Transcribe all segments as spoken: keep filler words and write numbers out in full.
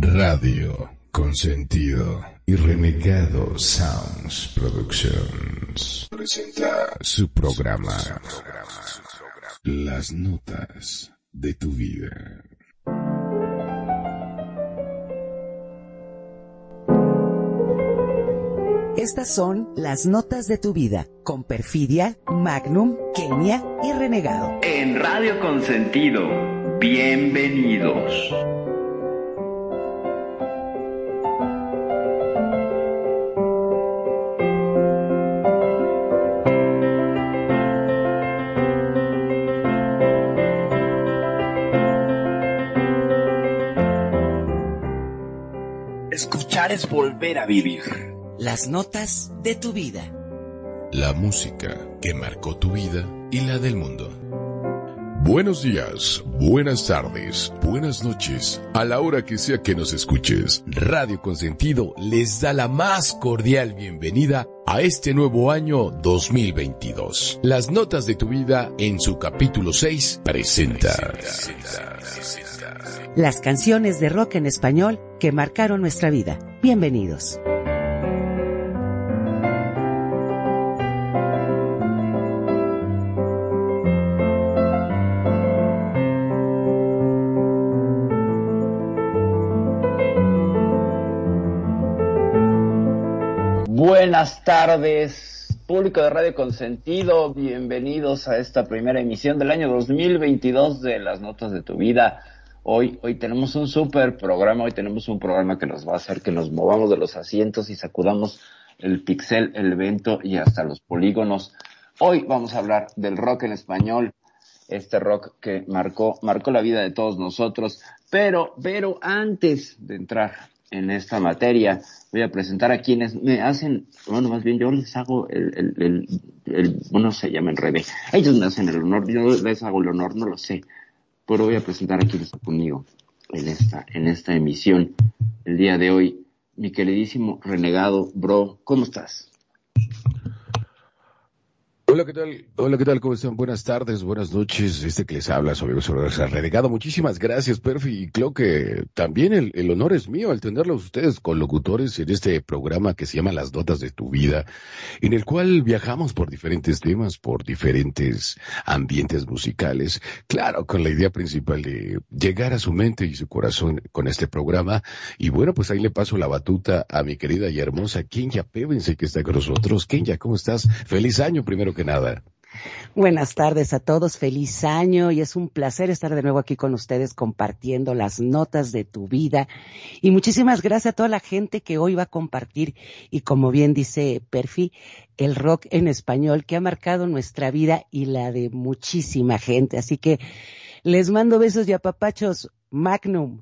Radio Consentido y Renegado Sounds Productions presenta su programa Las Notas de tu Vida. Estas son las notas de tu vida, con Perfidia, Magnum, Kenia y Renegado. En Radio Consentido, bienvenidos. Escuchar es volver a vivir. Las notas de tu vida. La música que marcó tu vida y la del mundo. Buenos días, buenas tardes, buenas noches, a la hora que sea que nos escuches. Radio Consentido les da la más cordial bienvenida a este nuevo año dos mil veintidós. Las notas de tu vida en su capítulo seis presenta. presenta, presenta. Las canciones de rock en español que marcaron nuestra vida. Bienvenidos. Buenas tardes, público de Radio Consentido, bienvenidos a esta primera emisión del año dos mil veintidós de Las Notas de tu Vida. Hoy, hoy tenemos un súper programa, hoy tenemos un programa que nos va a hacer que nos movamos de los asientos y sacudamos el pixel, el evento y hasta los polígonos. Hoy vamos a hablar del rock en español, este rock que marcó, marcó la vida de todos nosotros, pero, pero antes de entrar en esta materia, voy a presentar a quienes me hacen, bueno, más bien yo les hago el, el, el, el bueno, se llama en revés. Ellos me hacen el honor, yo les hago el honor, no lo sé, pero voy a presentar a quienes están conmigo en esta, en esta emisión. El día de hoy, mi queridísimo Renegado, bro, ¿cómo estás? Hola, ¿qué tal? Hola, ¿qué tal? ¿Cómo están? Buenas tardes, buenas noches. Este que les habla, su amigo Renegado. Muchísimas gracias, Perfi. Y creo que también el, el honor es mío al tenerlos ustedes con locutores en este programa que se llama Las Notas de tu Vida, en el cual viajamos por diferentes temas, por diferentes ambientes musicales. Claro, con la idea principal de llegar a su mente y su corazón con este programa. Y bueno, pues ahí le paso la batuta a mi querida y hermosa Kenia Pévense, que está con nosotros. Kenia, ¿cómo estás? Feliz año, primero que nada. Buenas tardes a todos, feliz año y es un placer estar de nuevo aquí con ustedes compartiendo las notas de tu vida y muchísimas gracias a toda la gente que hoy va a compartir y como bien dice Perfi, el rock en español que ha marcado nuestra vida y la de muchísima gente, así que les mando besos y apapachos. Magnum.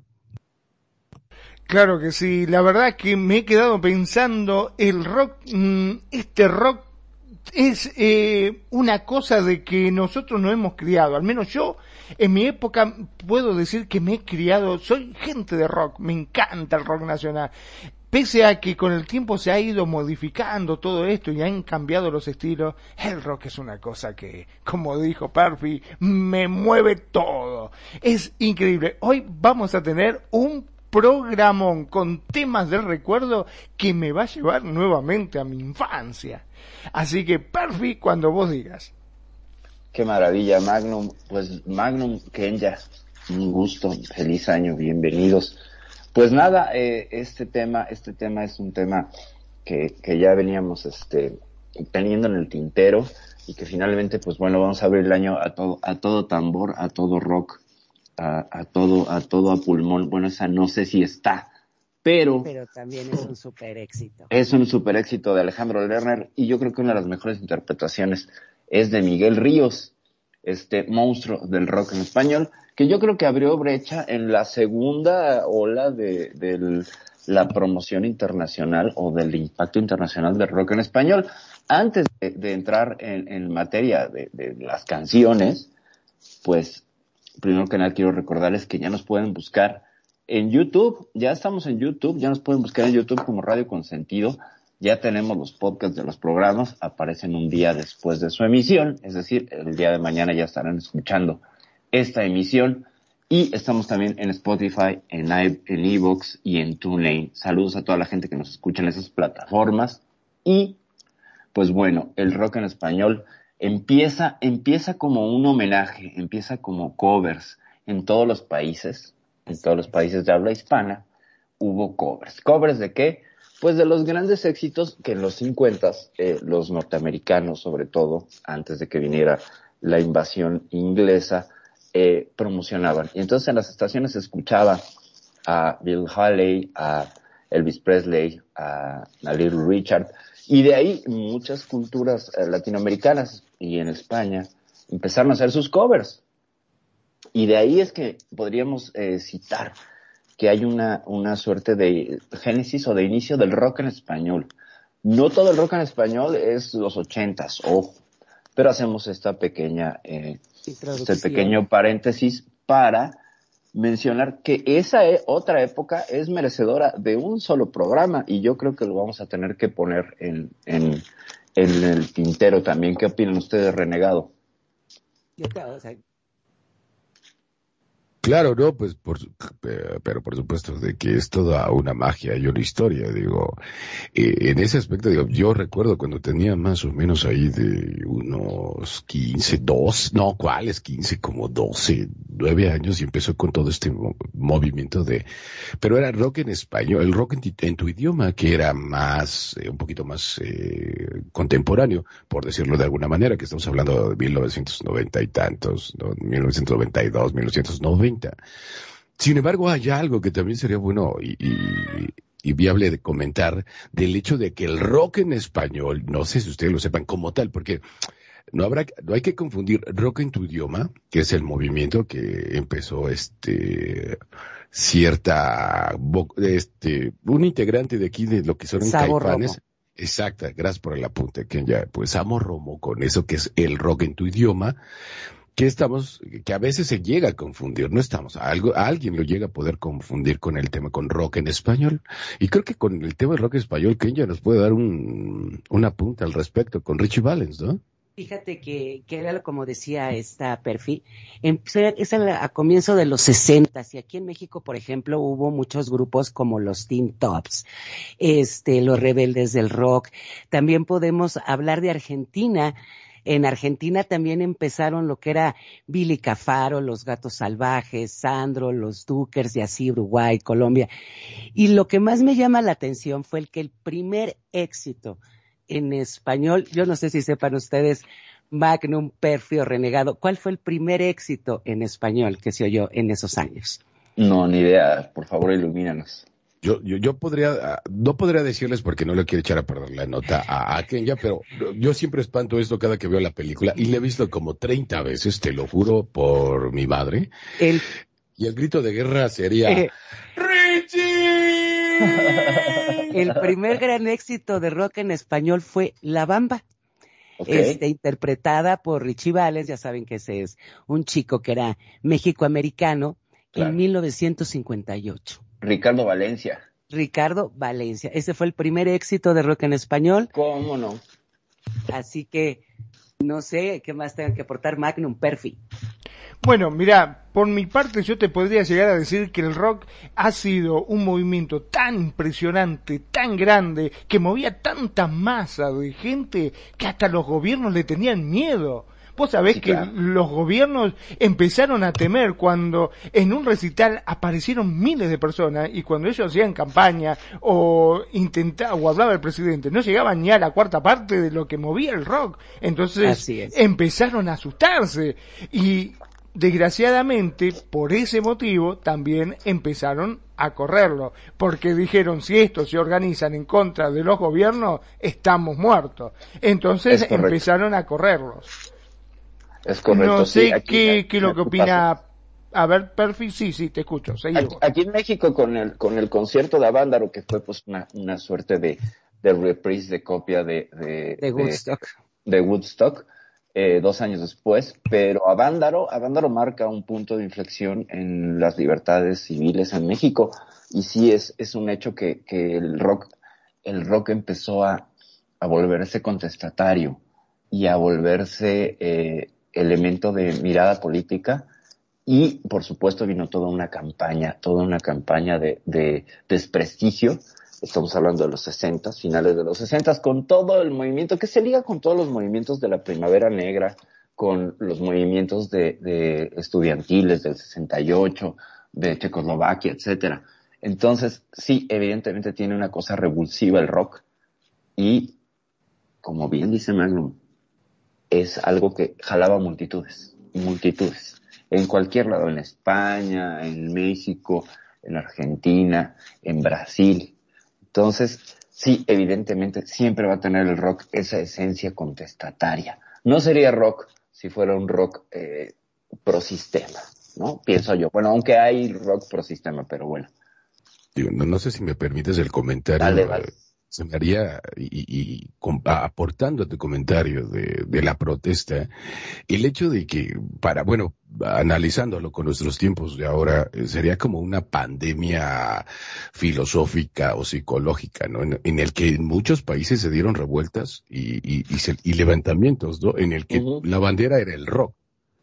Claro que sí, la verdad que me he quedado pensando, el rock, este rock es eh, una cosa de que nosotros nos hemos criado, al menos yo en mi época puedo decir que me he criado, soy gente de rock, me encanta el rock nacional, pese a que con el tiempo se ha ido modificando todo esto y han cambiado los estilos, el rock es una cosa que, como dijo Perfi, me mueve todo, es increíble. Hoy vamos a tener un programón con temas del recuerdo que me va a llevar nuevamente a mi infancia. Así que, Perfi, cuando vos digas. Qué maravilla, Magnum. Pues, Magnum, Kenya, un gusto, feliz año, bienvenidos. Pues nada, eh, este tema, este tema es un tema que, que ya veníamos, este, teniendo en el tintero y que finalmente, pues bueno, vamos a abrir el año a todo, a todo tambor, a todo rock. A, a todo, a todo a pulmón. Bueno, esa no sé si está, pero... Pero también es un super éxito. Es un super éxito de Alejandro Lerner, y yo creo que una de las mejores interpretaciones es de Miguel Ríos, este monstruo del rock en español, que yo creo que abrió brecha en la segunda ola de, de la promoción internacional o del impacto internacional del rock en español. Antes de, de entrar en, en materia de, de las canciones, pues... primero que nada quiero recordarles que ya nos pueden buscar en YouTube, ya estamos en YouTube, ya nos pueden buscar en YouTube como Radio Consentido, ya tenemos los podcasts de los programas, aparecen un día después de su emisión, es decir, el día de mañana ya estarán escuchando esta emisión Y estamos también en Spotify, en i- en iVoox y en TuneIn. Saludos a toda la gente que nos escucha en esas plataformas. Y, pues bueno, el rock en español empieza, empieza como un homenaje, empieza como covers en todos los países, en todos los países de habla hispana, hubo covers. ¿Covers de qué? Pues de los grandes éxitos que en los cincuentas, eh, los norteamericanos sobre todo, antes de que viniera la invasión inglesa, eh, promocionaban. Y entonces en las estaciones se escuchaba a Bill Haley, a Elvis Presley, a, a Little Richard, y de ahí muchas culturas eh, latinoamericanas y en España empezaron a hacer sus covers. Y de ahí es que podríamos eh, citar que hay una, una suerte de génesis o de inicio del rock en español. No todo el rock en español es los ochentas, ojo, pero hacemos esta pequeña, eh, este pequeño paréntesis para mencionar que esa e- otra época es merecedora de un solo programa y yo creo que lo vamos a tener que poner en, en, en el tintero también. ¿Qué opinan ustedes, Renegado? Yo te, o sea, Claro, no, pues, por, su- eh, pero por supuesto de que es toda una magia y una historia, digo, eh, en ese aspecto, digo, yo recuerdo cuando tenía más o menos ahí de unos quince, dos, no, ¿cuáles quince? Como doce, nueve años y empezó con todo este mo- movimiento de, pero era rock en español, el rock en, ti- en tu idioma, que era más, eh, un poquito más eh, contemporáneo, por decirlo de alguna manera, que estamos hablando de mil novecientos noventa y tantos, ¿no? mil novecientos noventa y dos, mil novecientos noventa. Sin embargo, hay algo que también sería bueno y, y, y viable de comentar del hecho de que el rock en español, no sé si ustedes lo sepan como tal, porque no habrá, no hay que confundir rock en tu idioma, que es el movimiento que empezó este cierta, vo- este, un integrante de aquí de lo que son Sabo Caifanes. Romo. Exacta, gracias por el apunte, Kenya. Pues amo Romo con eso que es el rock en tu idioma, que estamos, que a veces se llega a confundir, no estamos, a algo, a alguien lo llega a poder confundir con el tema, con rock en español, y creo que con el tema del rock en español, Kenya nos puede dar un, una punta al respecto, con Richie Valens, ¿no? Fíjate que, que era como decía esta Perfi, empezó- es a, a comienzo de los sesentas y aquí en México, por ejemplo, hubo muchos grupos como los Teen Tops, este, los Rebeldes del Rock. También podemos hablar de Argentina. En Argentina también empezaron lo que era Billy Cafaro, los Gatos Salvajes, Sandro, los Dukers y así Uruguay, Colombia. Y lo que más me llama la atención fue el que el primer éxito en español, yo no sé si sepan ustedes, Magnum, Perfi o Renegado, ¿cuál fue el primer éxito en español que se oyó en esos años? No, ni idea. Por favor, ilumínanos. Yo, yo, yo podría, ah, no podría decirles porque no le quiero echar a perder la nota a, a Kenya, pero yo siempre espanto esto cada que veo la película y la he visto como treinta veces, te lo juro por mi madre. El, Y el grito de guerra sería, eh, ¡Richie! el primer gran éxito de rock en español fue La Bamba. Ok. Este, interpretada por Richie Valens, ya saben que ese es un chico que era mexicoamericano Claro. en mil novecientos cincuenta y ocho. Ricardo Valencia. Ricardo Valencia, ese fue el primer éxito de rock en español, ¿Cómo no? así que no sé qué más tengan que aportar Magnum, Perfi. Bueno, mira, por mi parte yo te podría llegar a decir que el rock ha sido un movimiento tan impresionante, tan grande, que movía tanta masa de gente que hasta los gobiernos le tenían miedo. Vos sabés Sí, que claro. los gobiernos empezaron a temer cuando en un recital aparecieron miles de personas y cuando ellos hacían campaña o intentaba o hablaba el presidente, no llegaban ni a la cuarta parte de lo que movía el rock. Entonces Así es. empezaron a asustarse y desgraciadamente por ese motivo también empezaron a correrlo, porque dijeron si estos se organizan en contra de los gobiernos estamos muertos. Entonces Es correcto. empezaron a correrlos. Es correcto. No sé sí, aquí- qué, qué es lo aquí que opina. A ver, Perfi, sí, sí, te escucho. Seguí Aquí, vos. aquí en México con el con el concierto de Avándaro, que fue pues una, una suerte de, de reprise, de copia de, de, De Woodstock. de Woodstock, eh, dos años después, pero Avándaro, Avándaro marca un punto de inflexión en las libertades civiles en México, y sí es, es un hecho que, que el rock, el rock empezó a, a volverse contestatario y a volverse eh, elemento de mirada política Y, por supuesto, vino toda una campaña, toda una campaña de, de desprestigio. Estamos hablando de los sesentas, finales de los sesentas, con todo el movimiento que se liga con todos los movimientos de la Primavera Negra, con los movimientos de, de estudiantiles del sesenta y ocho, de Checoslovaquia, etcétera. Entonces, sí, evidentemente tiene una cosa revulsiva el rock y, como bien dice Magnum, es algo que jalaba multitudes, multitudes. En cualquier lado, en España, en México, en Argentina, en Brasil. Entonces, sí, evidentemente siempre va a tener el rock esa esencia contestataria. No sería rock si fuera un rock eh, prosistema, ¿no? Pienso yo. Bueno, aunque hay rock prosistema, pero bueno. Digo, no, no sé si me permites el comentario. Dale, dale. Eh, se me haría, y, y com, aportando a tu comentario de, de la protesta, el hecho de que, para, bueno, analizándolo con nuestros tiempos de ahora, eh, sería como una pandemia filosófica o psicológica, ¿no? En, en el que en muchos países se dieron revueltas y, y, y, se, y levantamientos, ¿no? En el que uh-huh. la bandera era el rock.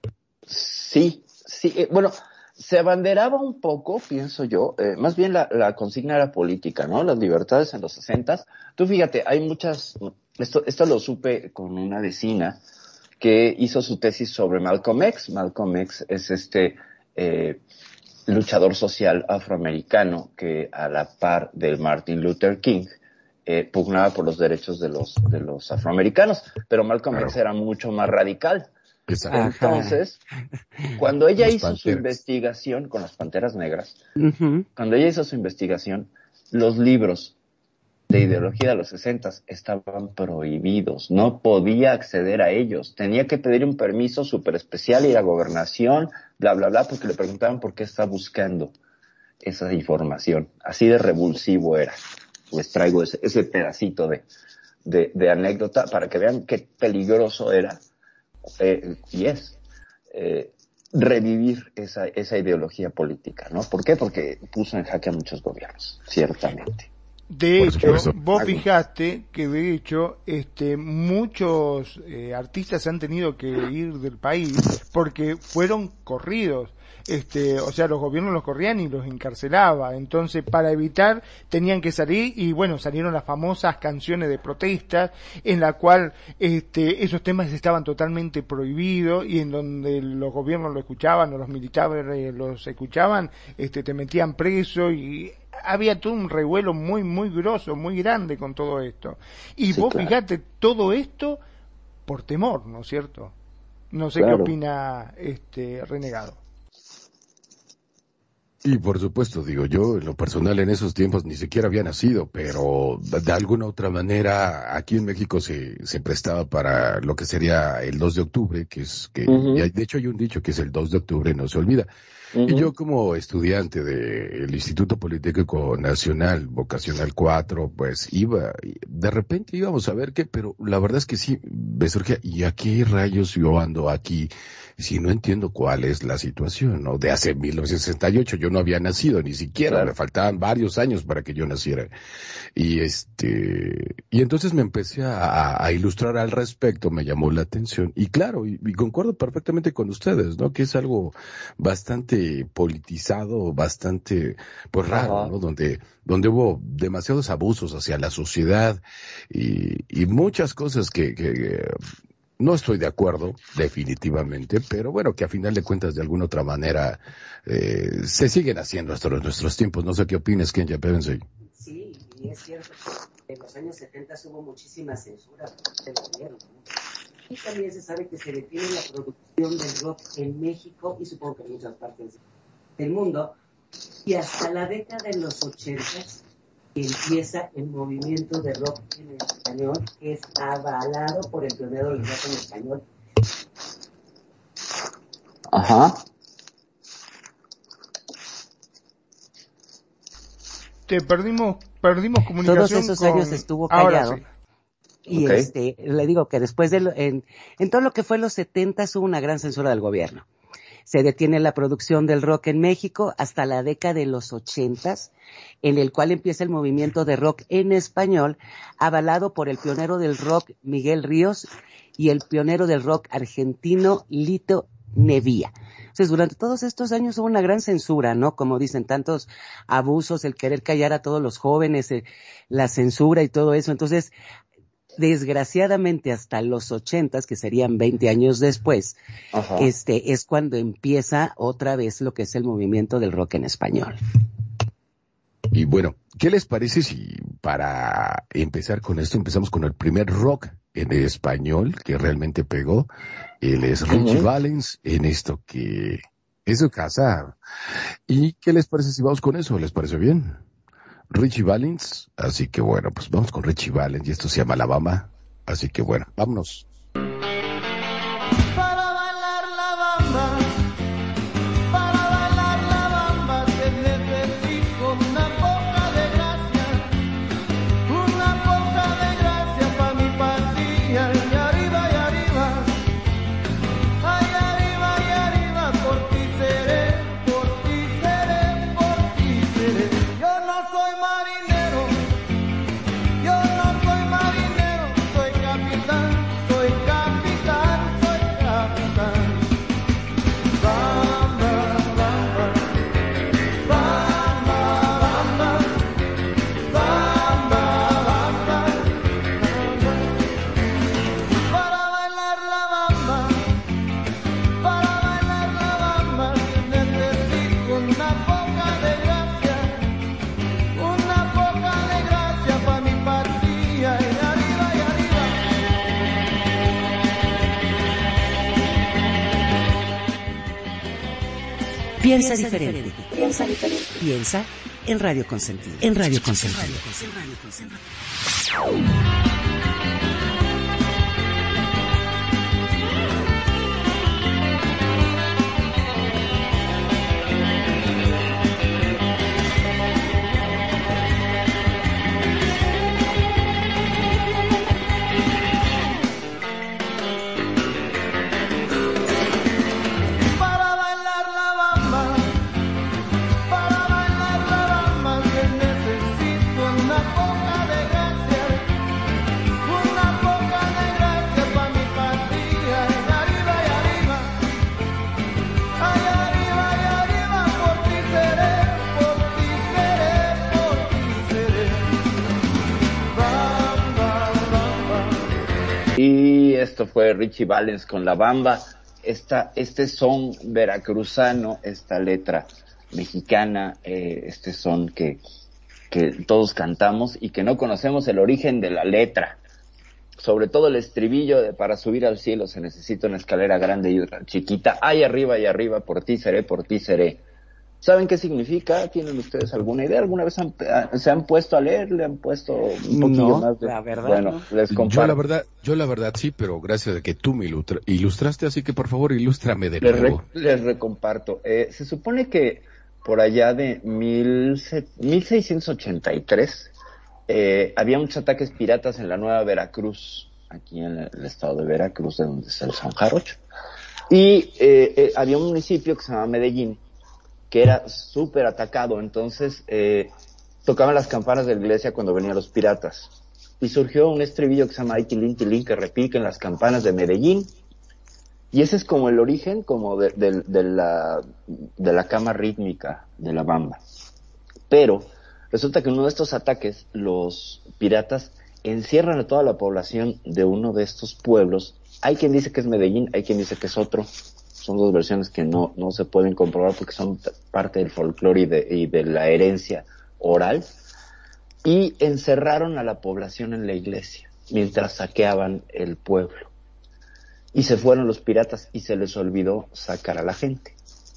Sí, sí, eh, bueno... Se abanderaba un poco, pienso yo, eh, más bien la, la consigna era política, ¿no? Las libertades en los sesentas. Tú fíjate, hay muchas, esto, esto lo supe con una vecina que hizo su tesis sobre Malcolm X. Malcolm X es este eh, luchador social afroamericano que a la par de Martin Luther King eh, pugnaba por los derechos de los, de los afroamericanos, pero Malcolm claro. X era mucho más radical. Entonces, cuando ella las hizo panteras. su investigación con las Panteras Negras, uh-huh. cuando ella hizo su investigación, los libros de ideología de los sesentas estaban prohibidos, no podía acceder a ellos, tenía que pedir un permiso súper especial, ir a gobernación, bla, bla, bla, porque le preguntaban por qué está buscando esa información, así de revulsivo era. Les traigo ese, ese pedacito de, de, de anécdota para que vean qué peligroso era. Eh, y es eh, revivir esa, esa ideología política, ¿no? ¿Por qué? Porque puso en jaque a muchos gobiernos, ciertamente. De hecho, vos fijaste que de hecho este muchos eh, artistas han tenido que ir del país porque fueron corridos. Este, o sea, los gobiernos los corrían y los encarcelaba. Entonces, para evitar, tenían que salir y bueno, salieron las famosas canciones de protestas en la cual este, esos temas estaban totalmente prohibidos y en donde los gobiernos lo escuchaban o los militares los escuchaban, este, te metían preso y había todo un revuelo muy, muy grosso, muy grande con todo esto. Y sí, vos claro. fijate, todo esto por temor, ¿no es cierto? No sé claro. qué opina este Renegado. Y por supuesto, digo, yo en lo personal en esos tiempos ni siquiera había nacido, pero de alguna otra manera aquí en México se, se prestaba para lo que sería el dos de octubre, que es que, uh-huh. y hay, de hecho hay un dicho que es el dos de octubre no se olvida. Uh-huh. Y yo como estudiante del Instituto Politécnico Nacional, Vocacional cuatro, pues iba, de repente íbamos a ver qué, pero la verdad es que sí, me surgía, ¿y a qué rayos yo ando aquí? Si no entiendo cuál es la situación, ¿no? De hace mil novecientos sesenta y ocho yo no había nacido, ni siquiera, claro. me faltaban varios años para que yo naciera. Y este, y entonces me empecé a, a ilustrar al respecto, me llamó la atención. Y claro, y, y concuerdo perfectamente con ustedes, ¿no? Que es algo bastante politizado, bastante, pues raro, ¿no? Donde, donde hubo demasiados abusos hacia la sociedad y, y muchas cosas que, que, que no estoy de acuerdo, definitivamente, pero bueno, que a final de cuentas, de alguna otra manera, eh, se siguen haciendo hasta nuestros tiempos. No sé qué opinas, Kenya Pevensey. Sí, y es cierto, en los años setenta hubo muchísima censura del gobierno, ¿no? Y también se sabe que se detiene la producción del rock en México y supongo que en muchas partes del mundo, y hasta la década de los ochentas empieza el movimiento de rock en español, que es avalado por el pionero del rock en español. Ajá. Te perdimos, perdimos comunicación. Todos esos con... años estuvo callado. Sí. Y okay. este, le digo que después de, lo, en, en todo lo que fue los setentas hubo una gran censura del gobierno. Se detiene la producción del rock en México hasta la década de los ochentas, en el cual empieza el movimiento de rock en español, avalado por el pionero del rock Miguel Ríos y el pionero del rock argentino Lito Nevia. O Entonces, durante todos estos años hubo una gran censura, ¿no? Como dicen, tantos abusos, el querer callar a todos los jóvenes, eh, la censura y todo eso. Entonces, desgraciadamente hasta los ochentas, que serían veinte años después, Ajá. este es cuando empieza otra vez lo que es el movimiento del rock en español. Y bueno, ¿qué les parece si para empezar con esto empezamos con el primer rock en español que realmente pegó? Él es Richie uh-huh. Valens en esto que es su casa. ¿Y qué les parece si vamos con eso? ¿Les parece bien? Richie Valens, así que bueno, pues vamos con Richie Valens y esto se llama La Bamba, así que bueno, vámonos. Para bailar la bamba, para bailar la bamba, te necesito una poca de gracia, una poca de gracia pa' mi patilla, y arriba y arriba, ay arriba y arriba, por ti seré, por ti seré, por ti seré. Yo no soy marinero, yo no soy marinero, soy capitán, soy capitán, soy capitán. Bamba, bamba, bamba, bamba, bamba, bamba, para bailar la bamba, para bailar la bamba, necesito una poca de gracia, una poca de gracia pa' mi patilla, y arriba y arriba. Piensa diferente. Piensa diferente. Piensa en Radio Consentido. En Radio Consentido. En Radio Consentido. Para bailar la bamba, para bailar la bamba, que necesito una poca de gracia, una poca de gracia pa' mi patria, y arriba y arriba, ay arriba y arriba, por ti seré, por ti seré, por ti seré. Bamba, bamba. Y esto fue Richie Valens con La Bamba. Esta, este son veracruzano, esta letra mexicana, eh, este son que, que todos cantamos y que no conocemos el origen de la letra. Sobre todo el estribillo de para subir al cielo se necesita una escalera grande y otra chiquita. Ay, arriba y arriba, por ti seré, por ti seré. ¿Saben qué significa? ¿Tienen ustedes alguna idea? ¿Alguna vez han- se han puesto a leer? ¿Le han puesto un poquillo No, más de...? la verdad Bueno, no. les Yo comparto. la verdad, yo la verdad sí, pero gracias a que tú me ilustra- ilustraste, así que por favor ilústrame de Les, re- nuevo. les recomparto. Eh, se supone que por allá de mil se- mil seiscientos ochenta y tres eh, había muchos ataques piratas en la Nueva Veracruz, aquí en el, el estado de Veracruz, de donde está el San Jarocho. Y eh, eh, había un municipio que se llama Medellín, que era súper atacado, entonces eh, tocaban las campanas de la iglesia cuando venían los piratas. Y surgió un estribillo que se llama Ay, tilín, tilín, que repiquen las campanas de Medellín. Y ese es como el origen como de, de, de la, de la cama rítmica de la bamba. Pero resulta que en uno de estos ataques los piratas encierran a toda la población de uno de estos pueblos. Hay quien dice que es Medellín, hay quien dice que es otro. Son dos versiones que no, no se pueden comprobar porque son t- parte del folclore y de, y de la herencia oral. Y encerraron a la población en la iglesia mientras saqueaban el pueblo. Y se fueron los piratas y se les olvidó sacar a la gente.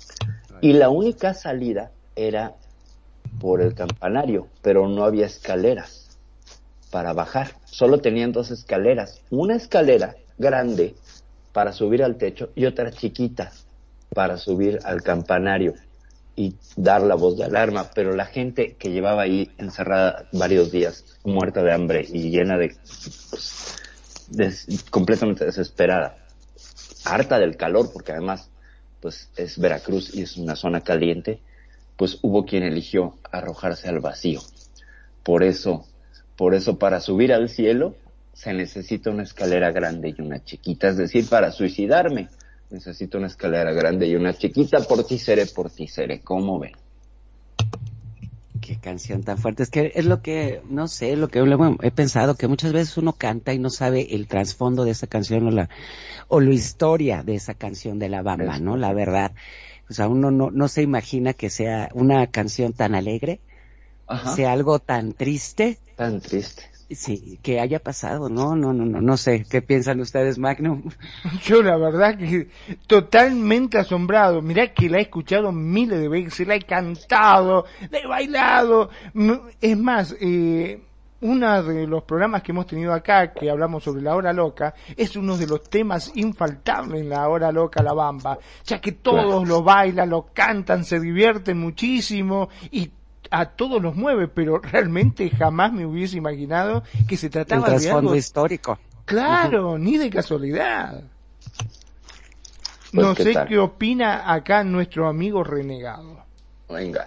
Y la única salida era por el campanario, pero no había escaleras para bajar. Solo tenían dos escaleras. Una escalera grande para subir al techo y otra chiquita para subir al campanario y dar la voz de alarma. Pero la gente que llevaba ahí encerrada varios días, muerta de hambre y llena de... pues, des- completamente desesperada, harta del calor, porque además pues es Veracruz y es una zona caliente, pues hubo quien eligió arrojarse al vacío. Por eso, por eso para subir al cielo se necesita una escalera grande y una chiquita, es decir, para suicidarme necesito una escalera grande y una chiquita, por ti seré, por ti seré, ¿cómo ven? Qué canción tan fuerte. Es que es lo que, no sé, lo que luego he pensado, que muchas veces uno canta y no sabe el trasfondo de esa canción o la, o la historia de esa canción de La Bamba, ¿no? La verdad. O sea, uno no, no se imagina que sea una canción tan alegre, Ajá. sea algo tan triste. Tan triste. Sí, que haya pasado, no, no, no, no, no sé, ¿qué piensan ustedes, Magnum? Yo la verdad que totalmente asombrado. Mirá que la he escuchado miles de veces, la he cantado, la he bailado. Es más, eh, uno de los programas que hemos tenido acá, que hablamos sobre la hora loca, es uno de los temas infaltables en la hora loca, La Bamba, ya que todos lo bailan, lo cantan, se divierten muchísimo y a todos los mueve, pero realmente jamás me hubiese imaginado que se trataba el de algo histórico. Claro, uh-huh. Ni de casualidad. Pues no qué sé tal. Qué opina acá nuestro amigo renegado. Venga.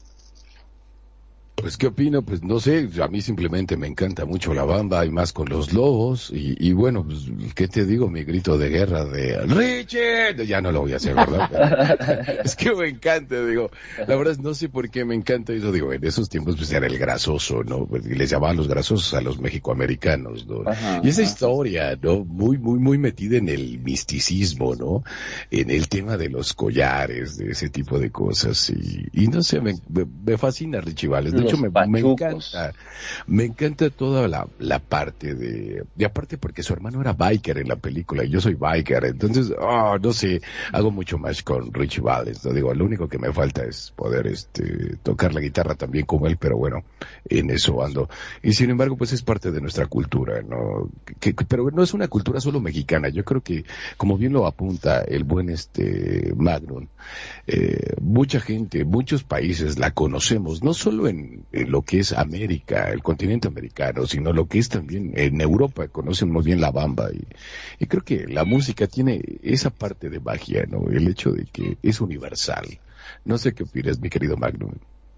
Pues, ¿qué opino? Pues, no sé, a mí simplemente me encanta mucho La Bamba y más con los lobos. Y, y bueno, pues, ¿qué te digo? Mi grito de guerra de ¡Richie! Ya no lo voy a hacer, ¿verdad? Es que me encanta, digo. La verdad, no sé por qué me encanta eso. Digo, en esos tiempos, pues, era el grasoso, ¿no? Pues, les llamaban los grasosos a los mexicoamericanos, ¿no? Ajá, y esa ajá. historia, ¿no? Muy, muy, muy metida en el misticismo, ¿no? En el tema de los collares, de ese tipo de cosas. Y, y no sé, me, me, me fascina Richie Valens. De hecho, me, me encanta, me encanta toda la, la parte de, y aparte porque su hermano era biker en la película y yo soy biker, entonces, oh, no sé, hago mucho más con Richie Valens, no digo, lo único que me falta es poder, este, tocar la guitarra también como él, pero bueno, en eso ando. Y sin embargo, pues es parte de nuestra cultura, ¿no? Que, que, pero no es una cultura solo mexicana, yo creo que, como bien lo apunta el buen, este, Magnum, eh, mucha gente, muchos países la conocemos, no solo en en lo que es América, el continente americano, sino lo que es también en Europa, conocen muy bien La Bamba y, y creo que la música tiene esa parte de magia, ¿no? El hecho de que es universal. No sé qué opinas, mi querido Magnum.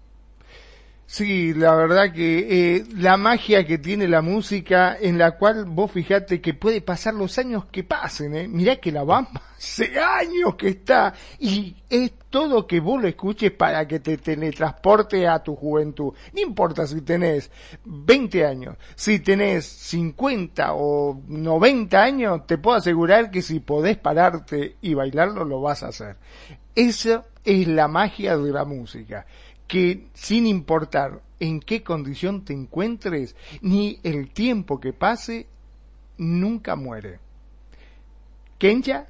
Sí, la verdad que eh, la magia que tiene la música, en la cual vos fijate que puede pasar los años que pasen, ¿eh? Mirá que La Bamba hace años que está y es todo que vos lo escuches para que te teletransporte a tu juventud. No importa si tenés veinte años, si tenés cincuenta o noventa años, te puedo asegurar que si podés pararte y bailarlo, lo vas a hacer. Esa es la magia de la música, que sin importar en qué condición te encuentres, ni el tiempo que pase, nunca muere. ¿Kenya?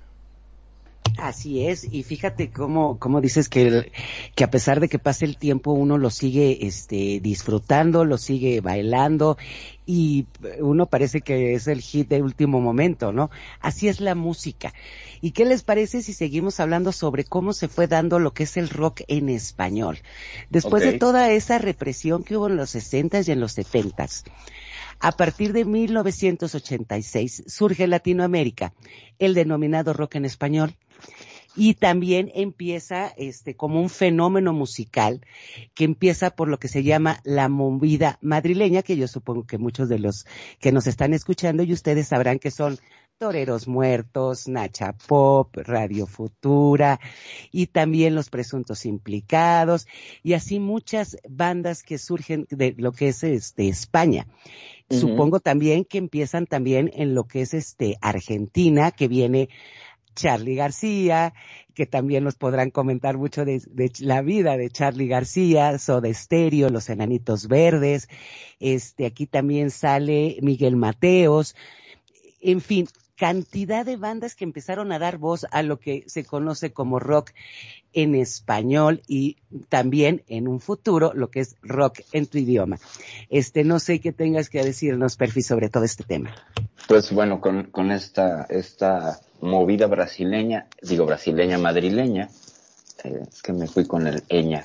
Así es, y fíjate cómo, cómo dices que, el, que a pesar de que pase el tiempo, uno lo sigue este, disfrutando, lo sigue bailando, y uno parece que es el hit de último momento, ¿no? Así es la música. ¿Y qué les parece si seguimos hablando sobre cómo se fue dando lo que es el rock en español? Después okay. de toda esa represión que hubo en los sesentas y en los setentas. A partir de mil novecientos ochenta y seis surge en Latinoamérica el denominado rock en español y también empieza este como un fenómeno musical que empieza por lo que se llama la movida madrileña, que yo supongo que muchos de los que nos están escuchando y ustedes sabrán que son Toreros Muertos, Nacha Pop, Radio Futura y también Los Presuntos Implicados y así muchas bandas que surgen de lo que es este España. Uh-huh. Supongo también que empiezan también en lo que es este Argentina, que viene Charly García, que también nos podrán comentar mucho de, de la vida de Charly García, Soda Stereo, Los Enanitos Verdes, este aquí también sale Miguel Mateos, en fin, cantidad de bandas que empezaron a dar voz a lo que se conoce como rock en español y también en un futuro lo que es rock en tu idioma. Este, no sé qué tengas que decirnos, Perfi, sobre todo este tema. Pues bueno, con, con esta, esta movida brasileña, digo brasileña madrileña, eh, es que me fui con el eña.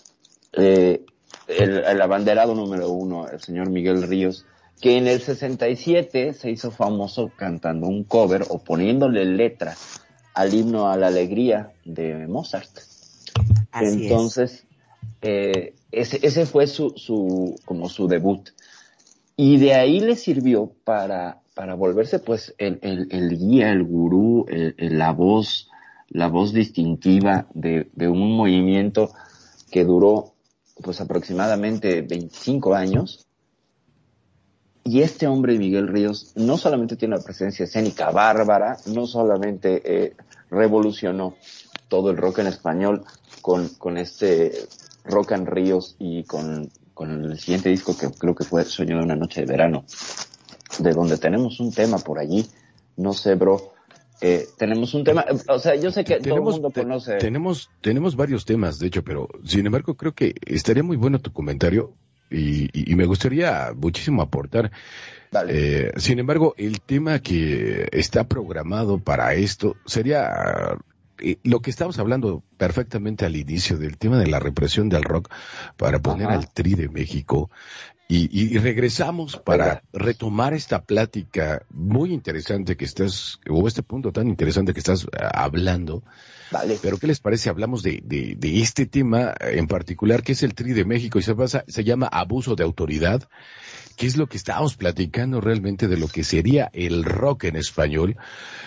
Eh, el, el abanderado número uno, el señor Miguel Ríos, que en el sesenta y siete se hizo famoso cantando un cover o poniéndole letra al himno a la alegría de Mozart. Así Entonces, eh, ese, ese fue su, su, como su debut. Y de ahí le sirvió para, para volverse pues el, el, el guía, el gurú, el, el, la voz la voz distintiva de, de un movimiento que duró pues aproximadamente veinticinco años. Y este hombre, Miguel Ríos, no solamente tiene una presencia escénica bárbara, no solamente eh, revolucionó todo el rock en español con, con este Rock and Ríos y con, con el siguiente disco que creo que fue Sueño de una noche de verano, de donde tenemos un tema por allí, no sé, bro, eh, tenemos un tema, o sea, yo sé que tenemos, todo el mundo conoce. Te, tenemos, tenemos varios temas, de hecho, pero sin embargo creo que estaría muy bueno tu comentario y, y, y me gustaría muchísimo aportar. Vale. Eh, sin embargo, el tema que está programado para esto sería eh, lo que estábamos hablando perfectamente al inicio del tema de la represión del rock para poner Ajá. al Tri de México. Y, y, y regresamos para retomar esta plática muy interesante que estás, o este punto tan interesante que estás uh, hablando. Vale. Pero ¿qué les parece? Hablamos de, de, de este tema en particular, que es el Tri de México, y se, pasa, se llama abuso de autoridad, que es lo que estábamos platicando realmente de lo que sería el rock en español,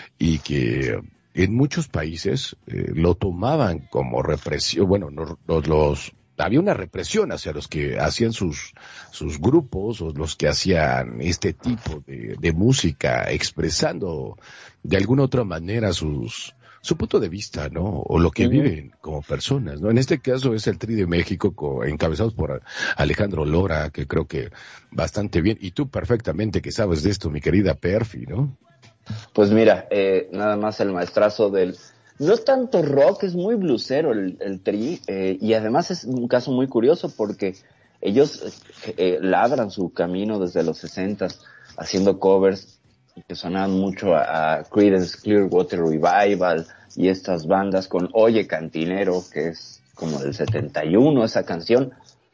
y que en muchos países eh, lo tomaban como represión, bueno, los, los había una represión hacia los que hacían sus sus grupos o los que hacían este tipo de, de música, expresando de alguna otra manera sus su punto de vista, ¿no? O lo que uh-huh. viven como personas, ¿no? En este caso es el Tri de México, co- encabezados por Alejandro Lora, que creo que bastante bien, y tú perfectamente que sabes de esto, mi querida Perfi, ¿no? Pues mira, eh, nada más el maestrazo del... No es tanto rock, es muy blusero el, el Tri, eh, y además es un caso muy curioso porque ellos eh, labran su camino desde los sesentas haciendo covers que sonaban mucho a, a Creedence Clearwater Revival y estas bandas con Oye Cantinero, que es como del setenta y uno esa canción,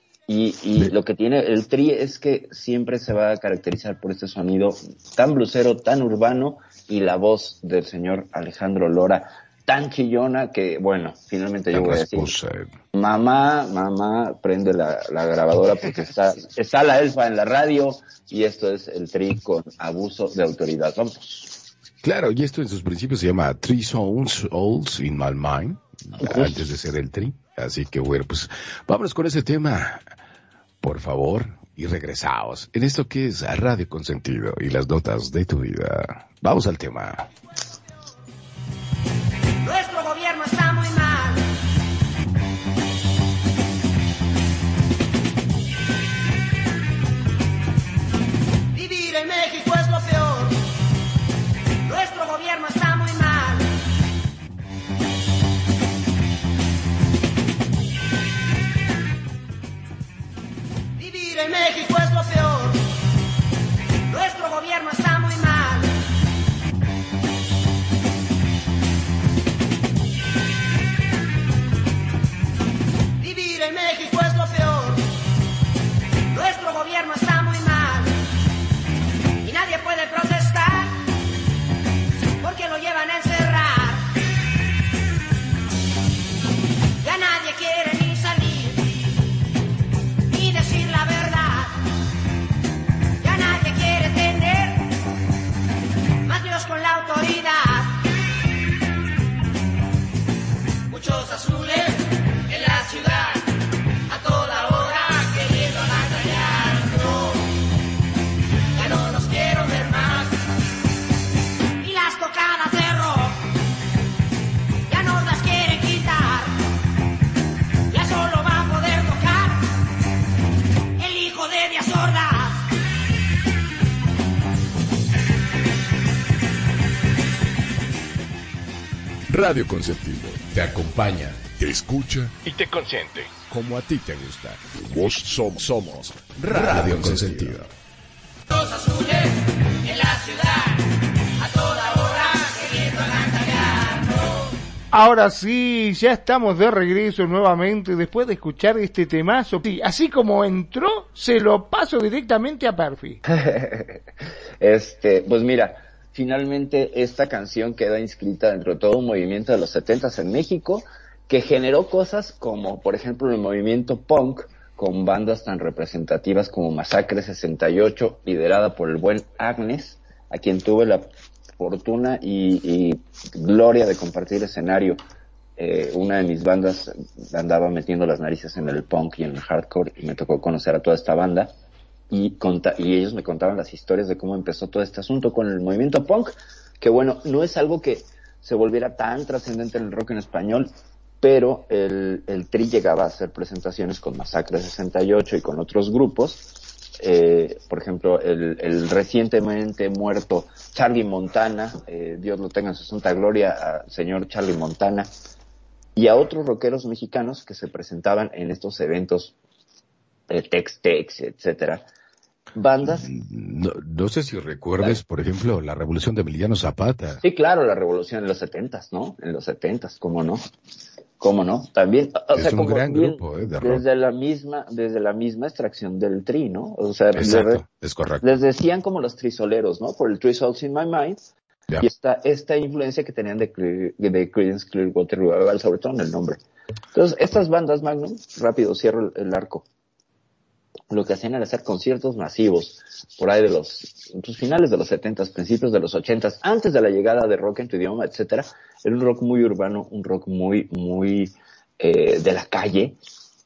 y, y lo que tiene el Tri es que siempre se va a caracterizar por este sonido tan blusero, tan urbano, y la voz del señor Alejandro Lora tan chillona que, bueno, finalmente yo voy a decir, mamá, mamá, prende la, la grabadora porque está, está la elfa en la radio, y esto es el Tri con abuso de autoridad. Vamos. Claro, y esto en sus principios se llama Three Songs Olds in My Mind, uh-huh. antes de ser el Tri. Así que bueno, pues vámonos con ese tema, por favor, y regresamos en esto que es Radio Consentido y las notas de tu vida. Vamos al tema. Nuestro gobierno está muy mal. Vivir en México es lo peor. Nuestro gobierno está muy mal. Vivir en México es lo peor. Nuestro gobierno está muy mal. En México es lo peor. Nuestro gobierno está muy mal y nadie puede protestar porque lo llevan a encerrar. Ya nadie quiere ni salir ni decir la verdad. Ya nadie quiere tener más Dios con la autoridad. Muchos azules en la ciudad. Radio Consentido te acompaña, te escucha y te consiente como a ti te gusta. Vos somos, somos Radio Consentido. Los azules en la ciudad, a toda hora queriendo agantallarnos. Ahora sí, ya estamos de regreso nuevamente después de escuchar este temazo. Sí, así como entró, se lo paso directamente a Perfi. este, pues mira, finalmente esta canción queda inscrita dentro de todo un movimiento de los setentas en México que generó cosas como, por ejemplo, el movimiento punk con bandas tan representativas como Masacre sesenta y ocho, liderada por el buen Agnes, a quien tuve la fortuna y, y gloria de compartir escenario. Eh, una de mis bandas andaba metiendo las narices en el punk y en el hardcore y me tocó conocer a toda esta banda y, conta- y ellos me contaban las historias de cómo empezó todo este asunto con el movimiento punk, que bueno, no es algo que se volviera tan trascendente en el rock en español, pero el, el Tri llegaba a hacer presentaciones con Masacre sesenta y ocho y con otros grupos, eh, por ejemplo, el, el recientemente muerto Charlie Montana, eh, Dios lo tenga en su santa gloria, al señor Charlie Montana, y a otros rockeros mexicanos que se presentaban en estos eventos de Tex-Tex, etcétera. Bandas. No, no sé si recuerdes, por ejemplo, la revolución de Emiliano Zapata. Sí, claro, la revolución en los setentas, ¿no? En los setentas, ¿cómo no? ¿Cómo no? También, o Es sea, un como gran bien, grupo, eh, de rock. desde la misma, desde la misma extracción del tri, ¿no? O sea, Exacto, les, es correcto. les decían como los trisoleros, ¿no? Por el Three Souls in My Mind. Ya. Y esta, esta influencia que tenían de, Cre- de Creedence Clearwater Revival, sobre todo en el nombre. Entonces, estas bandas Magnum, rápido cierro el, el arco, lo que hacían era hacer conciertos masivos, por ahí de los, pues, finales de los setentas, principios de los ochentas, antes de la llegada de rock en tu idioma, etcétera. Era un rock muy urbano, un rock muy, muy, eh, de la calle,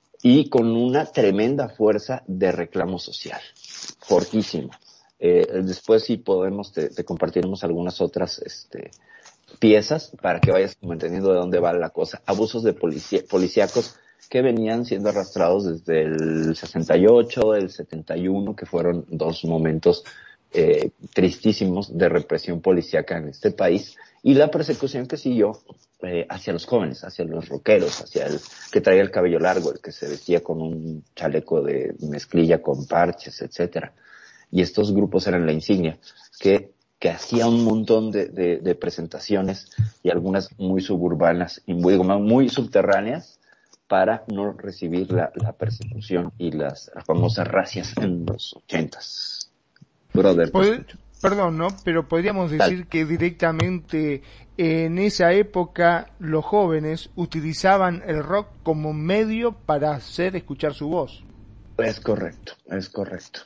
y con una tremenda fuerza de reclamo social, fortísimo. Eh, después si podemos te, te compartiremos algunas otras este, piezas para que vayas como entendiendo de dónde va la cosa. Abusos de policía, policíacos que venían siendo arrastrados desde el sesenta y ocho, el setenta y uno, que fueron dos momentos eh, tristísimos de represión policíaca en este país, y la persecución que siguió eh, hacia los jóvenes, hacia los rockeros, hacia el que traía el cabello largo, el que se vestía con un chaleco de mezclilla con parches, etcétera. Y estos grupos eran la insignia, que, que hacía un montón de, de, de presentaciones, y algunas muy suburbanas y muy, muy subterráneas, para no recibir la, la persecución y las famosas racias en los ochentas. Brother, Pod- Perdón, ¿no? Pero podríamos decir que directamente en esa época los jóvenes utilizaban el rock como medio para hacer escuchar su voz. Es correcto, es correcto.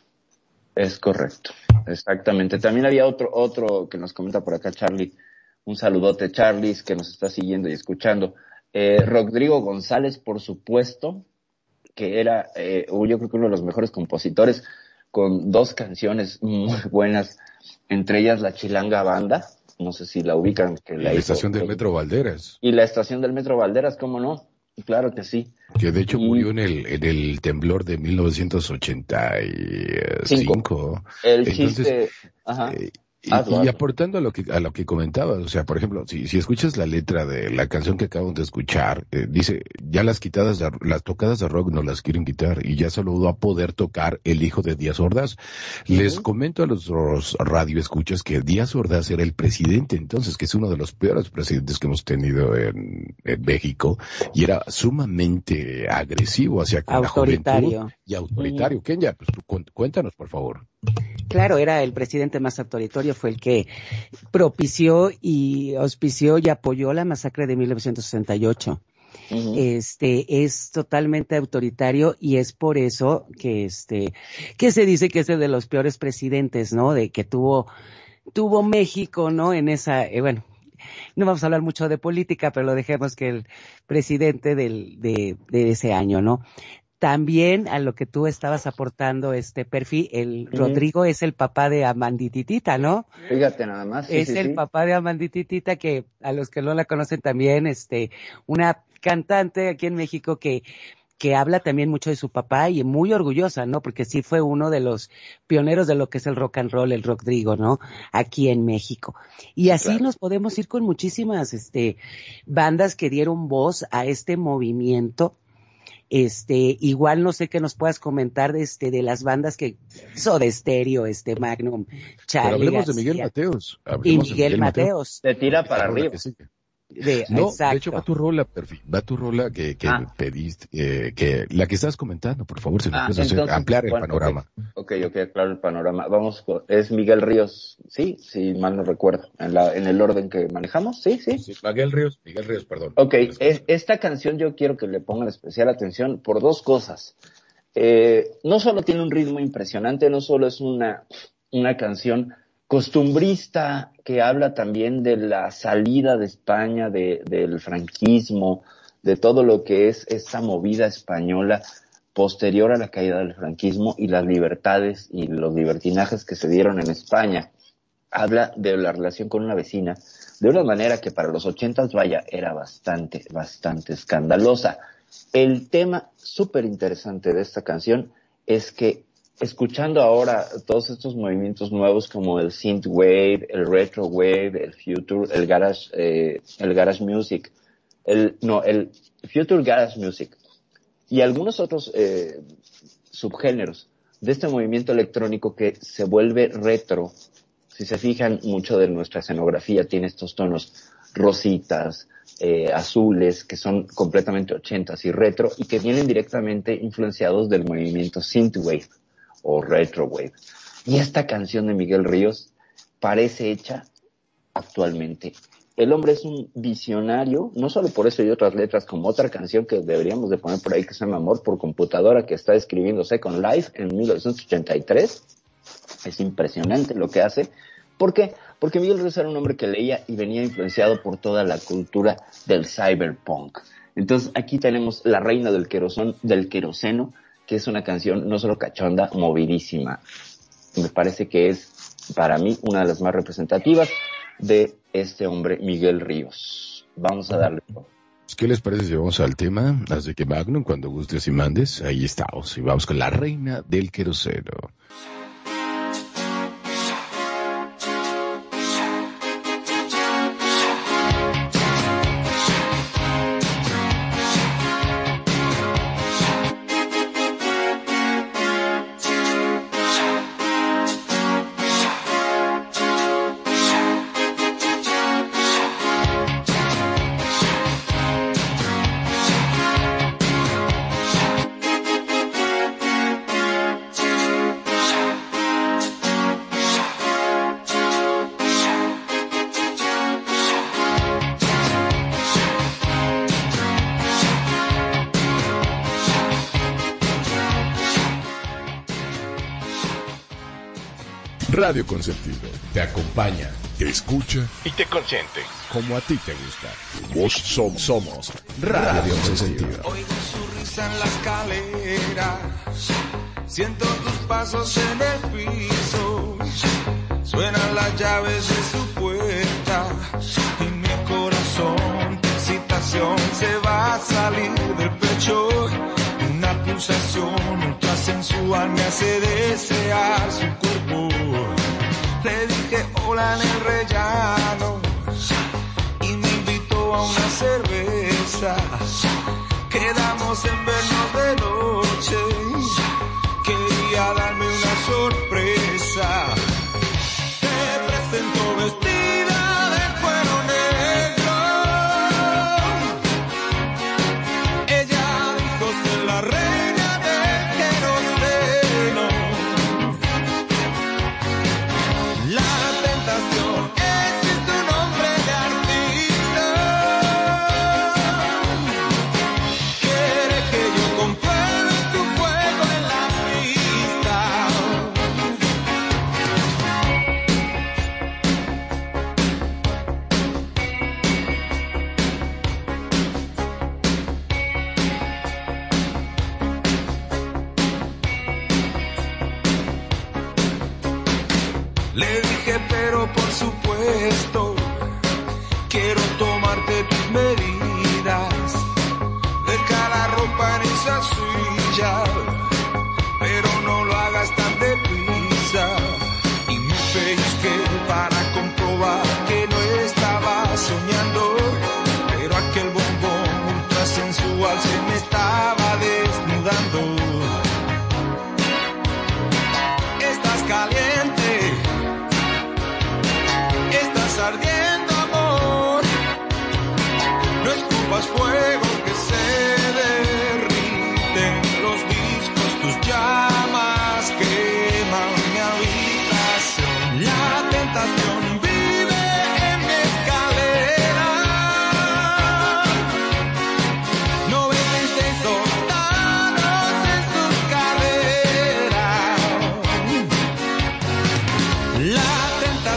Es correcto, exactamente. También había otro, otro que nos comenta por acá Charlie, un saludote Charlie, que nos está siguiendo y escuchando. Eh, Rodrigo González, por supuesto, que era, eh, yo creo que uno de los mejores compositores, con dos canciones muy buenas, entre ellas La Chilanga Banda, no sé si la ubican. Que la la hizo, estación del eh, Metro Valderas. Y la estación del Metro Valderas, ¿cómo no? Claro que sí. Que de hecho y... murió en el, en el temblor de mil novecientos ochenta y cinco. El Entonces, chiste, ajá. Eh, y, Hazlo, y hazlo. aportando a lo que a lo que comentabas, o sea, por ejemplo, si, si escuchas la letra de la canción que acabamos de escuchar, eh, dice, ya las quitadas, de, las tocadas de rock no las quieren quitar, y ya solo va a poder tocar el hijo de Díaz Ordaz. Uh-huh. Les comento a los, los radioescuchas que Díaz Ordaz era el presidente entonces, que es uno de los peores presidentes que hemos tenido en, en México, y era sumamente agresivo hacia con autoritario. la juventud y autoritario. Uh-huh. Kenya, pues cu- cuéntanos, por favor. Claro, era el presidente más autoritario, fue el que propició y auspició y apoyó la masacre de mil novecientos sesenta y ocho. Uh-huh. Este, es totalmente autoritario y es por eso que este, que se dice que es de los peores presidentes, ¿no? De que tuvo, tuvo México, ¿no? En esa, eh, bueno, no vamos a hablar mucho de política, pero lo dejemos que el presidente del, de, de ese año, ¿no? También a lo que tú estabas aportando, este Perfi, el uh-huh. Rodrigo es el papá de Amandititita, ¿no? Fíjate nada más. Sí, es sí, el sí. papá de Amandititita, que a los que no la conocen también, este, una cantante aquí en México que, que habla también mucho de su papá y muy orgullosa, ¿no? Porque sí fue uno de los pioneros de lo que es el rock and roll, el Rodrigo, ¿no? Aquí en México. Y así claro. Nos podemos ir con muchísimas, este, bandas que dieron voz a este movimiento. Este, igual no sé qué nos puedas comentar de este, de las bandas que, Soda Stereo, este, Magnum, Charlie. Pero hablemos García, de Miguel Mateos. Hablemos y Miguel, Miguel Mateos. Te tira para arriba. De, no, exacto. de hecho va tu rola, Perfi, va tu rola que, que ah. pediste, eh, que la que estás comentando, por favor, si nos ah, puedes hacer, entonces, ampliar bueno, el panorama. Ok, ok, claro el panorama. Vamos, con, es Miguel Ríos, sí, si mal no recuerdo, en la, en el orden que manejamos, sí, sí. sí Miguel Ríos, Miguel Ríos, perdón. Ok, es, esta canción yo quiero que le pongan especial atención por dos cosas. Eh, no solo tiene un ritmo impresionante, no solo es una, una canción costumbrista que habla también de la salida de España, de, del franquismo, de todo lo que es esa movida española posterior a la caída del franquismo y las libertades y los libertinajes que se dieron en España. Habla de la relación con una vecina de una manera que para los ochentas, vaya, era bastante, bastante escandalosa. El tema súper interesante de esta canción es que escuchando ahora todos estos movimientos nuevos como el synthwave, el retrowave, el future, el garage, eh, el garage music, el no, el future garage music y algunos otros eh, subgéneros de este movimiento electrónico que se vuelve retro. Si se fijan, mucho de nuestra escenografía tiene estos tonos rositas, eh, azules, que son completamente ochentas y retro y que vienen directamente influenciados del movimiento synthwave o retrowave. Y esta canción de Miguel Ríos parece hecha actualmente. El hombre es un visionario, no solo por eso y otras letras, como otra canción que deberíamos de poner por ahí que se llama Amor por computadora, que está escribiendo Second Life en mil novecientos ochenta y tres. Es impresionante lo que hace. ¿Por qué? Porque Miguel Ríos era un hombre que leía y venía influenciado por toda la cultura del cyberpunk. Entonces aquí tenemos La Reina del Querosón, del Queroseno, que es una canción no solo cachonda, movidísima. Me parece que es, para mí, una de las más representativas de este hombre, Miguel Ríos. Vamos a darle. ¿Qué les parece si vamos al tema? Así que Magnum, cuando gustes y mandes, ahí estamos. Y vamos con La Reina del Queroseno. Radio Consentido te acompaña, te escucha y te consiente como a ti te gusta. Vos somos, somos Radio Consentido. Oigo su risa en la escalera, siento tus pasos en el piso, suenan las llaves de su puerta y mi corazón, excitación, se va a salir del pecho. Una pulsación ultra sensual me hace desear su cuerpo. Le dije hola en el rellano y me invitó a una cerveza. Quedamos en vernos de noche, quería darme una sorpresa. Se presentó vestida de cuero negro. Ella dijo ser la reina del queroseno. La tentación es tu nombre de artista. Quiere que yo compruebe tu fuego en la pista. Le dije, pero por supuesto, quiero tomarte tus medidas. Deja la ropa en esa silla, pero no lo hagas tan deprisa. Y me pellizqué para comprobar que no estaba soñando, pero aquel bombón ultra sensual se me estaba desnudando. Estás caliente, estás ardiendo, amor. No escupas fuego que se derriten los discos, tus llamas queman mi habitación. La tentación vive en mi escalera. noventa y seis soldados en sus caderas. La tentación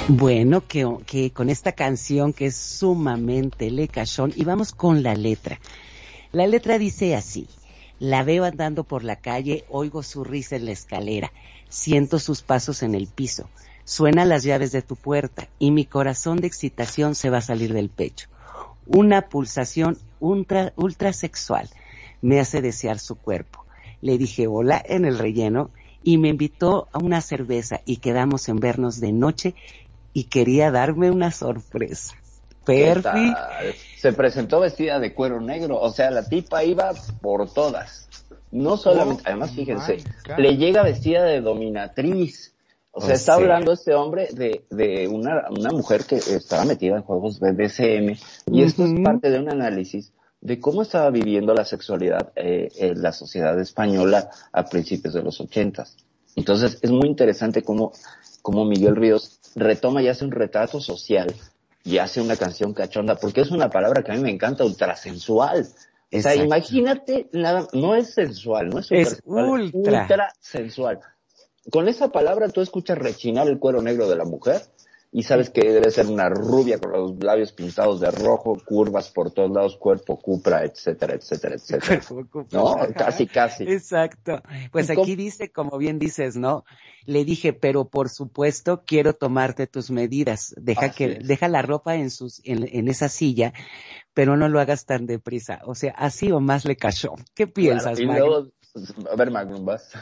Bueno, que, que con esta canción que es sumamente lecachón, y vamos con la letra. La letra dice así: la veo andando por la calle, oigo su risa en la escalera, siento sus pasos en el piso, suenan las llaves de tu puerta y mi corazón de excitación se va a salir del pecho. Una pulsación ultra, ultra sexual me hace desear su cuerpo. Le dije hola en el relleno y me invitó a una cerveza y quedamos en vernos de noche y quería darme una sorpresa. Perfi. Se presentó vestida de cuero negro, o sea, la tipa iba por todas. No solamente, oh, además fíjense, le llega vestida de dominatriz. O sea, oh, está sí. hablando este hombre de, de una, una mujer que estaba metida en juegos B D S M, y uh-huh. esto es parte de un análisis de cómo estaba viviendo la sexualidad eh, en la sociedad española a principios de los ochentas. Entonces, es muy interesante cómo, cómo Miguel Ríos retoma y hace un retrato social y hace una canción cachonda, porque es una palabra que a mí me encanta, ultrasensual. O sea, imagínate, nada, no es sensual, no es super es sensual, ultra. ultra sensual. Con esa palabra tú escuchas rechinar el cuero negro de la mujer y sabes que debe ser una rubia con los labios pintados de rojo, curvas por todos lados, cuerpo cupra, etcétera, etcétera, etcétera. No, casi, casi. Exacto. Pues aquí ¿Cómo? Dice, como bien dices, ¿no? Le dije, pero por supuesto quiero tomarte tus medidas. Deja Así que, es. deja la ropa en sus, en, en esa silla, pero no lo hagas tan deprisa. O sea, así o más le cayó. ¿Qué piensas, claro, y Magnum? Luego, a ver, Magnum, vas.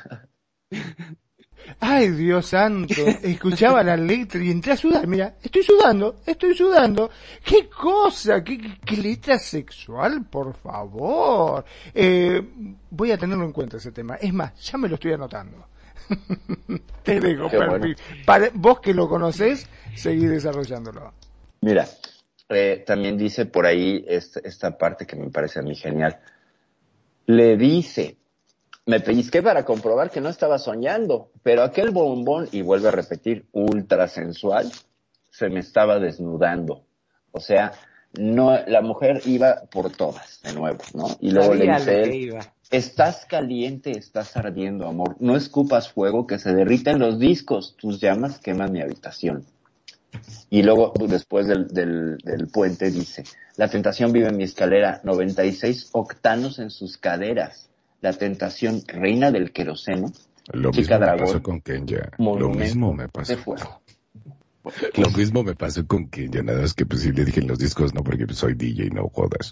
Ay, Dios santo, escuchaba la letra y entré a sudar, mira, estoy sudando, estoy sudando. ¿Qué cosa? ¿Qué, qué, qué letra sexual, por favor? Eh, voy a tenerlo en cuenta ese tema. Es más, ya me lo estoy anotando. Te dejo, bueno. Para vos que lo conocés, seguí desarrollándolo. Mira, eh, también dice por ahí esta, esta parte que me parece a mí genial. Le dice... Me pellizqué para comprobar que no estaba soñando, pero aquel bombón, y vuelve a repetir, ultra sensual, se me estaba desnudando. O sea, no, la mujer iba por todas, de nuevo, ¿no? Y luego Sabía le dice él, estás caliente, estás ardiendo, amor. No escupas fuego, que se derriten los discos, tus llamas queman mi habitación. Y luego, después del, del, del puente, dice, la tentación vive en mi escalera, noventa y seis octanos en sus caderas. La tentación, reina del queroseno, lo chica mismo dragón, me pasó con Kenya. Lo mismo me pasó. Lo mismo me pasó con Kenya, nada más que pues sí le dije en los discos no, porque soy D J, no jodas.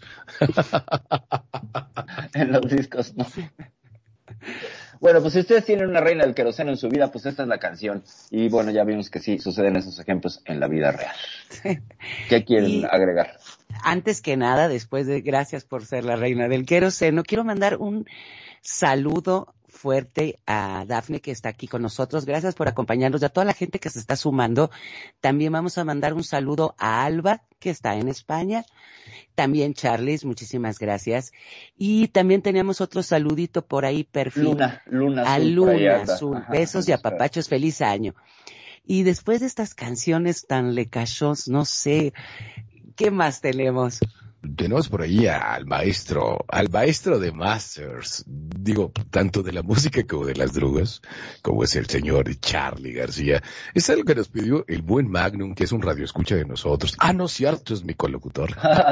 En los discos no. Bueno, pues si ustedes tienen una reina del queroseno en su vida, pues esta es la canción. Y bueno, ya vimos que sí, suceden esos ejemplos en la vida real. ¿Qué quieren y... agregar? Antes que nada, después de gracias por ser la reina del queroseno, quiero mandar un saludo fuerte a Dafne, que está aquí con nosotros. Gracias por acompañarnos, y a toda la gente que se está sumando. También vamos a mandar un saludo a Alba, que está en España. También Charles, muchísimas gracias. Y también teníamos otro saludito por ahí, perfil. Luna, Luna A Azul. Luna Azul. Ajá, besos y apapachos, feliz año. Y después de estas canciones tan lecachos, no sé, ¿qué más tenemos? Tenemos por ahí al maestro, al maestro de Masters, digo, tanto de la música como de las drogas, como es el señor Charly García. Es algo que nos pidió el buen Magnum, que es un radioescucha de nosotros. Ah, no, cierto, es mi colocutor.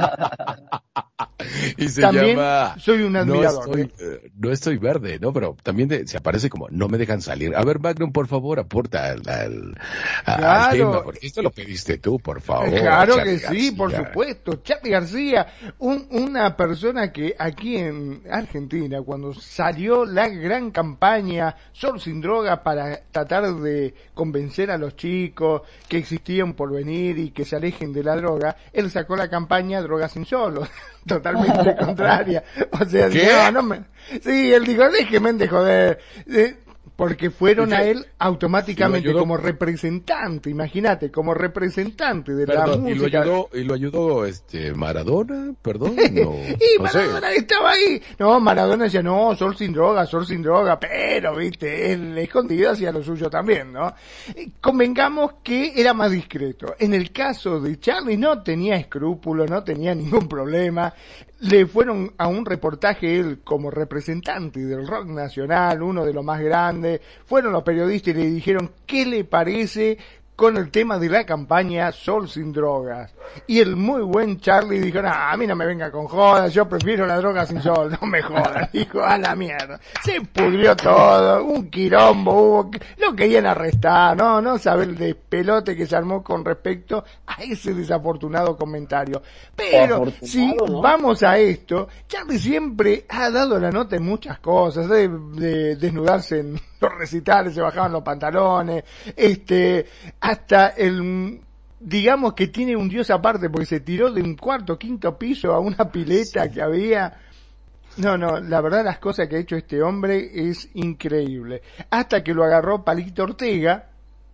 Y se también llama... soy un admirador. No estoy, eh, no estoy verde, ¿no? Pero también de, se aparece como, no me dejan salir. A ver, Magnum, por favor, aporta al, al, claro. al tema, porque esto lo pediste tú, por favor. Claro Charly que García. Sí, por supuesto. Charly García, un, una persona que aquí en Argentina, cuando salió la gran campaña Sol sin droga para tratar de convencer a los chicos que existía un porvenir y que se alejen de la droga, él sacó la campaña Droga sin Solo. Totalmente contraria. O sea, ¿qué? no, no me... Sí, él dijo, déjeme de joder. Eh, porque fueron a él automáticamente como representante, imagínate, como representante de Perdón, la y música. lo ayudó, y lo ayudó este Maradona, perdón, no, y no Maradona sé. estaba ahí. No, Maradona decía, no, Sol sin droga, Sol sin droga, pero, viste, él escondido hacía lo suyo también, ¿no? Eh, Convengamos que era más discreto. En el caso de Charly no tenía escrúpulos, no tenía ningún problema. Le fueron a un reportaje él como representante del rock nacional, uno de los más grandes. Fueron los periodistas y le dijeron, ¿qué le parece con el tema de la campaña Sol sin drogas. Y el muy buen Charlie dijo, no, a mí no me venga con jodas, yo prefiero la droga sin sol, no me jodan. Dijo, a la mierda. Se pudrió todo, un quilombo hubo, lo querían arrestar, no, no sabe el despelote que se armó con respecto a ese desafortunado comentario. Pero si ¿no? vamos a esto, Charlie siempre ha dado la nota en muchas cosas, de, de desnudarse en los recitales, se bajaban los pantalones, este, hasta el, digamos que tiene un dios aparte porque se tiró de un cuarto, quinto piso a una pileta que había. No, no, la verdad las cosas que ha hecho este hombre es increíble. Hasta que lo agarró Palito Ortega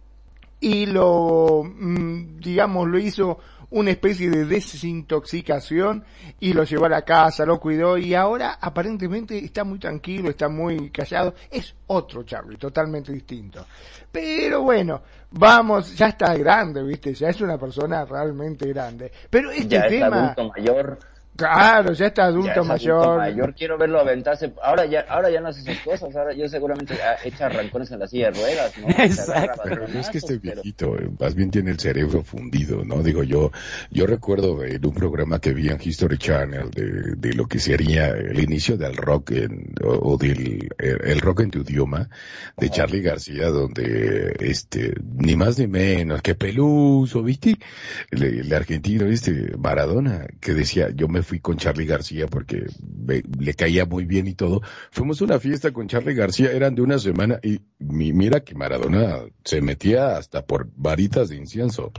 y lo, digamos, lo hizo una especie de desintoxicación y lo llevó a la casa, lo cuidó y ahora aparentemente está muy tranquilo, está muy callado. Es otro Charlie, totalmente distinto. Pero bueno, vamos, ya está grande, ¿viste? Ya es una persona realmente grande. Pero este ya tema... es adulto mayor. Claro, ya está adulto, ya es mayor. adulto mayor. Quiero verlo aventarse. Ahora ya, ahora ya no hace esas cosas. Ahora yo seguramente echa arrancones en la silla de ruedas, ¿no? Exacto. Pero no es que esté viejito, pero... más bien tiene el cerebro fundido, ¿no? Digo yo, yo recuerdo en un programa que vi en History Channel de, de lo que sería el inicio del rock en, o, o del el, el rock en tu idioma de Ajá. Charly García, donde este ni más ni menos que Peluso, ¿viste? El, el argentino, ¿viste? Maradona, que decía, yo me fui con Charly García porque me, le caía muy bien y todo. Fuimos a una fiesta con Charly García, eran de una semana y mi, mira que Maradona se metía hasta por varitas de incienso.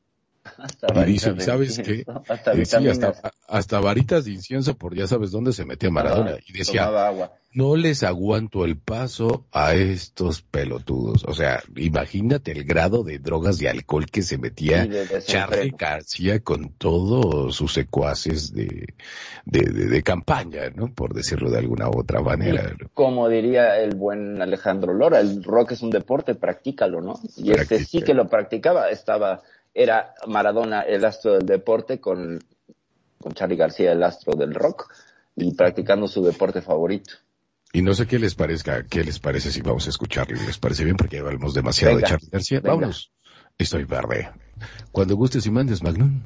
Hasta y dice, ¿sabes qué? Hasta, eh, sí, hasta, hasta varitas de incienso por ya sabes dónde se metía Maradona. Ah, y decía, agua. no les aguanto el paso a estos pelotudos. O sea, imagínate el grado de drogas y alcohol que se metía Charly García con todos sus secuaces de, de, de, de campaña, ¿no? Por decirlo de alguna u otra manera. ¿No? Como diría el buen Alejandro Lora, el rock es un deporte, practícalo, ¿no? Y Practica. Este sí que lo practicaba, estaba... Era Maradona el astro del deporte con, con Charly García el astro del rock y practicando su deporte favorito. Y no sé qué les parezca, qué les parece si vamos a escucharlo. ¿Les parece bien? Porque ya hablamos demasiado venga, de Charly García. Venga. Vámonos. Estoy verde. Cuando gustes y mandes, Magnum.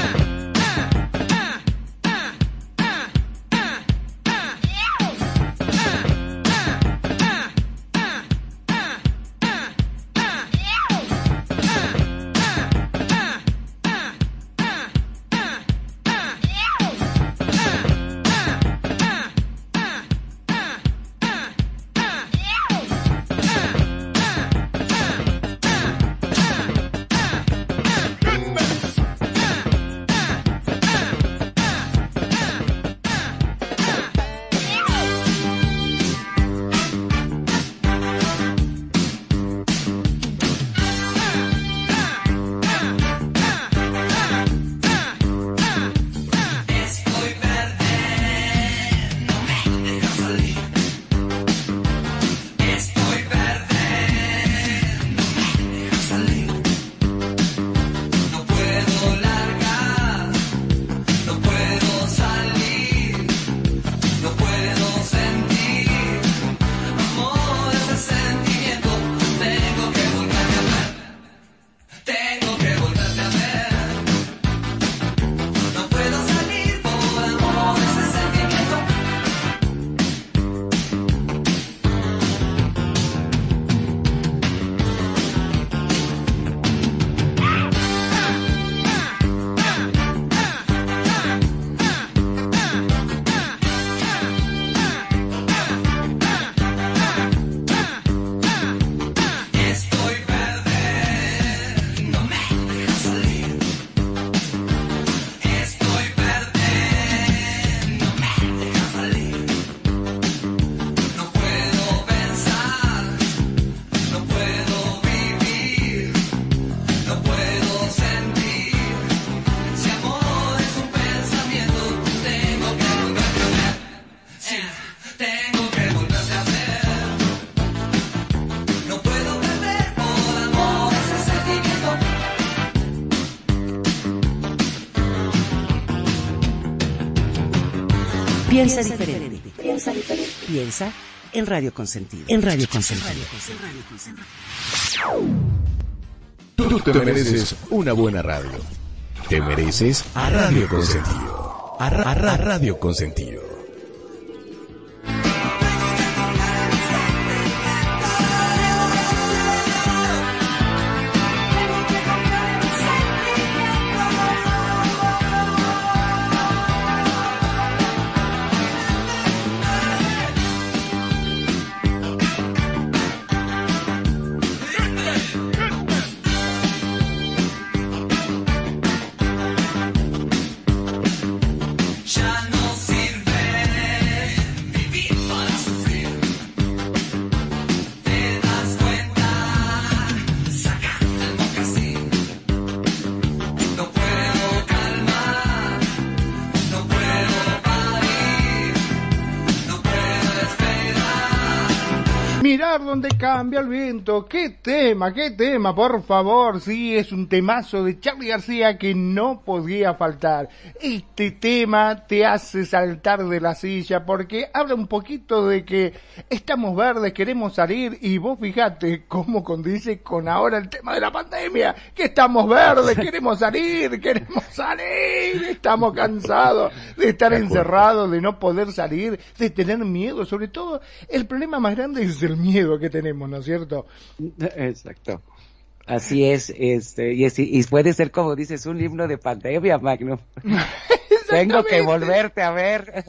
Piensa diferente. Piensa diferente. Piensa en Radio Consentido. En Radio Consentido. Tu, Tú te mereces una buena radio. Te mereces a Radio Consentido. A, ra- a Radio Consentido. Mirar donde cambia el viento. Qué tema, qué tema, por favor. Sí, es un temazo de Charly García que no podía faltar. Este tema te hace saltar de la silla porque habla un poquito de que estamos verdes, queremos salir, y vos fijate cómo condice con ahora el tema de la pandemia, que estamos verdes, queremos salir, queremos salir, estamos cansados de estar encerrados, de no poder salir, de tener miedo. Sobre todo, el problema más grande es el miedo que tenemos, ¿no es cierto? Exacto. Así es, este, y, es, y puede ser, como dices, un himno de pandemia, Magno. Tengo que volverte a ver.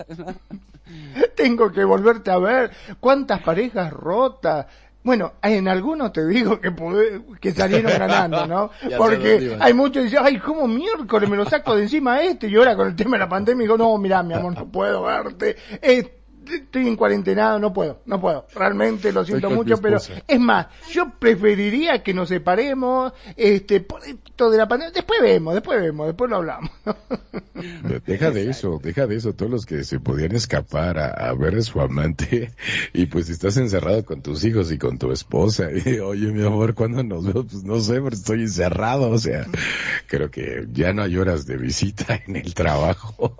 Tengo que volverte a ver. ¿Cuántas parejas rotas? Bueno, en algunos te digo que pude, que salieron ganando, ¿no? Porque hay muchos que dicen, ay, ¿cómo miércoles me lo saco de encima este? Y ahora con el tema de la pandemia digo, no, mirá, mi amor, no puedo verte. Eh, estoy en cuarentenado, no puedo, no puedo. Realmente lo siento mucho, pero es más, yo preferiría que nos separemos, este, por esto de la pandemia. Después vemos, después vemos, después lo hablamos. Deja de eso, deja de eso. Todos los que se podían escapar a, a ver a su amante, y pues estás encerrado con tus hijos y con tu esposa. Y, oye, mi amor, ¿cuándo nos vemos? Pues no sé, pero estoy encerrado. O sea, creo que ya no hay horas de visita en el trabajo.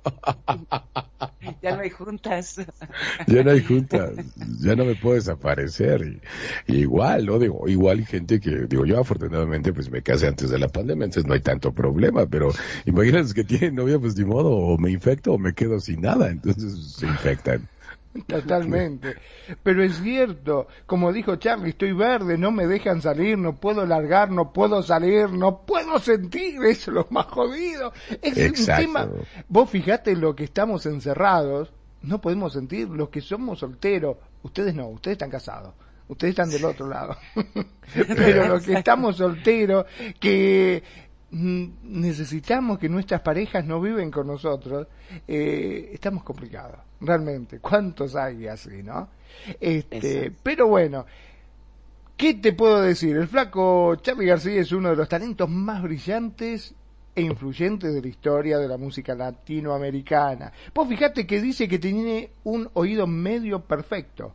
Ya no hay juntas. Ya no hay juntas, ya no me puedo desaparecer. Y, y igual, ¿no? Digo, igual hay gente que, digo, yo afortunadamente pues me casé antes de la pandemia, entonces no hay tanto problema, pero imagínate que tienen novia, pues ni modo, o me infecto o me quedo sin nada, entonces se infectan. Totalmente. Pero es cierto, como dijo Charly, estoy verde, no me dejan salir, no puedo largar, no puedo salir, no puedo sentir, eso es lo más jodido. Es Exacto. un tema. Vos fijate lo que estamos encerrados, no podemos sentir, los que somos solteros, ustedes no, ustedes están casados. Ustedes están del otro lado. Pero los que estamos solteros, que necesitamos que nuestras parejas no viven con nosotros, eh, estamos complicados, realmente. ¿Cuántos hay así, no? Este, pero bueno, ¿qué te puedo decir? El flaco Charly García es uno de los talentos más brillantes e influyentes de la historia de la música latinoamericana. Pues fíjate que dice que tiene un oído medio perfecto.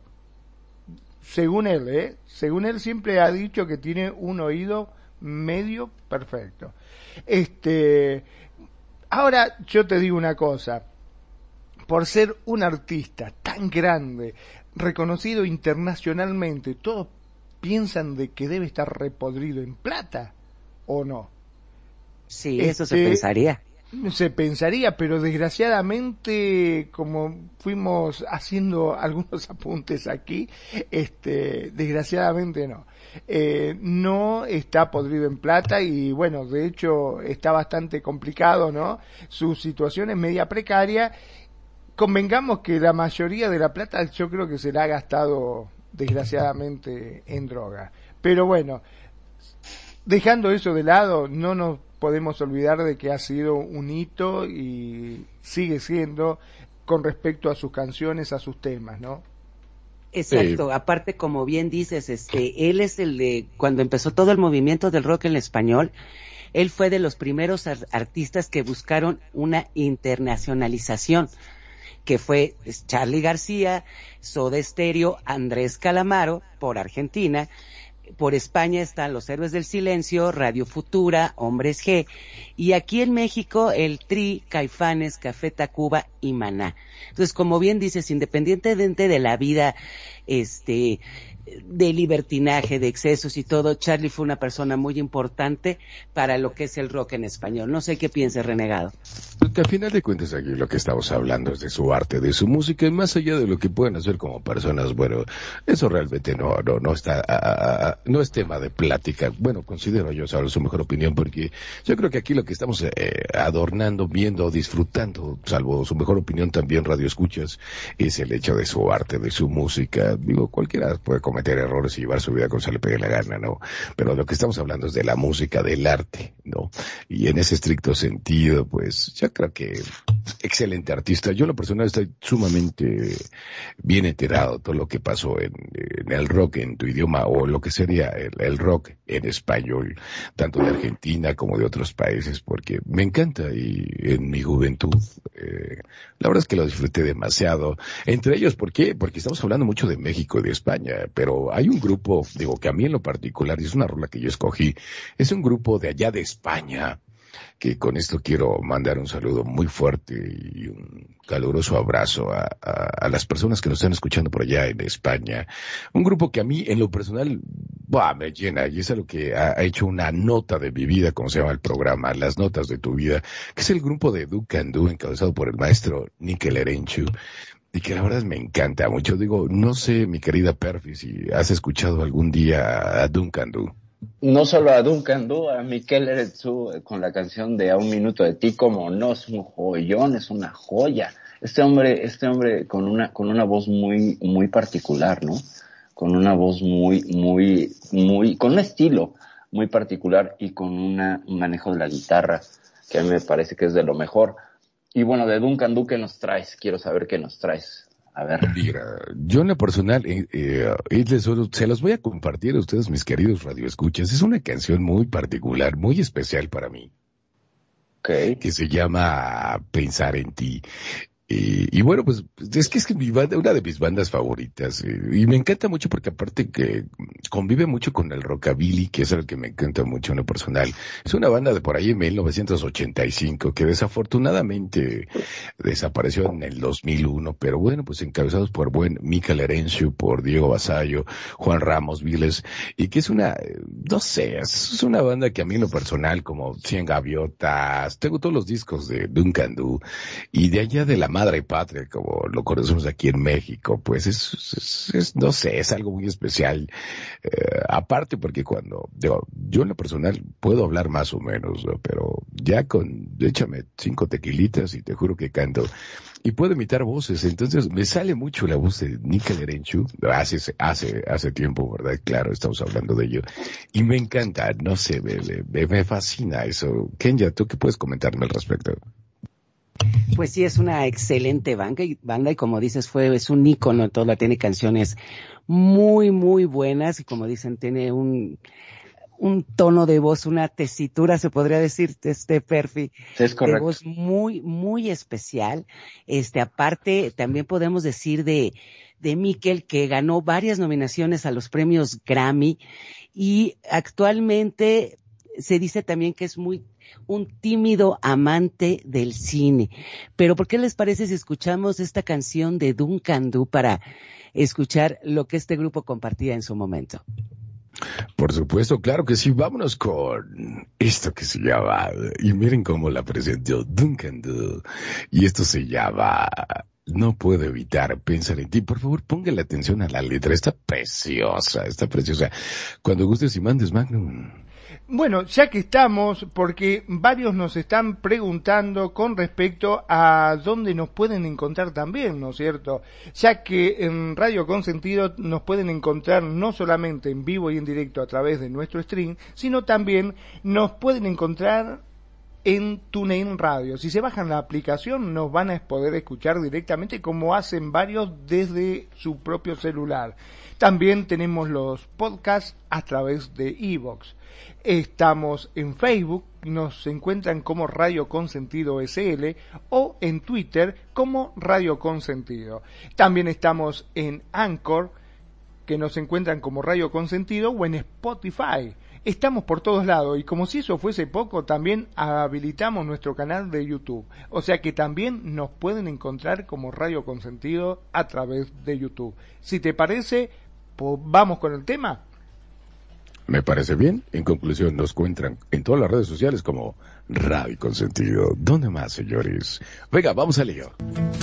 Según él, ¿eh? Según él siempre ha dicho que tiene un oído medio perfecto. Este, ahora yo te digo una cosa, por ser un artista tan grande, reconocido internacionalmente, todos piensan de que debe estar repodrido en plata, ¿o no? Sí, este, eso se pensaría. Se pensaría, pero desgraciadamente, como fuimos haciendo algunos apuntes aquí, este, desgraciadamente no. Eh, no está podrido en plata y bueno, de hecho está bastante complicado, ¿no? Su situación es media precaria. Convengamos que la mayoría de la plata yo creo que se la ha gastado desgraciadamente en droga. Pero bueno, dejando eso de lado, no nos podemos olvidar de que ha sido un hito y sigue siendo con respecto a sus canciones, a sus temas, ¿no? Exacto, sí. Aparte, como bien dices, este, él es el de, cuando empezó todo el movimiento del rock en español, él fue de los primeros ar- artistas que buscaron una internacionalización, que fue Charly García, Soda Stereo, Andrés Calamaro, por Argentina. Por España están Los Héroes del Silencio, Radio Futura, Hombres G, y aquí en México el Tri, Caifanes, Café Tacuba y Maná. Entonces, como bien dices, independientemente de la vida este de libertinaje, de excesos y todo, Charlie fue una persona muy importante para lo que es el rock en español. No sé qué piensa Renegado. Porque al final de cuentas aquí lo que estamos hablando es de su arte, de su música, y más allá de lo que pueden hacer como personas, bueno, eso realmente no, no, no está, a, a, no es tema de plática. Bueno, considero yo, saber su mejor opinión, porque yo creo que aquí lo que estamos eh, adornando, viendo, disfrutando, salvo su mejor opinión también, radio escuchas, es el hecho de su arte, de su música. Digo, cualquiera puede cometer errores y llevar su vida como se le pegue la gana, ¿no? Pero lo que estamos hablando es de la música, del arte, ¿no? Y en ese estricto sentido, pues, yo creo que excelente artista. Yo en lo personal estoy sumamente bien enterado de todo lo que pasó en, en el rock en tu idioma, o lo que sería el, el rock en español, tanto de Argentina como de otros países, porque me encanta, y en mi juventud, eh, la verdad es que lo disfruté demasiado. Entre ellos, ¿por qué? Porque estamos hablando mucho de México y de España, pero hay un grupo, digo, que a mí en lo particular, y es una rola que yo escogí, es un grupo de allá de España, que con esto quiero mandar un saludo muy fuerte y un caluroso abrazo a, a, a las personas que nos están escuchando por allá en España. Un grupo que a mí, en lo personal, bah, me llena, y es algo que ha, ha hecho una nota de mi vida, como se llama el programa, Las Notas de tu Vida, que es el grupo de Duncan Du, encabezado por el maestro Mikel Erenchu, y que la verdad me encanta mucho. Digo, no sé, mi querida Perfi, si has escuchado algún día a Duncan Du. No solo a Duncan Du, a Mikel Erenchu con la canción de A un minuto de ti, como no, es un joyón, es una joya. Este hombre, este hombre con una, con una voz muy, muy particular, ¿no? Con una voz muy, muy, muy, con un estilo muy particular y con una, un manejo de la guitarra que a mí me parece que es de lo mejor. Y bueno, de Duncan Du, ¿qué nos traes? Quiero saber qué nos traes. A ver. Mira, yo en lo personal, eh, eh, les, se los voy a compartir a ustedes, mis queridos radioescuchas. Es una canción muy particular, muy especial para mí. Okay. Que se llama Pensar en ti. Y, y bueno, pues es que es que mi banda, una de mis bandas favoritas, eh, y me encanta mucho porque aparte que convive mucho con el rockabilly, que es algo que me encanta mucho en lo personal. Es una banda de por ahí en mil novecientos ochenta y cinco que desafortunadamente desapareció en el dos mil uno, pero bueno, pues encabezados por buen Mikel Erenchu, por Diego Vasallo, Juan Ramos Viles, y que es una, no sé, es una banda que a mí en lo personal, como Cien Gaviotas, tengo todos los discos de Duncan Du, y de allá de la madre patria, como lo conocemos aquí en México, pues es, es, es no sé, es algo muy especial. Eh, aparte porque cuando, digo, yo en lo personal puedo hablar más o menos, ¿no? Pero ya con, échame cinco tequilitas y te juro que canto. Y puedo imitar voces, entonces me sale mucho la voz de Mikel Erenchu, hace, hace, hace tiempo, ¿verdad? Claro, estamos hablando de ello. Y me encanta, no sé, me, me, me fascina eso. Kenya, ¿tú qué puedes comentarme al respecto? Pues sí, es una excelente banda y, banda, y como dices, fue, es un ícono, toda, tiene canciones muy, muy buenas, y como dicen, tiene un, un tono de voz, una tesitura, se podría decir, este Perfi, es correcto, de voz muy, muy especial. Este, aparte, también podemos decir de, de Mikel, que ganó varias nominaciones a los premios Grammy, y actualmente se dice también que es muy un tímido amante del cine. Pero ¿por qué les parece si escuchamos esta canción de Duncan Du para escuchar lo que este grupo compartía en su momento? Por supuesto, claro que sí. Vámonos con esto que se llama, y miren cómo la presentó Duncan Du, y esto se llama No puedo evitar pensar en ti. Por favor, póngale atención a la letra, está preciosa, está preciosa. Cuando gustes y mandes, Magnum. Bueno, ya que estamos, porque varios nos están preguntando con respecto a dónde nos pueden encontrar también, ¿no es cierto? Ya que en Radio Consentido nos pueden encontrar no solamente en vivo y en directo a través de nuestro stream, sino también nos pueden encontrar en TuneIn Radio. Si se bajan la aplicación nos van a poder escuchar directamente, como hacen varios desde su propio celular. También tenemos los podcasts a través de iVoox. Estamos en Facebook, nos encuentran como Radio Consentido S L, o en Twitter como Radio Consentido. También estamos en Anchor, que nos encuentran como Radio Consentido, o en Spotify. Estamos por todos lados, y como si eso fuese poco, también habilitamos nuestro canal de YouTube. O sea que también nos pueden encontrar como Radio Consentido a través de YouTube. Si te parece, po- ¿vamos con el tema? Me parece bien. En conclusión, nos encuentran en todas las redes sociales como Radio Consentido. ¿Dónde más, señores? Venga, vamos al lío.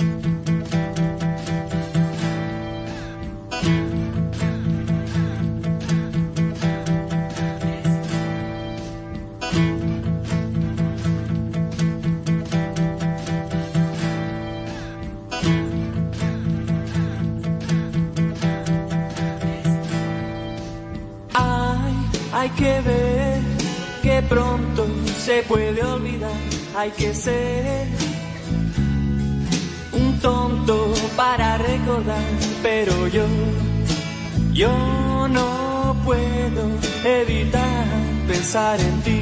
Hay que ver que pronto se puede olvidar, hay que ser un tonto para recordar, pero yo, yo no puedo evitar pensar en ti.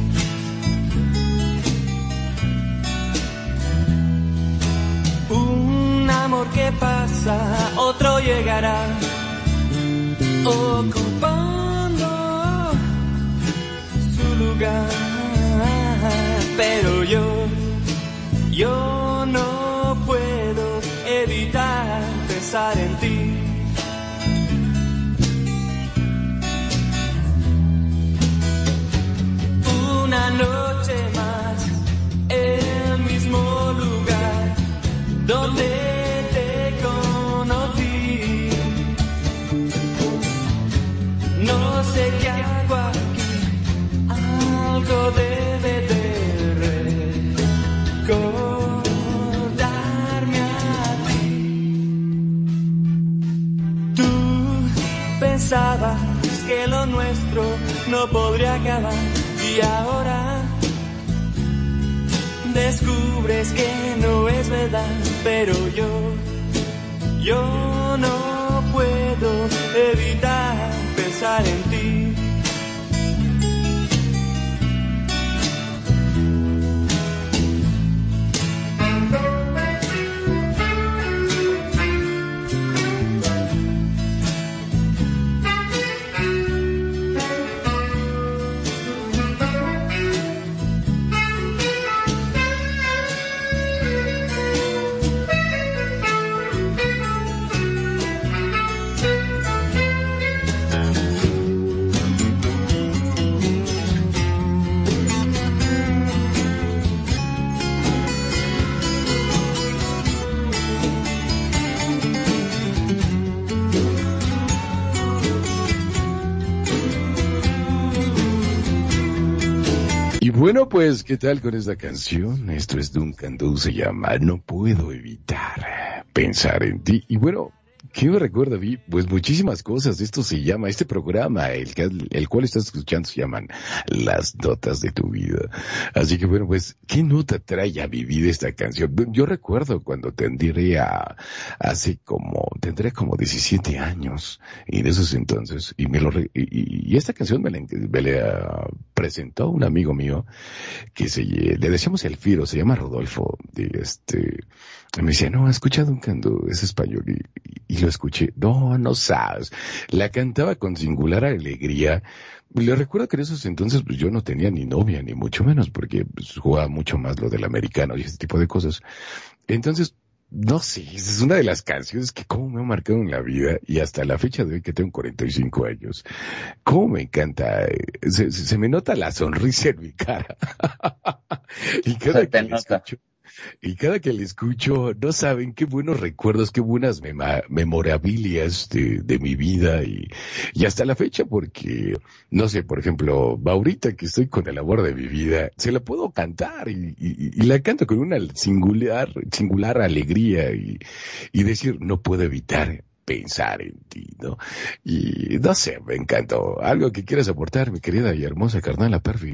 Un amor que pasa, otro llegará, ocupando lugar, pero yo, yo no puedo evitar pensar en ti. Una noche más, el mismo lugar donde te conocí. No sé qué hago aquí, algo debe de recordarme a ti. Tú pensabas que lo nuestro no podría acabar y ahora descubres que no es verdad, pero yo, yo no puedo evitar pensar en ti. Bueno, pues, ¿qué tal con esta canción? Esto es Duncan Du, se llama No Puedo Evitar Pensar en Ti. Y bueno, ¿qué me recuerda a mí? Pues muchísimas cosas. Esto se llama, este programa, el, que, el cual estás escuchando, se llaman Las Notas de tu Vida. Así que bueno, pues, ¿qué nota trae a mi vida esta canción? Yo recuerdo cuando tendría, hace como, tendría como diecisiete años, y en esos entonces, y me lo, re, y, y esta canción me la, me la presentó un amigo mío, que se, le decíamos el Firo, se llama Rodolfo, y este, me decía, no, he escuchado un canto, es español, y, y lo escuché. No, no sabes. La cantaba con singular alegría. Le recuerdo que en esos entonces pues yo no tenía ni novia, ni mucho menos, porque pues, jugaba mucho más lo del americano y ese tipo de cosas. Entonces, no sé, es una de las canciones que cómo me ha marcado en la vida, y hasta la fecha de hoy que tengo cuarenta y cinco años, cómo me encanta, se, se me nota la sonrisa en mi cara. Y cada que la escucho, Y cada que le escucho, no saben qué buenos recuerdos, qué buenas mema, memorabilias de, de mi vida y, y hasta la fecha, porque, no sé, por ejemplo, ahorita que estoy con el amor de mi vida, se la puedo cantar y, y, y la canto con una singular, singular alegría y, y decir, no puedo evitar pensar en ti, ¿no? Y no sé, me encantó. Algo que quieras aportar, mi querida y hermosa carnala Perfi.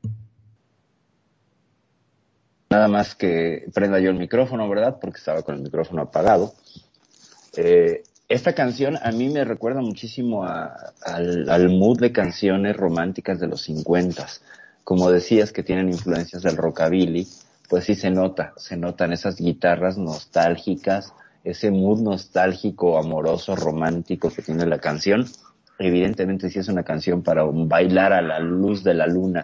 Nada más que prenda yo el micrófono, ¿verdad? Porque estaba con el micrófono apagado. Eh, esta canción a mí me recuerda muchísimo a, al, al mood de canciones románticas de los cincuentas. Como decías, que tienen influencias del rockabilly, pues sí se nota, se notan esas guitarras nostálgicas, ese mood nostálgico, amoroso, romántico que tiene la canción. Evidentemente sí es una canción para bailar a la luz de la luna,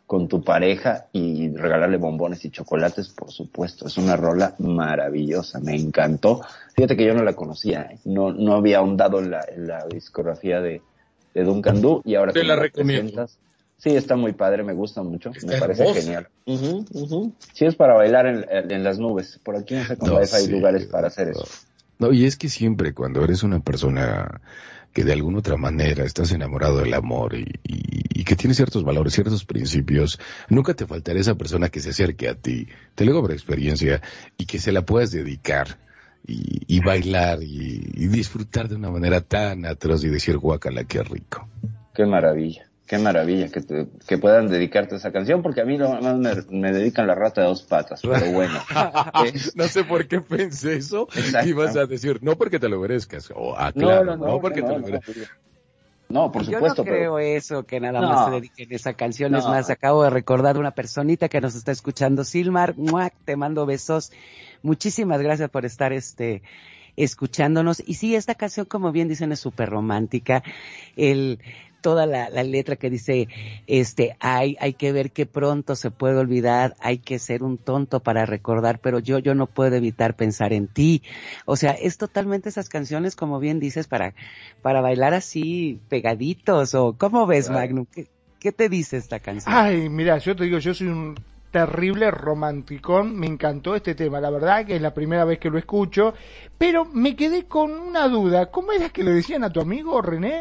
con tu pareja y regalarle bombones y chocolates, por supuesto. Es una rola maravillosa, me encantó. Fíjate que yo no la conocía, ¿eh? no no había ahondado en la, en la discografía de, de Duncan Du, y ahora te que la me recomiendo. presentas, sí, está muy padre, me gusta mucho, Está me parece hermosa. genial. Uh-huh, uh-huh. Sí, es para bailar en, en, en las nubes. Por aquí en Secundaria No, hay sí, lugares para hacer no. eso. No, y es que siempre cuando eres una persona que de alguna otra manera estás enamorado del amor y, y, y que tiene ciertos valores, ciertos principios, nunca te faltará esa persona que se acerque a ti, te lo digo por experiencia, y que se la puedas dedicar y, y bailar y, y disfrutar de una manera tan atroz y decir guácala, qué rico. Qué maravilla, qué maravilla que, te, que puedan dedicarte a esa canción, porque a mí nomás me, me dedican la rata de dos patas, pero bueno. Es- No sé por qué pensé eso, Exacto. ibas a decir, no porque te lo merezcas, o ah, No, claro, no, no, no, porque no, te lo no, merezcas. no, por Yo supuesto, no creo pero eso, que nada No. más se dediquen a esa canción. Es No. más, acabo de recordar una personita que nos está escuchando. Silmar, ¡muac! Te mando besos. Muchísimas gracias por estar este escuchándonos. Y sí, esta canción, como bien dicen, es súper romántica. El toda la, la letra que dice, este, hay, hay que ver que pronto se puede olvidar, hay que ser un tonto para recordar, pero yo, yo no puedo evitar pensar en ti. O sea, es totalmente esas canciones, como bien dices, para, para bailar así pegaditos, o ¿cómo ves, Claro. Magnum? ¿Qué, qué te dice esta canción? Ay, mira, yo te digo, yo soy un terrible romanticón, me encantó este tema, la verdad que es la primera vez que lo escucho, pero me quedé con una duda, ¿cómo era que le decían a tu amigo René?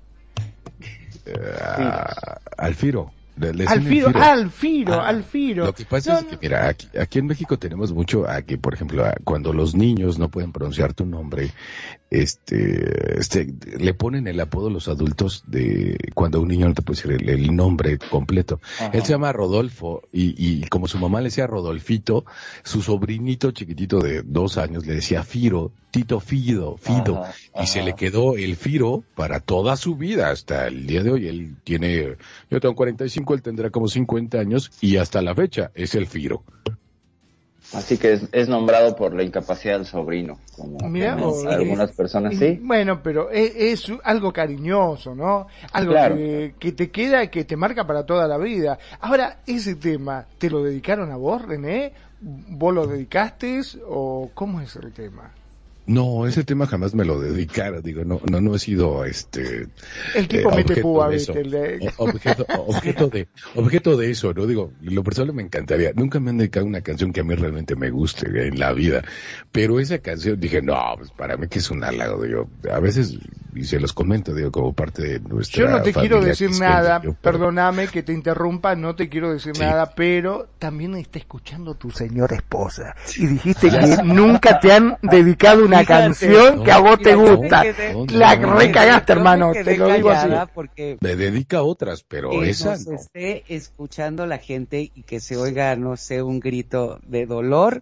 Ah, Alfiro. Le- le decían Alfiro, Alfiro. Alfiro, Ah, Alfiro. Lo que pasa No, es que, mira, aquí, aquí en México tenemos mucho a que, por ejemplo, a- cuando los niños no pueden pronunciar tu nombre, este, este, le ponen el apodo los adultos de cuando un niño no te puede decir el, el nombre completo. Ajá. Él se llama Rodolfo y, y como su mamá le decía Rodolfito, su sobrinito chiquitito de dos años le decía Firo, Tito Fido, Fido, Ajá, y se ajá. le quedó el Firo para toda su vida hasta el día de hoy. Él tiene, yo tengo cuarenta y cinco, él tendrá como cincuenta años y hasta la fecha es el Firo. así que es, es nombrado por la incapacidad del sobrino, como, Mirá como vos, algunas eh, personas, eh, sí. Bueno, pero es, es algo cariñoso, ¿no? Algo Claro. que, que te queda, que te marca para toda la vida. Ahora, ese tema, ¿te lo dedicaron a vos, René? ¿Vos lo dedicaste o cómo es el tema? No, ese tema jamás me lo dedicara, digo, no, no, no he sido este El tipo mete objeto púa, de ¿viste? eso. El de- O- objeto, objeto de, objeto de eso, no digo, lo personal me encantaría. Nunca me han dedicado una canción que a mí realmente me guste en la vida, pero esa canción dije, no, pues para mí que es un halago, digo, a veces, y se los comento, digo, como parte de nuestra Yo no te quiero familia decir quisqueña, nada, yo, pero- perdóname que te interrumpa, no te quiero decir Sí. nada, pero también está escuchando tu señora esposa. Y dijiste que nunca te han dedicado una Fíjate, canción que a vos te Mira, yo me gusta. quedé- La no, recagaste, yo me hermano, quedé te lo digo así. callada porque Me dedica a otras, pero que esa nos no. esté escuchando la gente y que se oiga, no sé, un grito de dolor,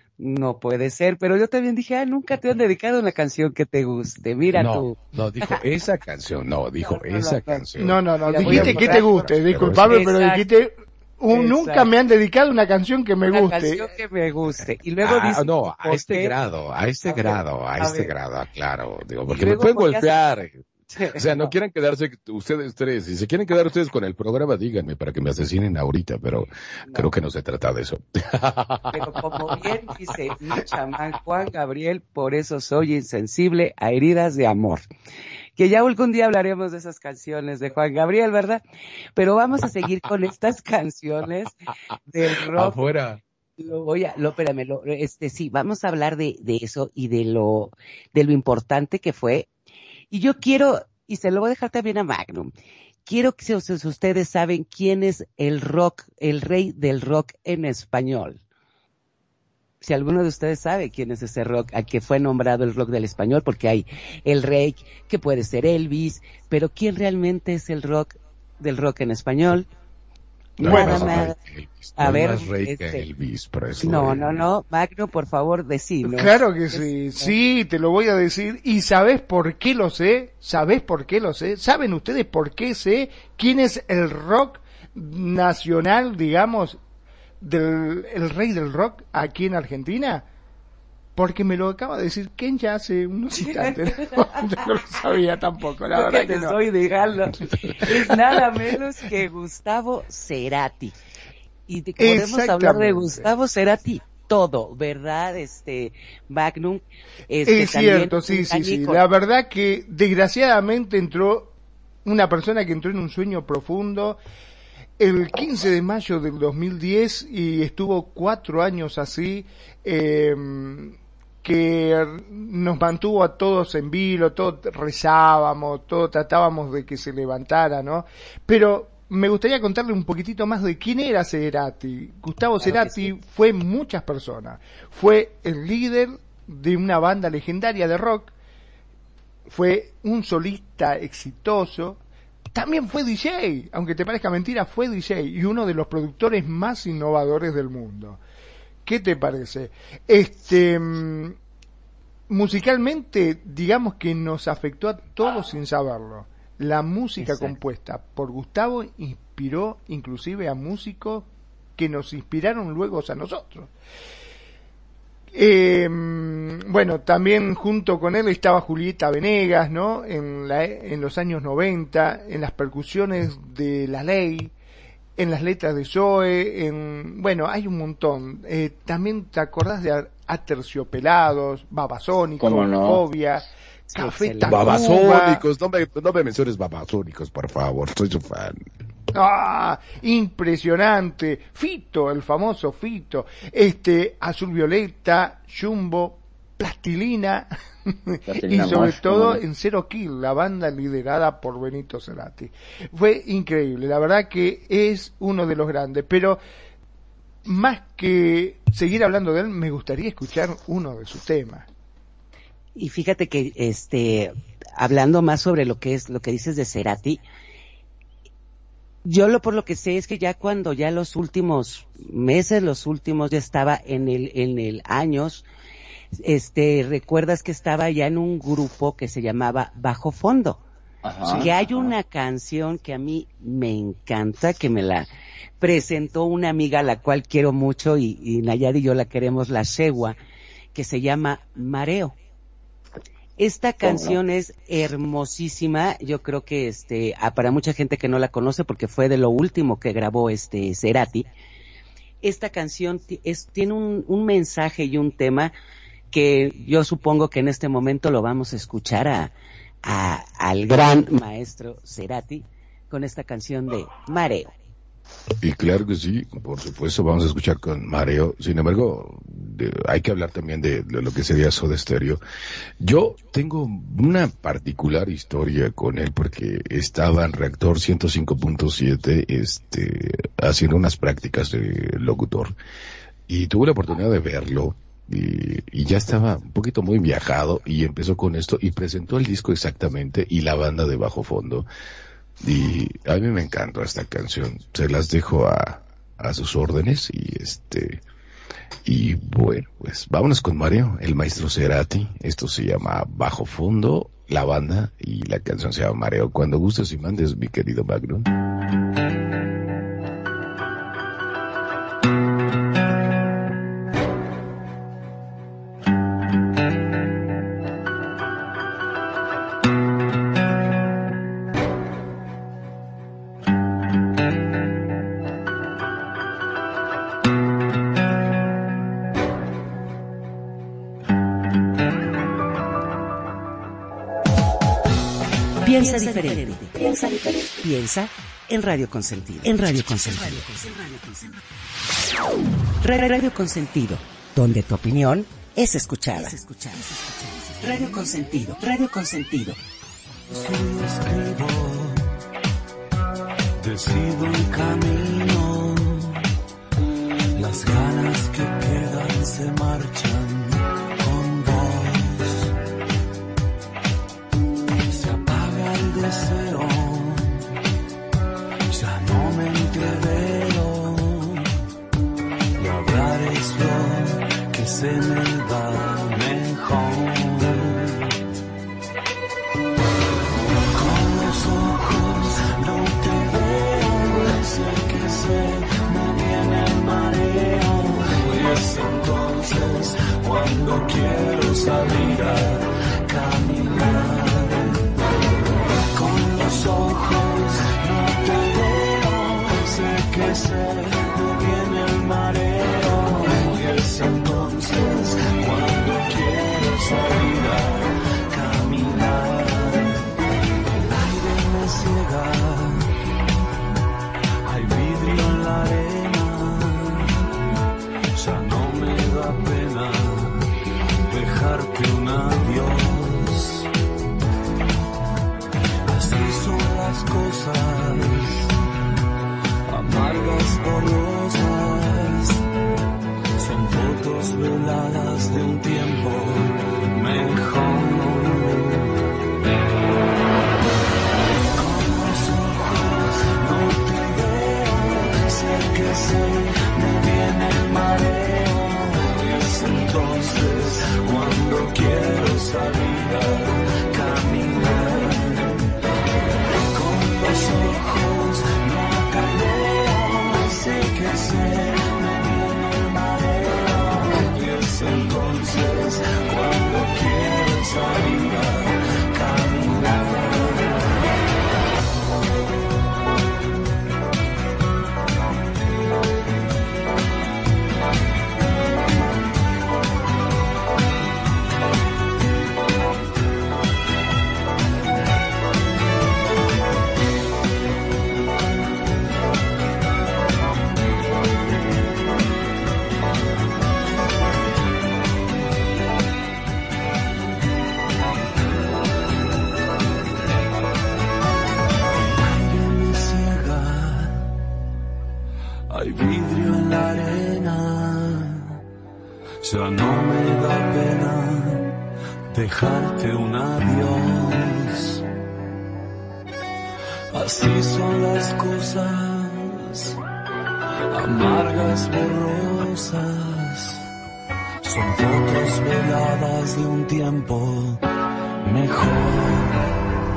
no puede ser. Pero yo también dije, ah, nunca te han dedicado una canción que te guste. Mira no, tú. no, dijo esa canción, no, dijo No, no, esa no, no. canción. No, no, no, Mira, voy dijiste a que borrar te guste, por- disculpame, pero Exacto. dijiste, un, nunca Exacto. me han dedicado una canción que me Una guste. canción que me guste. Y luego Ah, dice, no, a ¿por este qué? grado, a este A ver, grado, a a este ver. grado, claro, digo, Y porque me luego, pueden ¿por qué hace- golpear. O sea, no quieran quedarse ustedes tres. Si se quieren quedar ustedes con el programa, díganme para que me asesinen ahorita, pero creo que no se trata de eso. Pero como bien dice mi chamán Juan Gabriel, por eso soy insensible a heridas de amor. Que ya algún día hablaremos de esas canciones de Juan Gabriel, ¿verdad? Pero vamos a seguir con estas canciones del rock. Afuera. Lo voy a, lo, espérame, lo, este, sí, vamos a hablar de, de eso y de lo, de lo importante que fue. Y yo quiero, y se lo voy a dejar también a Magnum, quiero que si, si ustedes saben quién es el rock, el rey del rock en español. Si alguno de ustedes sabe quién es ese rock, a que fue nombrado el rock del español, porque hay el rey, que puede ser Elvis, pero ¿quién realmente es el rock del rock en español? No, Nada no, más. Elvis, A no ver, más rey que este- Elvis Presley. No, no, no, Magno, por favor, decinos. Claro que sí, sí, te lo voy a decir. ¿Y sabés por qué lo sé? ¿Sabés por qué lo sé? ¿Saben ustedes por qué sé quién es el rock nacional, digamos, del el rey del rock aquí en Argentina? porque me lo acaba de decir Kenya hace unos instantes. Yo no lo sabía tampoco, la Lo verdad que que te no. estoy dejando es nada menos que Gustavo Cerati. Y te- podemos hablar de Exactamente. Gustavo Cerati todo, ¿verdad? Este, Magnum. Este, Es también cierto, sí, un sí, sí. caníco. La verdad que desgraciadamente entró una persona que entró en un sueño profundo el quince de mayo del dos mil diez y estuvo cuatro años así, eh, que nos mantuvo a todos en vilo, todos rezábamos, todos tratábamos de que se levantara, ¿no? Pero me gustaría contarle un poquitito más de quién era Cerati. Gustavo Claro que Cerati sí. fue muchas personas. Fue el líder de una banda legendaria de rock, fue un solista exitoso, también fue D J, aunque te parezca mentira, fue D J y uno de los productores más innovadores del mundo. ¿Qué te parece? Este, mm, musicalmente, digamos que nos afectó a todos sin saberlo. La música Exacto. compuesta por Gustavo inspiró inclusive a músicos que nos inspiraron luego a nosotros. Eh, bueno, también junto con él estaba Julieta Venegas, ¿no? En, la, en los años noventa, en las percusiones de La Ley, en las letras de Zoe, en, bueno, hay un montón. Eh, también te acordás de Aterciopelados, Babasónicos, ¿Cómo no? Fobia, Sí, Café excelente. Tacuba. Babasónicos, no me, no me menciones babasónicos, por favor, soy su fan. Ah, impresionante. Fito, el famoso Fito. Este, Azul Violeta, Jumbo, Plastilina. Plastilina Y sobre Mosh, todo ¿cómo no? en Zero Kill, la banda liderada por Benito Cerati. Fue increíble, la verdad que es uno de los grandes, pero más que seguir hablando de él, me gustaría escuchar uno de sus temas. Y fíjate que, este, hablando más sobre lo que es, lo que dices de Cerati, yo lo por lo que sé es que ya cuando ya los últimos meses, los últimos ya estaba en el, en el años, este, recuerdas que estaba ya en un grupo que se llamaba Bajo Fondo. Ajá, que hay ajá. una canción que a mí me encanta, que me la presentó una amiga a la cual quiero mucho y, y Nayar y yo la queremos, la Shegua, que se llama Mareo. Esta canción es hermosísima, yo creo que este, ah, para mucha gente que no la conoce porque fue de lo último que grabó este Cerati, esta canción ti- es, tiene un, un mensaje y un tema que yo supongo que en este momento lo vamos a escuchar a, a, al gran maestro Cerati con esta canción de Mareo. Y claro que sí, por supuesto, vamos a escuchar con Mareo. Sin embargo, de- hay que hablar también de, de lo que sería Soda Stereo. Yo tengo una particular historia con él porque estaba en Reactor ciento cinco punto siete este, haciendo unas prácticas de locutor y tuve la oportunidad de verlo. Y, y ya estaba un poquito muy viajado y empezó con esto y presentó el disco exactamente y la banda de Bajo Fondo. Y a mí me encantó esta canción, se las dejo a, a sus órdenes y este, y bueno, pues vámonos con Mario, el maestro Cerati. Esto se llama Bajo Fondo, la banda, y la canción se llama Mareo. Cuando gustes y mandes, mi querido Magnum. Piensa diferente. Piensa diferente. Piensa en Radio Consentido. En Radio Consentido. Radio, Radio Consentido, donde tu opinión es escuchada. Es escuchada. Radio Consentido. Radio Consentido. Escribo, decido un camino, las ganas que quedan se marchan con vos, se apaga el deseo, ya no me entrevero, y hablar es lo que se me da mejor. Entonces, cuando cuando quiero salir a caminar. Con los ojos no te veo, sé que se me viene el mareo, y es entonces cuando quiero salir a caminar. El aire me ciega, hay vidrio en la arena, ya no me da pena dejarte un adiós. Así son las cosas, amargas, borrosas, son fotos veladas de un tiempo mejor. Con los ojos no te veo, sé que se me viene el mareo, y es entonces cuando quiero salir a caminar. Con los ojos no te veo, sé que se me viene el mareo, y es entonces cuando quiero salir a caminar. Hay vidrio en la arena, ya no me da pena dejarte un adiós. Así son las cosas, amargas, borrosas, son fotos veladas de un tiempo mejor.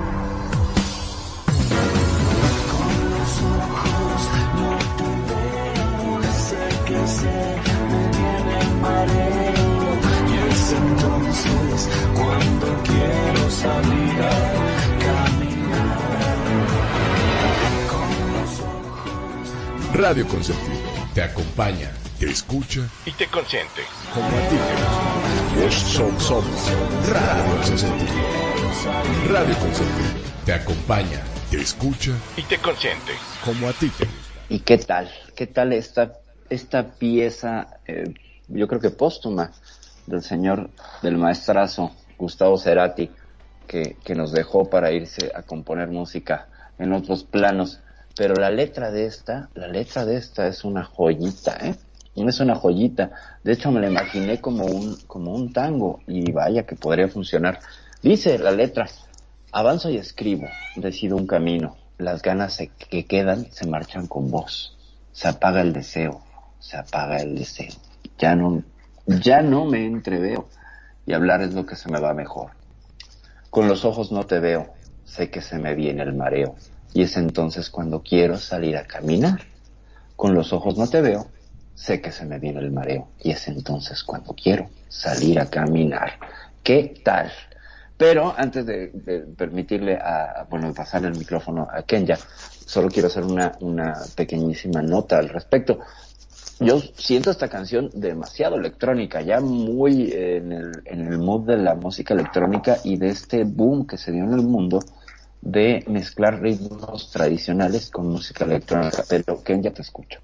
Se me viene el mareo, y es entonces cuando quiero salir a caminar. Con los ojos. Radio Consentido te acompaña, te escucha y te consiente. Como a ti te gusta. Somos, somos Radio Consentido. Radio Consentido te acompaña, te escucha y te consiente. Como a ti te gusta. ¿Y qué tal? ¿Qué tal esta esta pieza, eh, yo creo que póstuma, del señor, del maestrazo Gustavo Cerati, que, que nos dejó para irse a componer música en otros planos? Pero la letra de esta, la letra de esta es una joyita, ¿eh? Es una joyita. De hecho, me la imaginé como un, como un tango, y vaya que podría funcionar. Dice la letra: avanzo y escribo, decido un camino, las ganas se, que quedan se marchan con vos, se apaga el deseo, se apaga el deseo, ya no, ya no me entreveo, y hablar es lo que se me va mejor. Con los ojos no te veo, sé que se me viene el mareo, y es entonces cuando quiero salir a caminar. Con los ojos no te veo, sé que se me viene el mareo, y es entonces cuando quiero salir a caminar. ¿Qué tal? Pero antes de, de permitirle a, bueno, pasarle el micrófono a Kenya, solo quiero hacer una, una pequeñísima nota al respecto. Yo siento esta canción demasiado electrónica, ya muy en el, en el mood de la música electrónica y de este boom que se dio en el mundo de mezclar ritmos tradicionales con música electrónica. Pero Kenya, te escucho.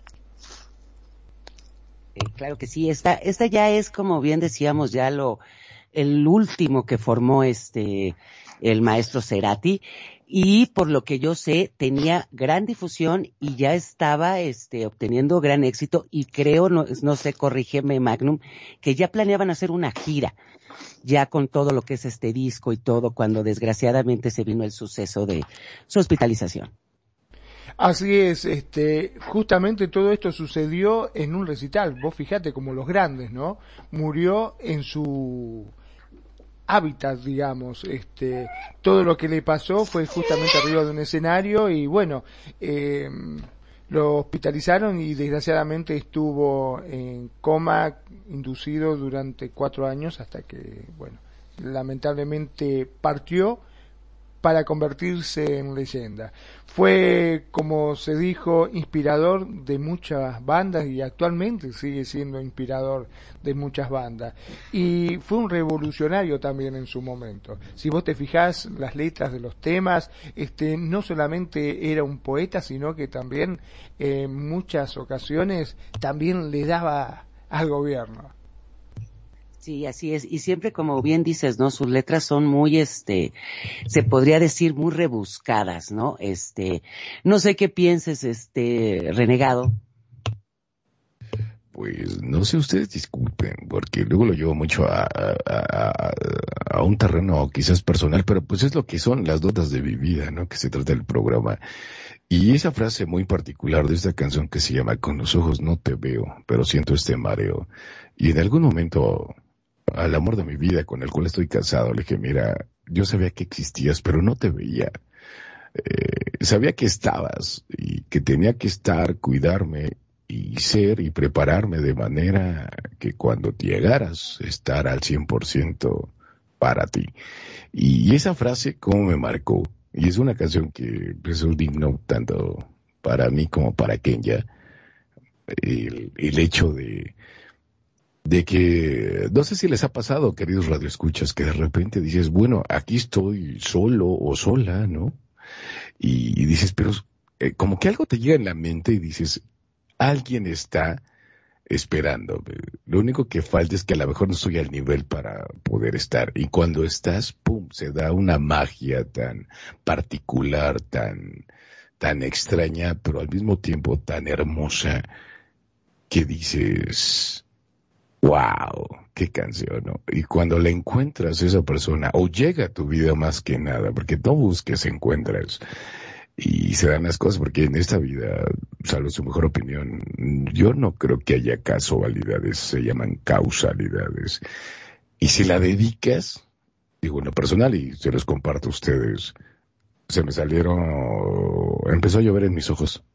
Eh, claro que sí, esta, esta ya es, como bien decíamos, ya lo, el último que formó este, el maestro Cerati, y por lo que yo sé, tenía gran difusión y ya estaba, este, obteniendo gran éxito, y creo, no, no sé, corrígeme Magnum, que ya planeaban hacer una gira, ya con todo lo que es este disco y todo, cuando desgraciadamente se vino el suceso de su hospitalización. Así es, este, justamente todo esto sucedió en un recital. Vos fijate, como los grandes, ¿no? Murió en su hábitat, digamos. Este, todo lo que le pasó fue justamente arriba de un escenario, y bueno, eh, lo hospitalizaron y desgraciadamente estuvo en coma inducido durante cuatro años hasta que, bueno, lamentablemente partió para convertirse en leyenda. Fue, como se dijo, inspirador de muchas bandas y actualmente sigue siendo inspirador de muchas bandas. Y fue un revolucionario también en su momento. Si vos te fijás, las letras de los temas, este, no solamente era un poeta, sino que también en muchas ocasiones también le daba al gobierno. Sí, así es. Y siempre, como bien dices, ¿no? Sus letras son muy, este, se podría decir muy rebuscadas, ¿no? Este, no sé qué pienses, este, Renegado. Pues no sé, ustedes disculpen, porque luego lo llevo mucho a, a, a, a un terreno quizás personal, pero pues es lo que son las notas de mi vida, ¿no? Que se trata del programa. Y esa frase muy particular de esta canción que se llama "Con los ojos no te veo, pero siento este mareo". Y en algún momento, al amor de mi vida, con el cual estoy casado, le dije, mira, yo sabía que existías, pero no te veía. Eh, sabía que estabas y que tenía que estar, cuidarme y ser y prepararme de manera que cuando llegaras, estar al cien por ciento para ti. Y esa frase, cómo me marcó. Y es una canción que es un himno tanto para mí como para Kenya. El, el hecho de de que, no sé si les ha pasado, queridos radioescuchas, que de repente dices, bueno, aquí estoy solo o sola, ¿no? Y, y dices, pero eh, como que algo te llega en la mente y dices, alguien está esperando. Lo único que falta es que a lo mejor no estoy al nivel para poder estar. Y cuando estás, pum, se da una magia tan particular, tan, tan extraña, pero al mismo tiempo tan hermosa, que dices, wow, qué canción, ¿no? Y cuando la encuentras esa persona, o llega a tu vida más que nada, porque no busques, encuentras, y se dan las cosas, porque en esta vida, salvo su mejor opinión, yo no creo que haya casualidades, se llaman causalidades. Y si la dedicas, digo en lo personal, y se los comparto a ustedes, se me salieron, empezó a llover en mis ojos.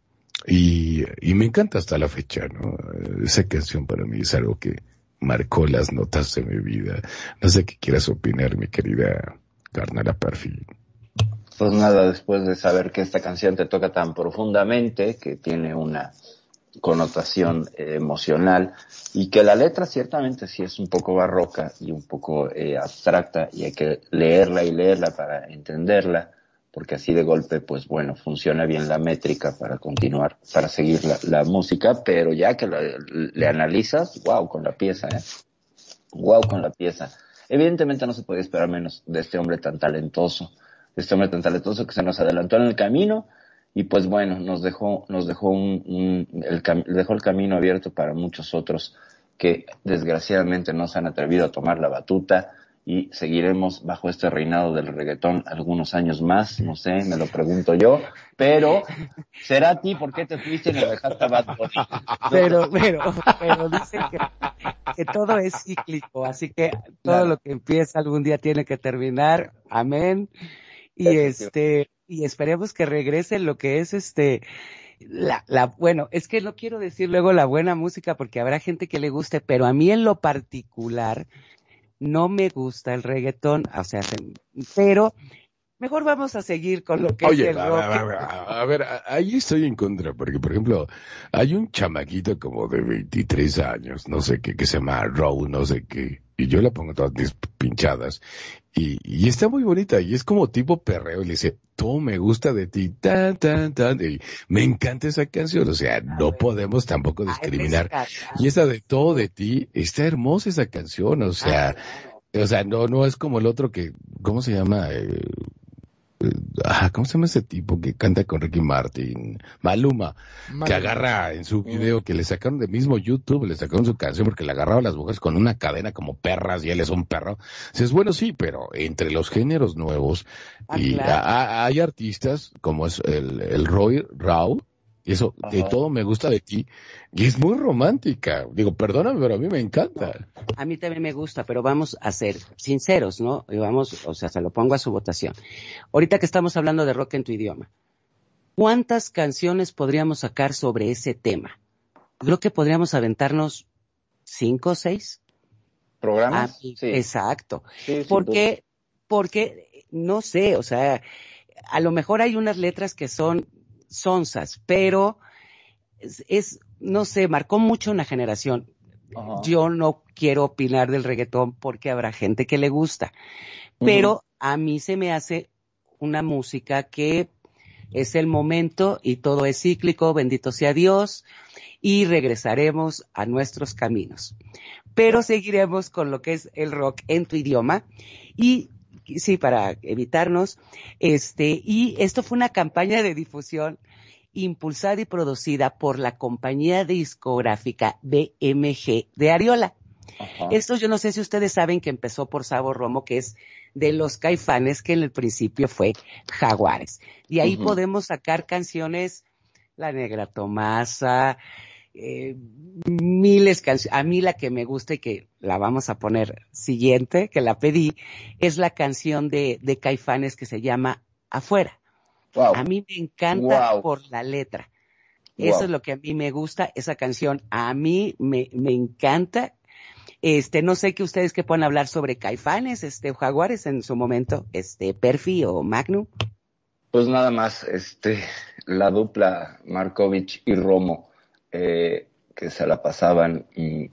Y, y me encanta hasta la fecha, ¿no? Esa canción para mí es algo que marcó las notas de mi vida. No sé qué quieras opinar, mi querida Carnala Perfil. Pues nada, después de saber que esta canción te toca tan profundamente, que tiene una connotación eh, emocional, y que la letra ciertamente sí es un poco barroca y un poco eh, abstracta, y hay que leerla y leerla para entenderla, porque así de golpe, pues bueno, funciona bien la métrica para continuar, para seguir la, la música, pero ya que la, le analizas, wow, con la pieza, ¿eh? Wow, con la pieza. Evidentemente no se podía esperar menos de este hombre tan talentoso, de este hombre tan talentoso que se nos adelantó en el camino, y pues bueno, nos dejó, nos dejó un, un el cam- dejó el camino abierto para muchos otros que desgraciadamente no se han atrevido a tomar la batuta, y seguiremos bajo este reinado del reggaetón algunos años más, no sé, me lo pregunto yo, pero será a ti, ¿por qué te fuiste y nos dejaste a Bad Bunny? Pero, pero, pero dicen que, que todo es cíclico, así que todo Claro. lo que empieza algún día tiene que terminar, amén, y este, y esperemos que regrese lo que es este, la, la, bueno, es que no quiero decir luego la buena música porque habrá gente que le guste, pero a mí en lo particular, no me gusta el reggaetón, o sea, se- pero mejor vamos a seguir con lo que Oye, es el a, rock. a- a- a ver, a- ahí estoy en contra, porque por ejemplo, hay un chamaquito como de veintitrés años, no sé qué, que se llama Row, no sé qué, y yo le pongo todas mis pinchadas, y, y está muy bonita, y es como tipo perreo, y le dice, todo me gusta de ti, tan, tan, tan, y me encanta esa canción, o sea, no podemos tampoco discriminar. Y esa de todo de ti, está hermosa esa canción, o sea, o sea, no, no es como el otro que, ¿cómo se llama? Eh, eh, ah, ¿cómo se llama ese tipo que canta con Ricky Martin? Maluma, Maluma. que agarra en su video que le sacaron de mismo YouTube, le sacaron su canción porque le agarraba a las mujeres con una cadena como perras y él es un perro. Dices, bueno, sí, pero entre los géneros nuevos, Ah, y claro. a- a- hay artistas como es el, el Roy Rao, y eso, de Ajá. todo me gusta de ti, y es muy romántica. Digo, perdóname, pero a mí me encanta. A mí también me gusta, pero vamos a ser sinceros, ¿no? Y vamos, o sea, se lo pongo a su votación. Ahorita que estamos hablando de rock en tu idioma, ¿cuántas canciones podríamos sacar sobre ese tema? Creo que podríamos aventarnos cinco o seis. ¿Programas? Ah, sí. Sí. Exacto. Sí, porque, porque, no sé, o sea, a lo mejor hay unas letras que son sonzas, pero es, es no sé, marcó mucho una generación. Ajá. Yo no quiero opinar del reggaetón porque habrá gente que le gusta, pero uh-huh. a mí se me hace una música que es el momento y todo es cíclico, bendito sea Dios, y regresaremos a nuestros caminos. Pero seguiremos con lo que es el rock en tu idioma y sí, para evitarnos, este, y esto fue una campaña de difusión impulsada y producida por la compañía discográfica B M G de Ariola. Ajá. Esto yo no sé si ustedes saben que empezó por Sabor Romo, que es de los Caifanes, que en el principio fue Jaguares. Y ahí uh-huh. podemos sacar canciones, La Negra Tomasa, eh, miles canciones. A mí la que me gusta y que la vamos a poner siguiente, que la pedí, es la canción de, de Caifanes que se llama Afuera. Wow. A mí me encanta wow. por la letra. Wow. Eso es lo que a mí me gusta, esa canción. A mí me, me encanta. Este, no sé que ustedes que puedan hablar sobre Caifanes, este, Jaguares en su momento, este, Perfi o Magnum. Pues nada más, este, la dupla Markovich y Romo, eh, que se la pasaban y,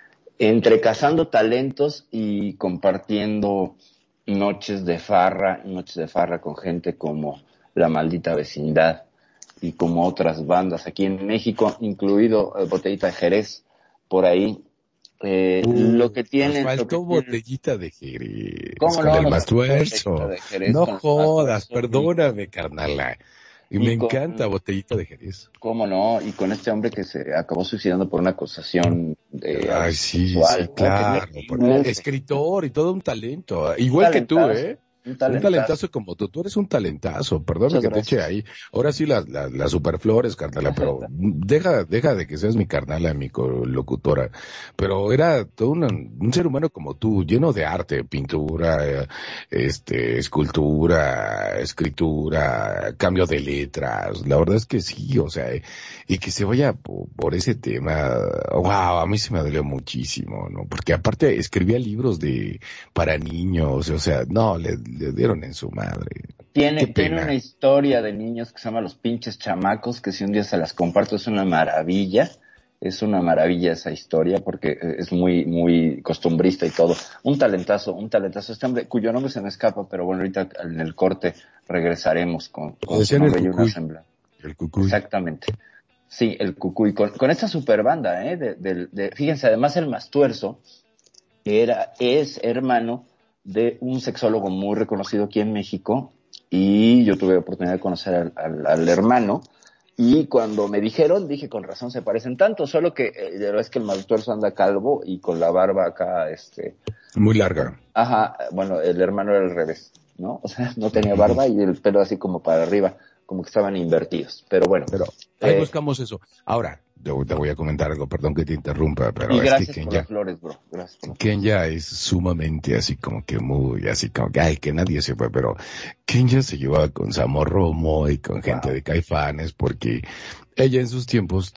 entre cazando talentos y compartiendo noches de farra, noches de farra con gente como La Maldita Vecindad y como otras bandas aquí en México, incluido eh, Botellita de Jerez, por ahí. Eh, uh, lo que tienen... Nos faltó lo que Botellita tienen... de Jerez. ¿Cómo con no? el No, Mastuerzo. No jodas, Mastuerzo, perdóname, y... carnala. Y, y me con... encanta Botellita de Jerez. ¿Cómo no? Y con este hombre que se acabó suicidando por una acusación de... Ay, sí, sexual, sí, claro. ¿No? Escritor y todo un talento. Igual un que tú, ¿eh? Un talentazo. un talentazo como tú, tú eres un talentazo, perdón que gracias. Te eche ahí. Ahora sí las la, la superflores, carnala, pero deja, deja de que seas mi carnala, mi locutora. Pero era todo un, un ser humano como tú, lleno de arte, pintura, este, escultura, escritura, cambio de letras. La verdad es que sí, o sea, y que se vaya por, por ese tema, wow, a mí se me dolió muchísimo, ¿no? Porque aparte escribía libros de, para niños, o sea, no, le, le dieron en su madre. Tiene, tiene una historia de niños que se llama Los Pinches Chamacos, que si un día se las comparto es una maravilla, es una maravilla esa historia porque es muy, muy costumbrista y todo. Un talentazo, un talentazo, este hombre cuyo nombre se me escapa, pero bueno, ahorita en el corte regresaremos con, con su nombre y una semblanza. El Cucuy. Exactamente. Sí, el Cucuy, con, con esta super banda, eh, de, de, de, fíjense, además el Mastuerzo era, es hermano de un sexólogo muy reconocido aquí en México, y yo tuve la oportunidad de conocer al, al, al hermano, y cuando me dijeron, dije, con razón se parecen tanto, solo que eh, la verdad es que el Mastuerzo anda calvo y con la barba acá, este... muy larga. Ajá, bueno, el hermano era al revés, ¿no? O sea, no tenía barba y el pelo así como para arriba, como que estaban invertidos, pero bueno. Pero ahí eh, buscamos eso. Ahora, te, te voy a comentar algo, perdón que te interrumpa, pero y es gracias que por Kenya, las flores, bro. Gracias por Kenya es sumamente así como que muy, así como que, ay, que nadie se fue, pero Kenya se llevaba con Sabor Romo y con gente wow. de Caifanes porque ella en sus tiempos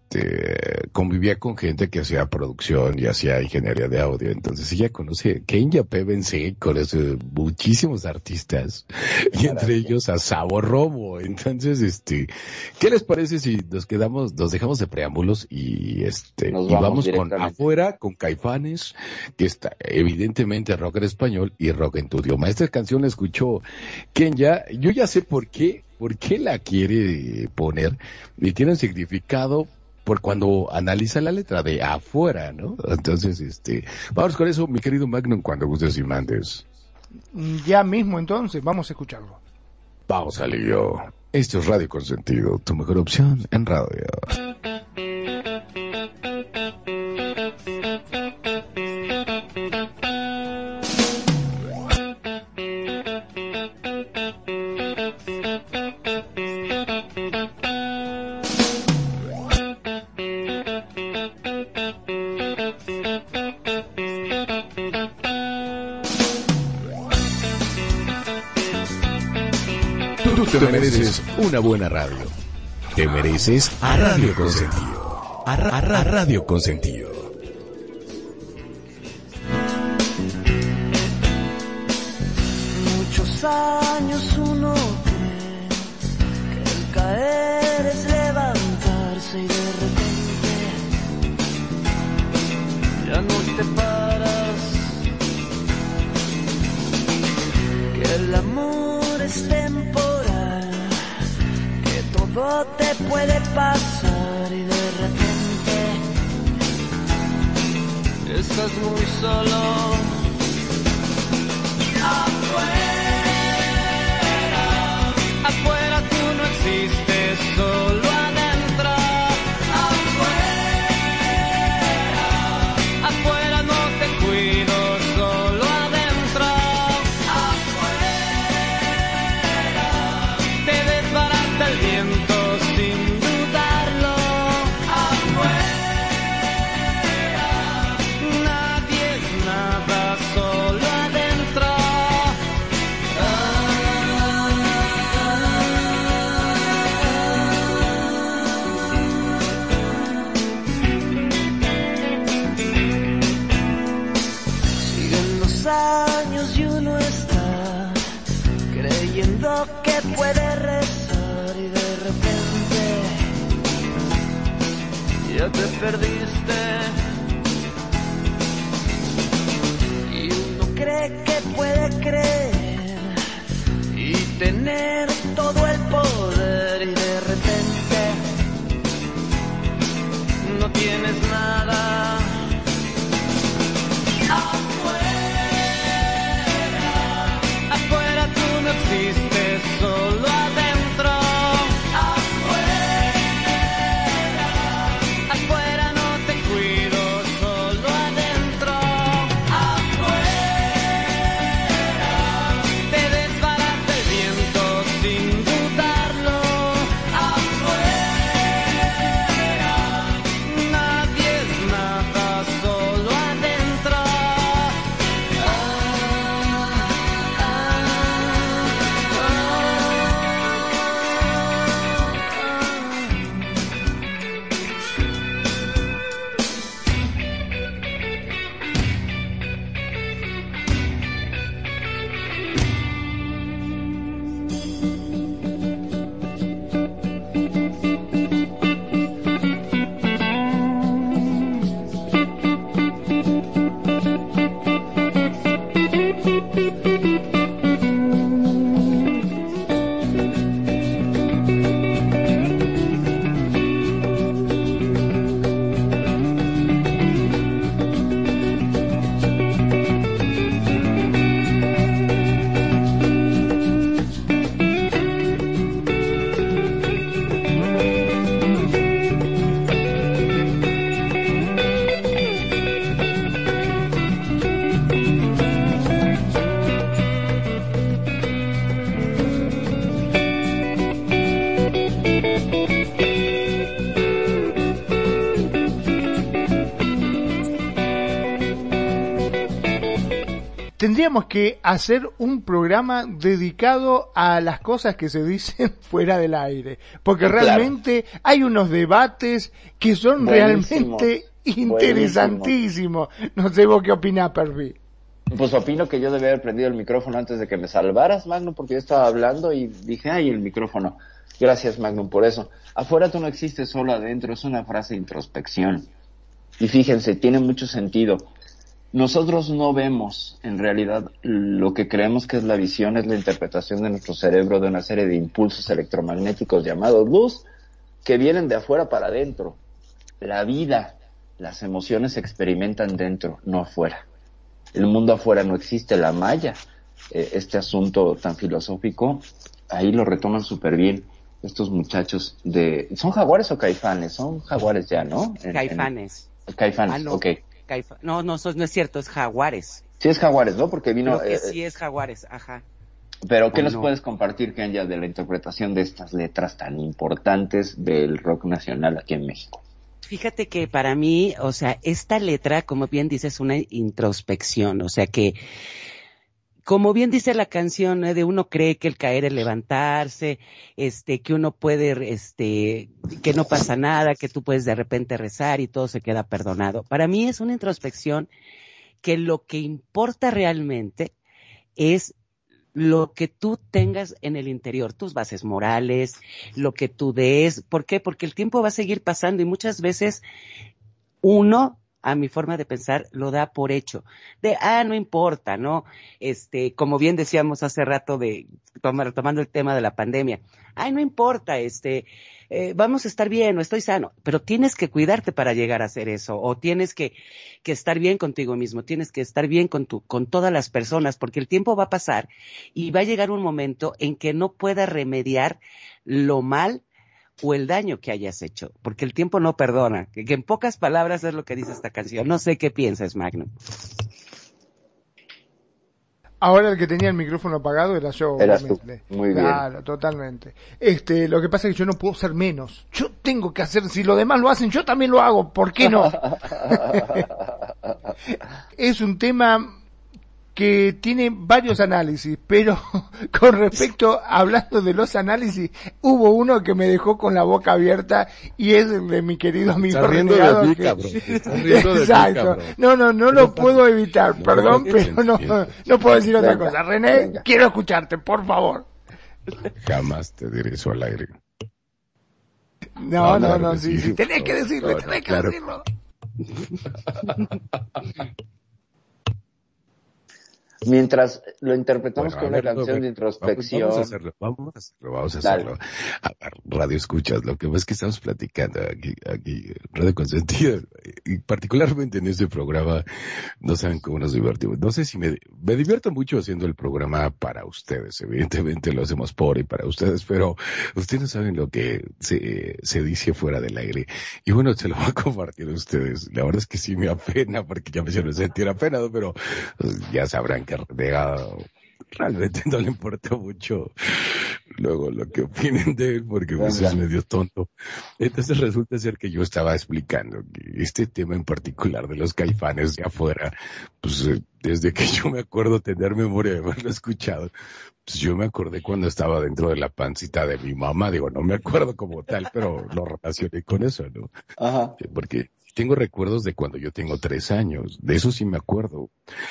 este, convivía con gente que hacía producción y hacía ingeniería de audio. Entonces ella conoce, Kenya P. conoce muchísimos artistas y entre ellos a Sabor Romo. Entonces, este, ¿qué les parece si nos quedamos, nos dejamos de preámbulos y este, nos y vamos, vamos con Afuera, con Caifanes, que está evidentemente rock en español y rock en tu idioma? Esta canción la escuchó Kenya, yo ya sé por qué. ¿Por qué la quiere poner? Y tiene un significado por cuando analiza la letra de Afuera, ¿no? Entonces, este, vamos con eso, mi querido Magnum, cuando gustes y mandes. Ya mismo, entonces, vamos a escucharlo. Vamos a lío. Esto es Radio Consentido, tu mejor opción en radio. Tú te mereces una buena radio. Te mereces a Radio Consentido. A, ra- a Radio Consentido. los años uno cree que el caer es levantarse y de repente ya no te paras, que el amor es temporal, que todo te puede pasar y de repente estás muy solo. Afuera, afuera tú no existes, solo adentro. Afuera, afuera no te cuido, solo adentro. Afuera, te desbarata el viento sin dudarlo. Afuera, nadie es nada, solo adentro. Siguen los años y uno está creyendo que puede rezar y de repente ya te perdiste. Y uno cree que puede creer y tener todo el poder y de repente no tienes nada. Afuera, afuera tú no existes, solo adentro. Afuera, afuera no te cuido, solo adentro. Afuera, te desbarata el viento sin dudarlo. Afuera, nadie es nada, solo adentro. Ah, ah, Tendríamos que hacer un programa dedicado a las cosas que se dicen fuera del aire, porque Claro. realmente hay unos debates que son Buenísimo, realmente interesantísimos. No sé vos qué opinás, Perfi. Pues opino que yo debía haber prendido el micrófono antes de que me salvaras, Magnum, porque yo estaba hablando y dije, ay, el micrófono. Gracias, Magnum, por eso. Afuera tú no existes, solo adentro. Es una frase de introspección. Y fíjense, tiene mucho sentido. Nosotros no vemos, en realidad, lo que creemos que es la visión, es la interpretación de nuestro cerebro de una serie de impulsos electromagnéticos llamados luz, que vienen de afuera para adentro. La vida, las emociones se experimentan dentro, no afuera. El mundo afuera no existe, la maya, eh, este asunto tan filosófico, ahí lo retoman súper bien estos muchachos de... ¿Son jaguares o caifanes? Son jaguares ya, ¿no? En- Caifanes. en- Caifanes, Ah, no. ok. Caifa- No, no, eso no es cierto, es jaguares. Sí es jaguares, ¿no? Porque vino... Creo que eh, sí es jaguares, ajá. Pero, ¿qué ¿o nos no? puedes compartir, Kenya, de la interpretación de estas letras tan importantes del rock nacional aquí en México? Fíjate que para mí, o sea, esta letra, como bien dices, es una introspección, o sea que, como bien dice la canción, ¿eh? De uno cree que el caer es levantarse, este, que uno puede, este, que no pasa nada, que tú puedes de repente rezar y todo se queda perdonado. Para mí es una introspección que lo que importa realmente es lo que tú tengas en el interior, tus bases morales, lo que tú des. ¿Por qué? Porque el tiempo va a seguir pasando y muchas veces uno, a mi forma de pensar, lo da por hecho. De, ah, no importa, ¿no? Este, como bien decíamos hace rato de, tomar, tomando el tema de la pandemia. Ay, no importa, este, eh, vamos a estar bien o estoy sano. Pero tienes que cuidarte para llegar a hacer eso. O tienes que, que estar bien contigo mismo. Tienes que estar bien con tu, con todas las personas. Porque el tiempo va a pasar y va a llegar un momento en que no puedas remediar lo mal o el daño que hayas hecho, porque el tiempo no perdona, que, que en pocas palabras es lo que dice esta canción. No sé qué piensas, Magnum. Ahora el que tenía el micrófono apagado era yo. Eras tú. obviamente. Muy bien. Claro, totalmente. Este, lo que pasa es que yo no puedo ser menos. Yo tengo que hacer, si los demás lo hacen, yo también lo hago. ¿Por qué no? Es un tema que tiene varios análisis, pero con respecto, hablando de los análisis, hubo uno que me dejó con la boca abierta y es el de mi querido amigo Estás riendo renegado. de mí, que... cabrón. Estás riendo de mí, Exacto. cabrón. No, no, no lo puedo evitar, No, perdón, no, pero no, entiendo. no puedo decir otra Venga, cosa. René, venga. quiero escucharte, por favor. Jamás te diré eso al aire. No, No, no, claro no, que sí, sí. sí, tenés que decirlo, No, no, tenés que claro. decirlo. Mientras lo interpretamos Bueno, con a una ver, canción no, de introspección. Vamos a hacerlo, vamos a hacerlo, vamos a Dale. hacerlo. A ver, radio escuchas, lo que ves que estamos platicando aquí, aquí, Radio Consentido, y particularmente en este programa, no saben cómo nos divertimos. No sé si me, me divierto mucho haciendo el programa para ustedes, evidentemente lo hacemos por y para ustedes, pero ustedes no saben lo que se, se dice fuera del aire. Y bueno, se lo voy a compartir a ustedes. La verdad es que sí me apena, porque ya me hicieron sentir apenado, pero pues, ya sabrán que Renegado realmente no le importa mucho luego lo que opinen de él, porque pues, es medio tonto. Entonces resulta ser que yo estaba explicando que este tema en particular de los Caifanes de afuera, pues eh, desde que yo me acuerdo tener memoria de haberlo escuchado, pues yo me acordé cuando estaba dentro de la pancita de mi mamá. Digo, no me acuerdo como tal, pero lo relacioné con eso, ¿no? Ajá. Porque tengo recuerdos de cuando yo tengo tres años, de eso sí me acuerdo.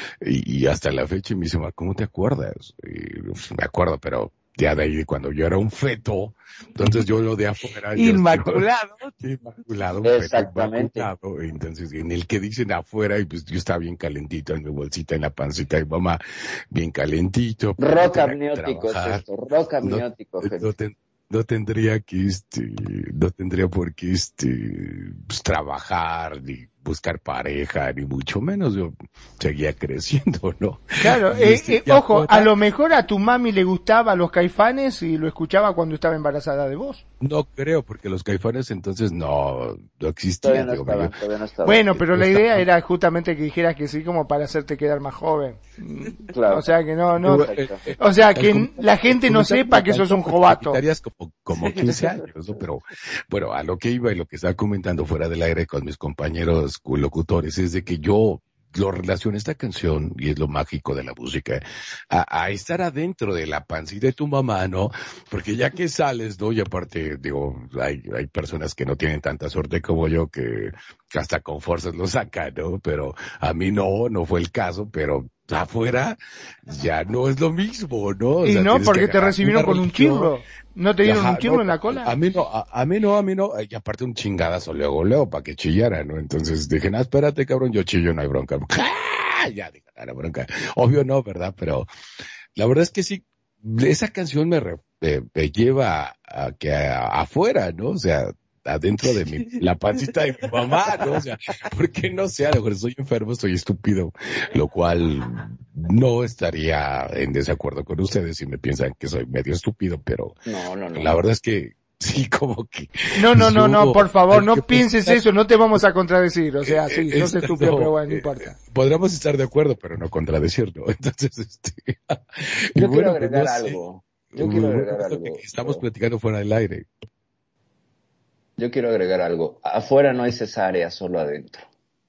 Y, y hasta la fecha me dice, "Mar, ¿cómo te acuerdas?" Y, pues, me acuerdo, pero ya de ahí, de cuando yo era un feto, entonces yo lo de afuera. yo- Inmaculado. yo- inmaculado, un feto Exactamente. inmaculado. Entonces, en el que dicen afuera, y pues yo estaba bien calentito en mi bolsita, en la pancita de mamá, bien calentito. pero Rock tenía que amniótico es trabajar. esto, rock amniótico, No, gente. no ten- no tendría que, este, no tendría por qué, este, pues, trabajar, ni buscar pareja, ni mucho menos. Yo seguía creciendo, ¿no? Claro, Y eh, este, eh, ya ojo, fuera- a lo mejor a tu mami le gustaba los Caifanes y lo escuchaba cuando estaba embarazada de vos. No creo, porque los Caifanes entonces no, no Todavía existían. no digo, estaba, yo- todavía no estaba. Bueno, pero la Está- idea era justamente que dijeras que sí como para hacerte quedar más joven. Claro. O sea que no, no, Exacto. o sea El que com- la gente el no comentario sepa me que sos faltó un porque jovato. quitarías como, como quince años, ¿no? Pero, bueno, a lo que iba y lo que estaba comentando fuera del aire con mis compañeros locutores es de que yo lo relaciono esta canción, y es lo mágico de la música, a, a estar adentro de la pancita de tu mamá, ¿no? Porque ya que sales, ¿no? Y aparte, digo, hay, hay personas que no tienen tanta suerte como yo que hasta con fuerzas lo sacan, ¿no? Pero a mí no, no fue el caso, pero afuera ya no es lo mismo, ¿no? O Y sea, no, tienes porque que te agarrar recibieron una con un religión. chirro. ¿No te dieron Ajá, un chirro no, en la cola? A mí no, a, a mí no, a mí no, y aparte un chingadazo luego, luego, para que chillara, ¿no? Entonces dije, no, espérate, cabrón, yo chillo, no hay bronca. ¡Ah! Ya, dije, no hay bronca. Obvio no, ¿verdad? Pero la verdad es que sí, esa canción me, re- me, me lleva a, a que a- afuera, ¿no? O sea, adentro de mi, la pancita de mi mamá, ¿no? O sea, porque no sé, a lo mejor estoy enfermo, estoy estúpido, lo cual no estaría en desacuerdo con ustedes si me piensan que soy medio estúpido, pero No, no, no. la verdad es que sí, como que... No, no, no, no, yo- por favor, hay no que pienses pensar- eso, no te vamos a contradecir. O sea, sí, eh, sos esta- estúpido, no, pero bueno, no eh, importa. Podríamos estar de acuerdo, pero no contradecirlo. Entonces, este... y Yo bueno, quiero pues, agregar no sé. algo. Yo quiero Bueno, agregar es lo que algo. estamos platicando fuera del aire. Yo quiero agregar algo. Afuera no hay cesárea, solo adentro.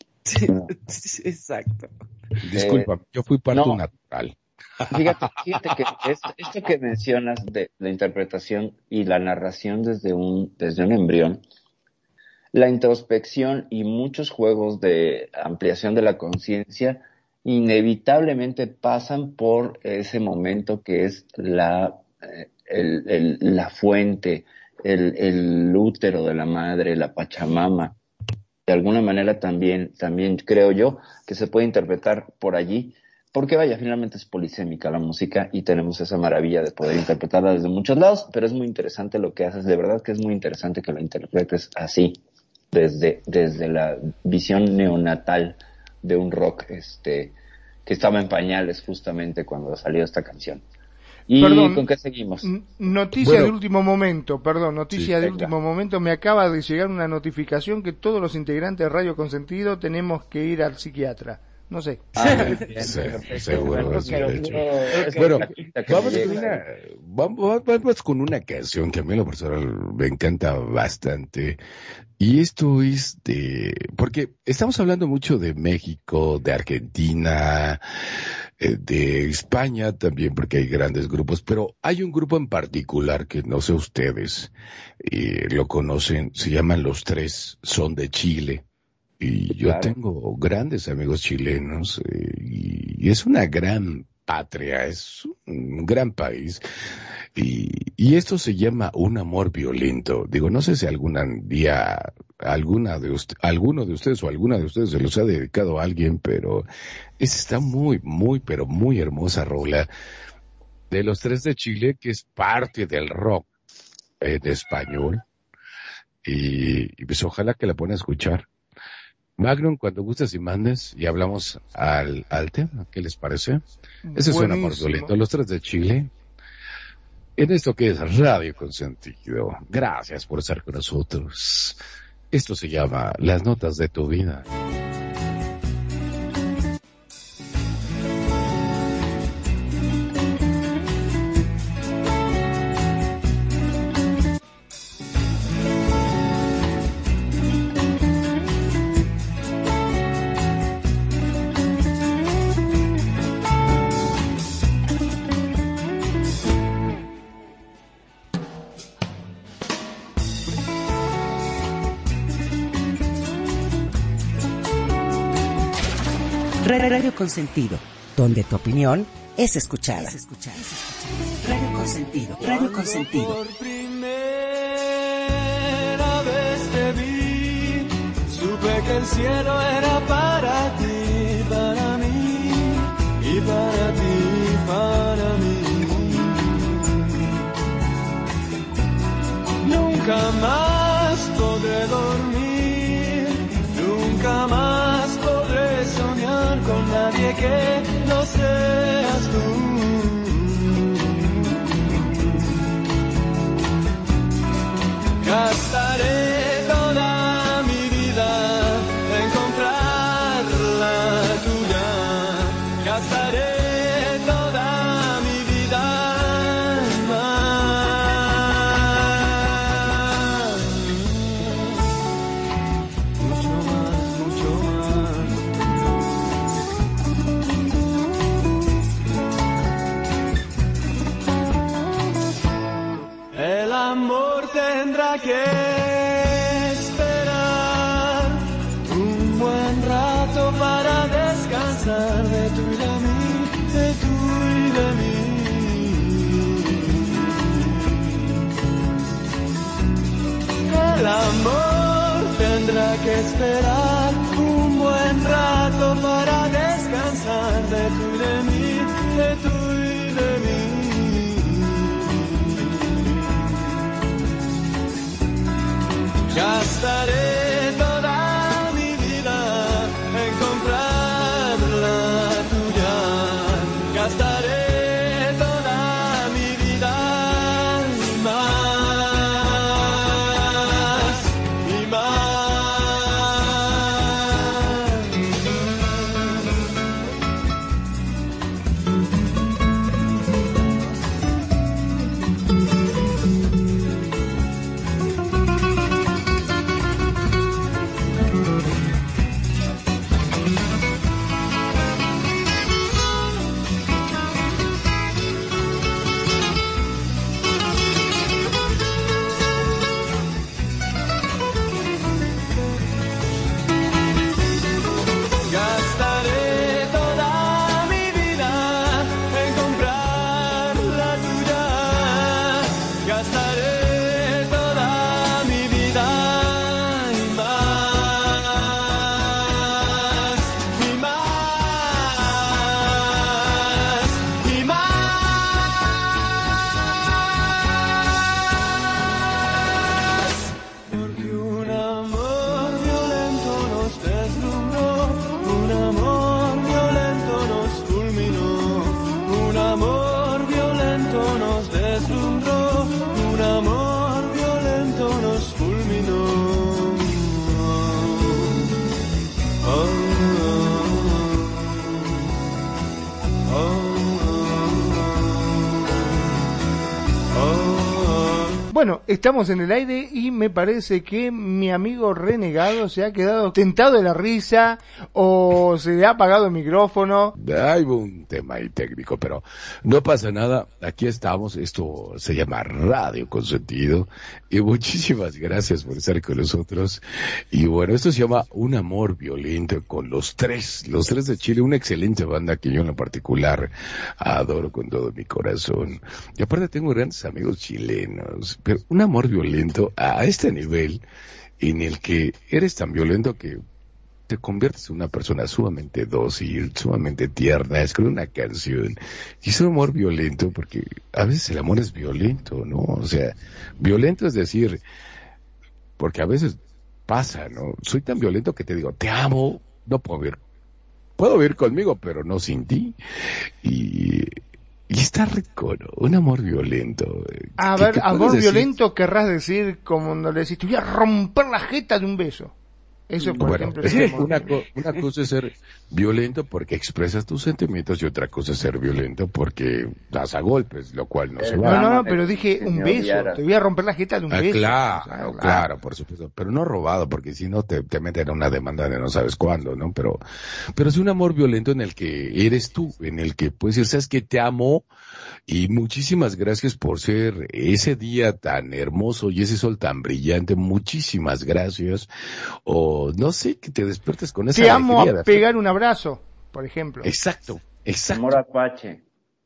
Exacto. Disculpa, yo fui parto no. natural. Fíjate, fíjate que esto, esto que mencionas de la interpretación y la narración desde un, desde un embrión, la introspección y muchos juegos de ampliación de la conciencia inevitablemente pasan por ese momento que es la, el, el, la fuente, el, el útero de la madre, la Pachamama. De alguna manera también, también creo yo que se puede interpretar por allí, porque vaya, finalmente es polisémica la música y tenemos esa maravilla de poder interpretarla desde muchos lados, pero es muy interesante lo que haces, de verdad que es muy interesante que la interpretes así, desde, desde la visión neonatal de un rock este que estaba en pañales justamente cuando salió esta canción. ¿Y perdón, con qué seguimos? Noticia bueno, de último momento, perdón, noticia sí, de venga. último momento, me acaba de llegar una notificación que todos los integrantes de Radio Consentido tenemos que ir al psiquiatra. No sé. Ah, muy bien, Sí, perfecto. seguro, Bueno, sí, pero, de hecho. eh, es Bueno, la quinta que vamos me con, llega. una, vamos, vamos con una canción que a mí en lo personal me encanta bastante. Y esto es de... Porque estamos hablando mucho de México, de Argentina, eh, de España también, porque hay grandes grupos. Pero hay un grupo en particular que no sé ustedes eh, lo conocen. Se llaman Los Tres, son de Chile. Y yo Claro. tengo grandes amigos chilenos eh, y, y es una gran patria, es un gran país. Y, y esto se llama Un Amor Violento. Digo, no sé si algún día alguna de usted, alguno de ustedes o alguna de ustedes se los ha dedicado a alguien, pero esta está muy, muy, pero muy hermosa rola de Los Tres de Chile, que es parte del rock eh, de español. Y, y pues ojalá que la puedan escuchar. Magnum, cuando gustes y mandes, y hablamos al, al tema, ¿qué les parece? Ese es Un Amor Buenísimo. Violento, Los Tres de Chile, en esto que es Radio Consentido. Gracias por estar con nosotros. Esto se llama Las Notas de tu Vida. Radio Consentido, donde tu opinión es escuchada. Es escuchada. Radio Consentido, Radio Consentido. Por primera vez te vi, supe que el cielo era para ti, para mí, y para ti, para mí. Nunca más podré dormir, nunca más podré soñar con nadie que no seas tú. Gastaré toda mi vida en encontrar la tuya. Gastaré toda mi vida más. Mucho más, mucho más. El amor tendrá que esperar un buen rato para descansar de tú y de mí, de tú y de mí. El amor tendrá que esperar un buen rato para descansar de tú y de mí, de tú y de mí. Gastaré toda mi vida en comprar la tuya. Gastaré toda mi vida y más y más. Bueno, estamos en el aire y me parece que mi amigo renegado se ha quedado tentado de la risa o se le ha apagado el micrófono. Hay un tema ahí técnico, pero no pasa nada. Aquí estamos. Esto se llama Radio Consentido. Y muchísimas gracias por estar con nosotros. Y bueno, esto se llama Un Amor Violento con los tres, los tres de Chile, una excelente banda que yo en lo particular adoro con todo mi corazón. Y aparte tengo grandes amigos chilenos. Pero un amor violento a este nivel en el que eres tan violento que te conviertes en una persona sumamente dócil, sumamente tierna, escribe una canción. Y es un amor violento porque a veces el amor es violento, ¿no? O sea, violento es decir, porque a veces pasa, ¿no? Soy tan violento que te digo, te amo, no puedo vivir. Puedo vivir conmigo, pero no sin ti. Y... Y está rico, ¿no? Un amor violento. A ¿Qué, ver, qué amor decir? violento querrás decir como cuando le decís, te voy a romper la jeta de un beso. Eso, por Bueno, ejemplo, es es que amor una, violento. co- una cosa es ser violento porque expresas tus sentimientos y otra cosa es ser violento porque das a golpes, lo cual no se No, vale. no, no, pero dije un Señor beso. Viara. Te voy a romper la jeta de un Ah, beso. claro, O sea, claro, por supuesto, pero no robado, porque si no te, te meten a una demanda de no sabes cuándo, ¿no? Pero, pero es un amor violento en el que eres tú, en el que puedes decir, sabes que te amo y muchísimas gracias por ser ese día tan hermoso y ese sol tan brillante, muchísimas gracias, o no sé, que te despiertes con esa Te amo alegría de a hacer- pegar un abrazo, por ejemplo. Exacto, exacto. Amor apache.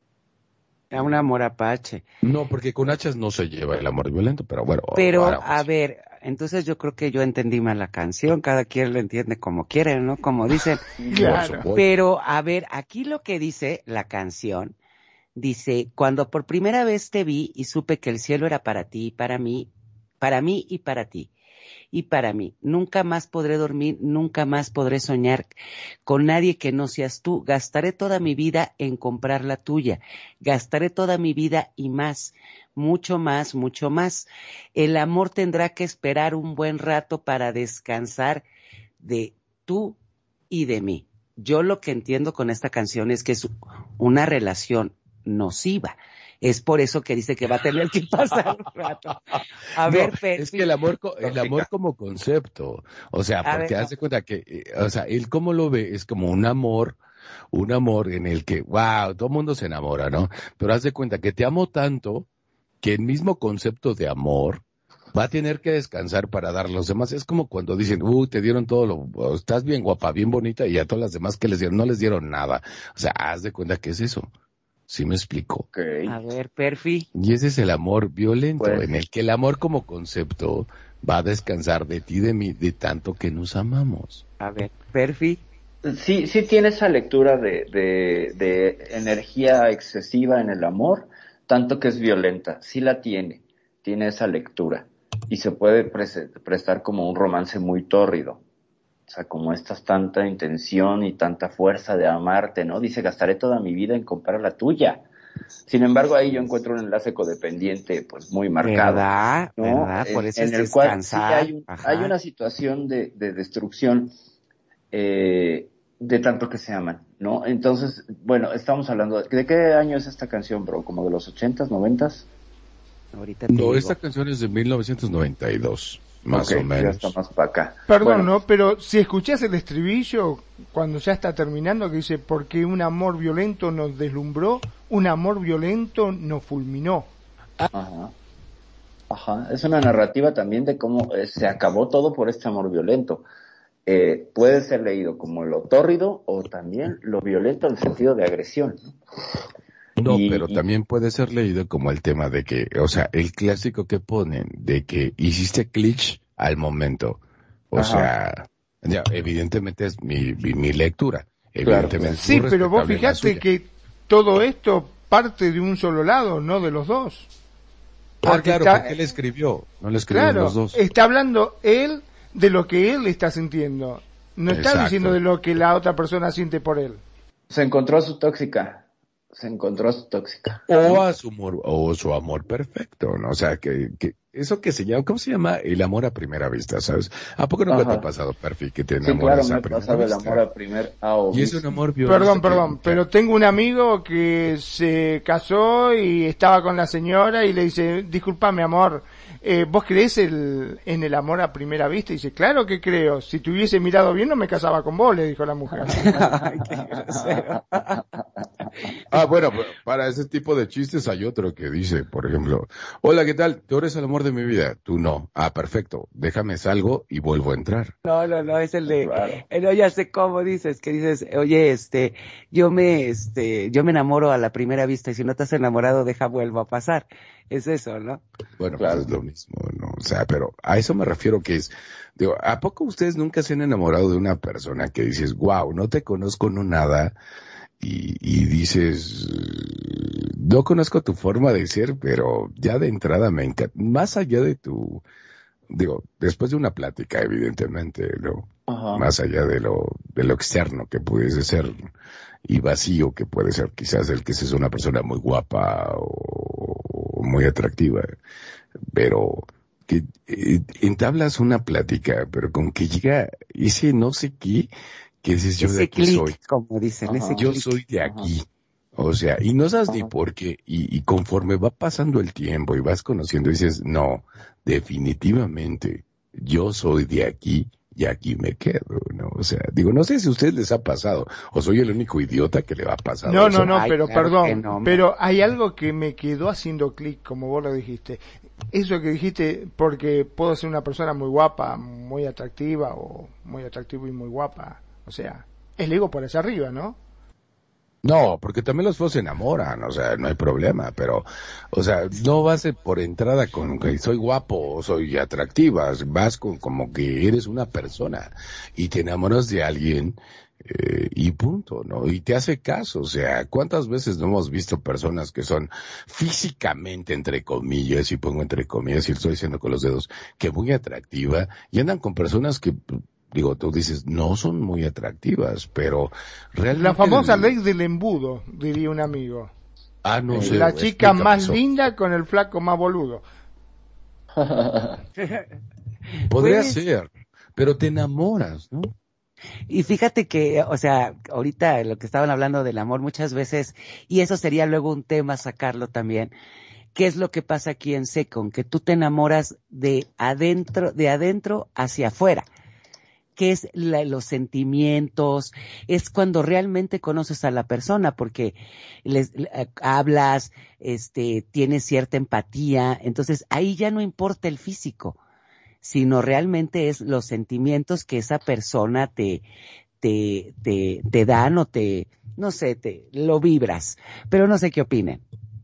Era un amor apache. No, porque con hachas no se lleva el amor violento, pero bueno. Pero, ahora, a pues, ver, entonces yo creo que yo entendí mal la canción, cada quien la entiende como quiere, ¿no? Como dicen. Claro. por supuesto. Pero, a ver, aquí lo que dice la canción, dice, cuando por primera vez te vi y supe que el cielo era para ti y para mí, para mí y para ti, y para mí, nunca más podré dormir, nunca más podré soñar con nadie que no seas tú, gastaré toda mi vida en comprar la tuya, gastaré toda mi vida y más, mucho más, mucho más. El amor tendrá que esperar un buen rato para descansar de tú y de mí. Yo lo que entiendo con esta canción es que es una relación nociva. Es por eso que dice que va a tener que pasar un rato. A No, ver, es Perfi, que el amor, co- el amor como concepto, o sea, A porque ver, haz de cuenta que, eh, o sea, él como lo ve es como un amor, un amor en el que, wow, todo el mundo se enamora, ¿no? Pero haz de cuenta que te amo tanto que el mismo concepto de amor va a tener que descansar para dar a los demás. Es como cuando dicen, uh, te dieron todo lo, estás bien guapa, bien bonita, y a todas las demás que les dieron, no les dieron nada. O sea, haz de cuenta que es eso. ¿Sí me explico? Ok. a ver, Perfi, Y ese es el amor violento, Pues- en el que el amor como concepto va a descansar de ti y de mí, de tanto que nos amamos. a ver, Perfi, Sí, sí tiene esa lectura de, de, de energía excesiva en el amor, tanto que es violenta. Sí la tiene, tiene esa lectura. Y se puede prese- prestar como un romance muy tórrido. O sea, como esta tanta intención y tanta fuerza de amarte, ¿no? Dice, gastaré toda mi vida en comprar la tuya. Sin embargo, ahí yo encuentro un enlace codependiente, pues, muy marcado. ¿verdad? ¿no? ¿Verdad? Por En- eso en es el cual sí descansar. hay, un- Ajá. hay una situación de, de destrucción eh, de tanto que se aman, ¿no? Entonces, bueno, estamos hablando de, ¿de qué año es esta canción, bro? ¿Como de los ochentas, noventas? Ahorita te No, digo. esta canción es de mil novecientos noventa y dos, más Ok, o menos. ya está más para acá. Perdón, Bueno, ¿no? Pero si escuchás el estribillo, cuando ya está terminando, que dice, porque un amor violento nos deslumbró, un amor violento nos fulminó. Ajá. Ajá, es una narrativa también de cómo eh, se acabó todo por este amor violento. Eh, puede ser leído como lo tórrido o también lo violento en el sentido de agresión, ¿no? No, Y- pero y- también puede ser leído como el tema de que, o sea, el clásico que ponen de que hiciste glitch al momento. O Ajá. sea, ya, evidentemente es mi, mi, mi lectura. Claro. Evidentemente es Sí, muy pero vos respetable la fijate suya. que todo esto parte de un solo lado, no de los dos. Ah, porque claro, está- porque él escribió, no le escribió Claro, los dos. está hablando él de lo que él está sintiendo. No está Exacto. diciendo de lo que la otra persona siente por él. Se encontró a su tóxica. Se encontró a su tóxica. O a su amor, o su amor perfecto, ¿no? O sea, que, que eso que se llama, ¿cómo se llama? El amor a primera vista, ¿sabes? ¿A poco nunca Ajá. te ha pasado, Perfi, que te Sí, enamoras claro, me a ha primera pasado el vista? amor a primer A o Y es vista. un amor violento. Perdón, que- perdón, pero tengo un amigo que se casó y estaba con la señora y le dice, disculpame amor, eh, ¿vos creés el, en el amor a primera vista? Y dice, claro que creo, si te hubiese mirado bien no me casaba con vos, le dijo la mujer. Ay, qué grosero. Ah, bueno, p- para ese tipo de chistes hay otro que dice, por ejemplo, hola, ¿qué tal? Tú eres el amor de mi vida, tú no. Ah, perfecto, déjame salgo y vuelvo a entrar. No, no, no, es el de, Claro. eh, no, ya sé cómo dices, que dices, oye, este, yo me, este, yo me enamoro a la primera vista y si no te has enamorado, deja vuelvo a pasar. Es eso, ¿no? Bueno, Claro. pues es lo mismo, ¿no? O sea, pero a eso me refiero que es, digo, ¿a poco ustedes nunca se han enamorado de una persona que dices, wow, no te conozco, no nada? Y, y dices, no conozco tu forma de ser, pero ya de entrada me encanta, más allá de tu, digo, después de una plática, evidentemente, ¿no? Ajá. Más allá de lo, de lo externo que pudiese ser y vacío que puede ser quizás el que seas una persona muy guapa o, o muy atractiva, pero que eh, entablas una plática, pero con que llega ese no sé qué, que dices yo de Ese aquí soy. clic, como dicen, Ajá. ese Yo clic. soy de aquí. O sea, y no sabes ni Ajá. por qué. Y, y conforme va pasando el tiempo y vas conociendo, dices, no, definitivamente, yo soy de aquí y aquí me quedo, ¿no? O sea, digo, no sé si a ustedes les ha pasado, o soy el único idiota que le va a pasar. No, eso. no, no, Ay, pero claro perdón, que no, hombre. pero hay algo que me quedó haciendo clic, como vos lo dijiste. Eso que dijiste, porque puedo ser una persona muy guapa, muy atractiva, o muy atractivo y muy guapa. O sea, el ego por hacia arriba, ¿no? No, porque también los feos se enamoran, o sea, no hay problema, pero, o sea, no vas por entrada con que soy guapo o soy atractiva, vas con como que eres una persona y te enamoras de alguien eh, y punto, ¿no? Y te hace caso, o sea, ¿cuántas veces no hemos visto personas que son físicamente, entre comillas, y pongo entre comillas y lo estoy diciendo con los dedos, que muy atractiva y andan con personas que... Digo, tú dices, no son muy atractivas, pero realmente... La famosa ley del embudo, diría un amigo. Ah, no sé. La chica explícame más eso. linda con el flaco más boludo. Podría Pues- ser, pero te enamoras, ¿no? Y fíjate que, o sea, ahorita lo que estaban hablando del amor muchas veces, y eso sería luego un tema sacarlo también, ¿qué es lo que pasa aquí en Secon? Que tú te enamoras de adentro, de adentro hacia afuera. Que es la, los sentimientos, es cuando realmente conoces a la persona, porque les eh, hablas, este, tienes cierta empatía, entonces ahí ya no importa el físico, sino realmente es los sentimientos que esa persona te, te, te, te dan o te, no sé, te, lo vibras, pero no sé qué opinen.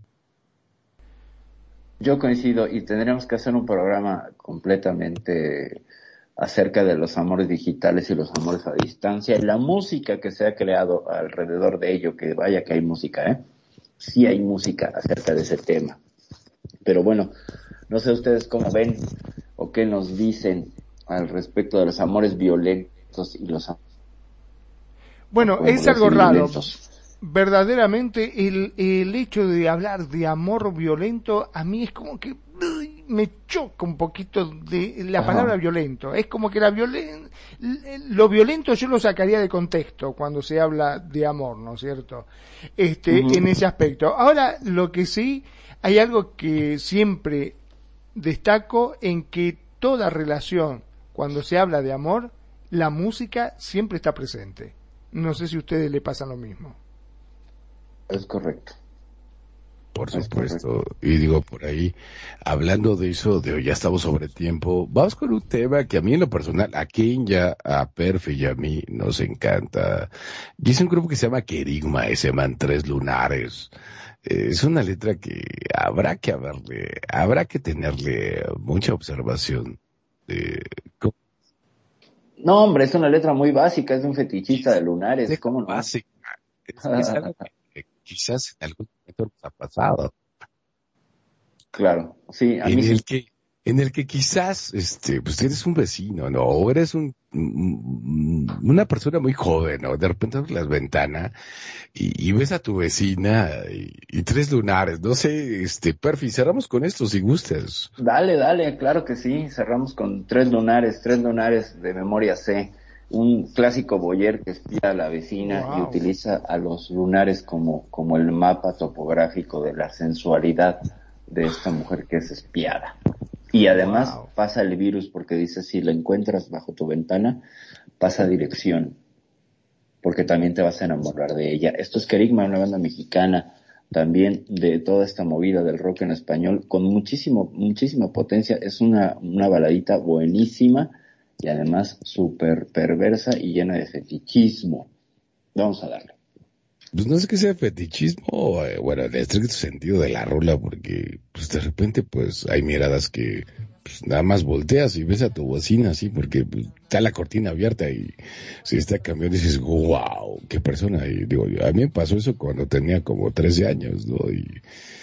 Yo coincido y tendríamos que hacer un programa completamente acerca de los amores digitales y los amores a distancia y la música que se ha creado alrededor de ello, que vaya que hay música, ¿eh? Sí hay música acerca de ese tema. Pero bueno, no sé ustedes cómo ven o qué nos dicen al respecto de los amores violentos y los amores Bueno, es algo así raro. violentos. Verdaderamente el, el hecho de hablar de amor violento a mí es como que uy, me choca un poquito de la Ajá. palabra violento. Es como que la violen, lo violento yo lo sacaría de contexto cuando se habla de amor, ¿no es cierto? Este, Ujú. en ese aspecto. Ahora, lo que sí, hay algo que siempre destaco en que toda relación, cuando se habla de amor, la música siempre está presente. No sé si a ustedes le pasan lo mismo. Es correcto. Por Es supuesto. Y digo, por ahí, hablando de eso, de hoy ya estamos sobre tiempo, vamos con un tema que a mí en lo personal, a Kenya, a Perfe y a mí nos encanta. Y es un grupo que se llama Querigma, y se llaman Tres Lunares. Eh, es una letra que habrá que haberle, habrá que tenerle mucha observación. De, ¿cómo? No, hombre, es una letra muy básica, es de un fetichista de lunares, Es ¿cómo no? básica. Es, es algo que quizás en algún momento nos ha pasado. Claro, sí, a En mí sí. el que en el que quizás, este, pues tienes un vecino, ¿no? O eres un, una persona muy joven, ¿no? De repente abres las ventanas y, y ves a tu vecina y, y tres lunares, no sé, este, Perfi, cerramos con esto si gustas. Dale, dale, claro que sí, cerramos con tres lunares, tres lunares de memoria C, un clásico boyer que espía a la vecina wow. y utiliza a los lunares como, como el mapa topográfico de la sensualidad de esta mujer que es espiada. Y además wow. pasa el virus porque dice, si la encuentras bajo tu ventana, pasa dirección, porque también te vas a enamorar de ella. Esto es Kerigma, una banda mexicana, también de toda esta movida del rock en español, con muchísimo, muchísima potencia. Es una, una baladita buenísima y además súper perversa y llena de fetichismo. Vamos a darle. Pues no sé qué sea fetichismo, eh, bueno, en el estricto sentido de la rola, porque pues de repente pues hay miradas que pues nada más volteas y ves a tu bocina así, porque pues, está la cortina abierta y si está cambiando dices, wow, qué persona. Y digo, a mí me pasó eso cuando tenía como trece años, ¿no? Y,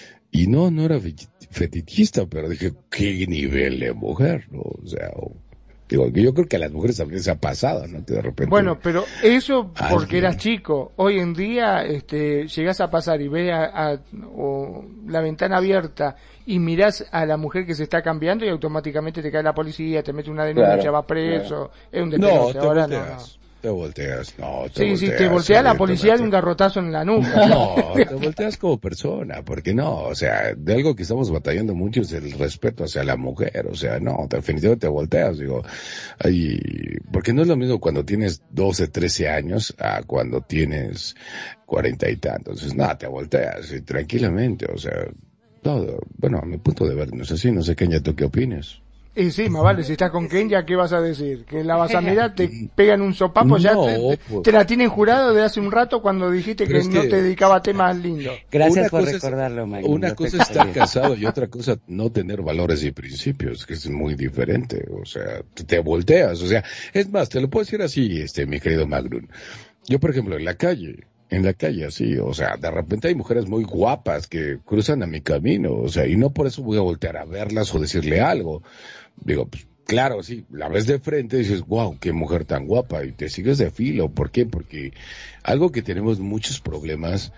y no, no era fetichista, pero dije, qué nivel de mujer, ¿no? O sea, o, digo, yo creo que a las mujeres también les ha pasado, ¿no? Que de repente... Bueno, pero eso porque alguien... eras chico. Hoy en día, este, llegás a pasar y ves a, a o la ventana abierta y mirás a la mujer que se está cambiando y automáticamente te cae la policía, te mete una denuncia, claro, vas preso. Claro. Es un despelote. No, te ahora volteas, no, no. Te volteas, no, te sí, volteas. Sí, sí, te voltea la policía de un garrotazo en la nuca. No, te volteas como persona, porque no, o sea, de algo que estamos batallando mucho es el respeto hacia la mujer, o sea, no, definitivamente te volteas, digo, ay, porque no es lo mismo cuando tienes doce, trece años a cuando tienes cuarenta y tantos, entonces, nada, te volteas y tranquilamente, o sea, todo, bueno, a mi punto de ver, no sé si, no sé, Kenya, ¿tú qué opinas? Y sí, más vale, si estás con Kenya, ¿qué vas a decir? Que la vas a mirar, te pegan un sopapo, no, ya te, te, te la tienen jurado de hace un rato cuando dijiste que, es que no te dedicaba a temas lindos. Gracias por recordarlo, Magno. Una cosa es estar casado y otra cosa no tener valores y principios, que es muy diferente, o sea, te volteas, o sea, es más, te lo puedo decir así, este, mi querido Magnum. Yo, por ejemplo, en la calle, en la calle, así, o sea, de repente hay mujeres muy guapas que cruzan a mi camino, o sea, y no por eso voy a voltear a verlas o decirle algo. Digo, pues, claro, sí, la ves de frente y dices, wow, qué mujer tan guapa, y te sigues de filo. ¿Por qué? Porque algo que tenemos muchos problemas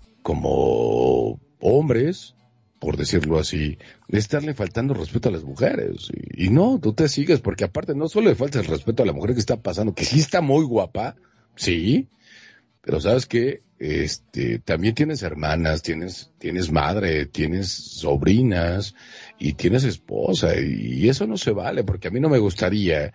como hombres, por decirlo así, de estarle faltando respeto a las mujeres. Y, y no, tú te sigues, porque aparte no solo le falta el respeto a la mujer que está pasando, que sí está muy guapa, sí, pero sabes que este también tienes hermanas, tienes tienes madre, tienes sobrinas y tienes esposa, y, y eso no se vale, porque a mí no me gustaría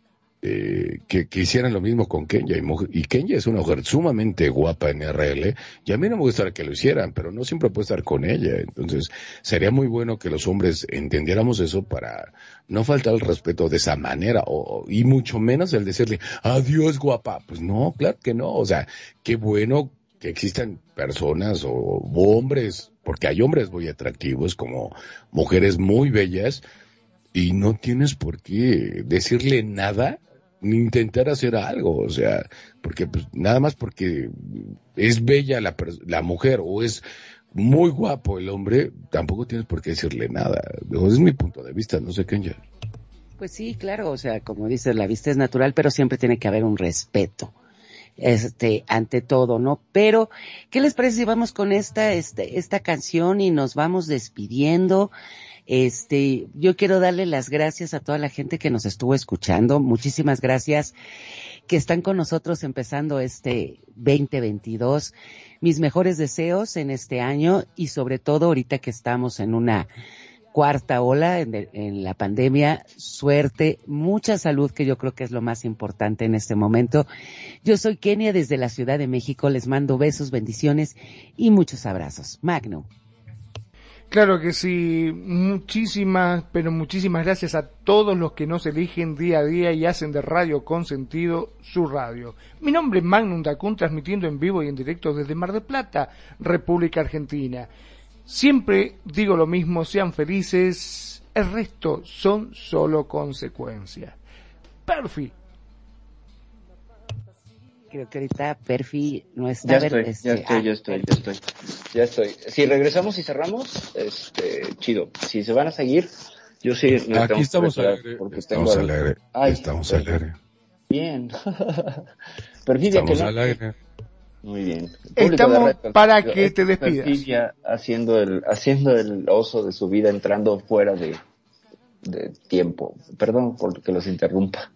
eh, que, que hicieran lo mismo con Kenya, y, y Kenya es una mujer sumamente guapa en R L, y a mí no me gustaría que lo hicieran, pero no siempre puedo estar con ella. Entonces sería muy bueno que los hombres entendiéramos eso para no faltar el respeto de esa manera, o, y mucho menos el decirle, adiós guapa. Pues no, claro que no, o sea, qué bueno que existan personas o, o hombres, porque hay hombres muy atractivos como mujeres muy bellas, y no tienes por qué decirle nada ni intentar hacer algo, o sea, porque pues nada más porque es bella la, la mujer o es muy guapo el hombre, tampoco tienes por qué decirle nada. Ese es mi punto de vista, no sé, Kenya. Pues sí, claro, o sea, como dices, la vista es natural, pero siempre tiene que haber un respeto, este, ante todo, ¿no? Pero, ¿qué les parece si vamos con esta, este, esta canción y nos vamos despidiendo? Este, yo quiero darle las gracias a toda la gente que nos estuvo escuchando. Muchísimas gracias que están con nosotros empezando este veinte veintidós. Mis mejores deseos en este año y sobre todo ahorita que estamos en una cuarta ola en, de, en la pandemia, suerte, mucha salud, que yo creo que es lo más importante en este momento. Yo soy Kenia desde la Ciudad de México, les mando besos, bendiciones y muchos abrazos. Magno. Claro que sí, muchísimas, pero muchísimas gracias a todos los que nos eligen día a día y hacen de Radio Consentido su radio. Mi nombre es Magnum Dacun, transmitiendo en vivo y en directo desde Mar del Plata, República Argentina. Siempre digo lo mismo, sean felices, el resto son solo consecuencias. Perfi. Creo que ahorita Perfi no está. Ya estoy, este, ya estoy, ah, ya estoy, ya estoy, ya estoy. Si regresamos y cerramos, este, chido. Si se van a seguir, Yo sí me Aquí tengo estamos que al retirar aire. porque Estamos tengo... al aire. Ay, Estamos al aire. Bien. Perfidia que Estamos no. al aire. Muy bien. El público Estamos de Radio para Consentido, que es te despidas. Perfidia haciendo el, haciendo el oso de su vida, entrando fuera de, de tiempo. Perdón por que los interrumpa.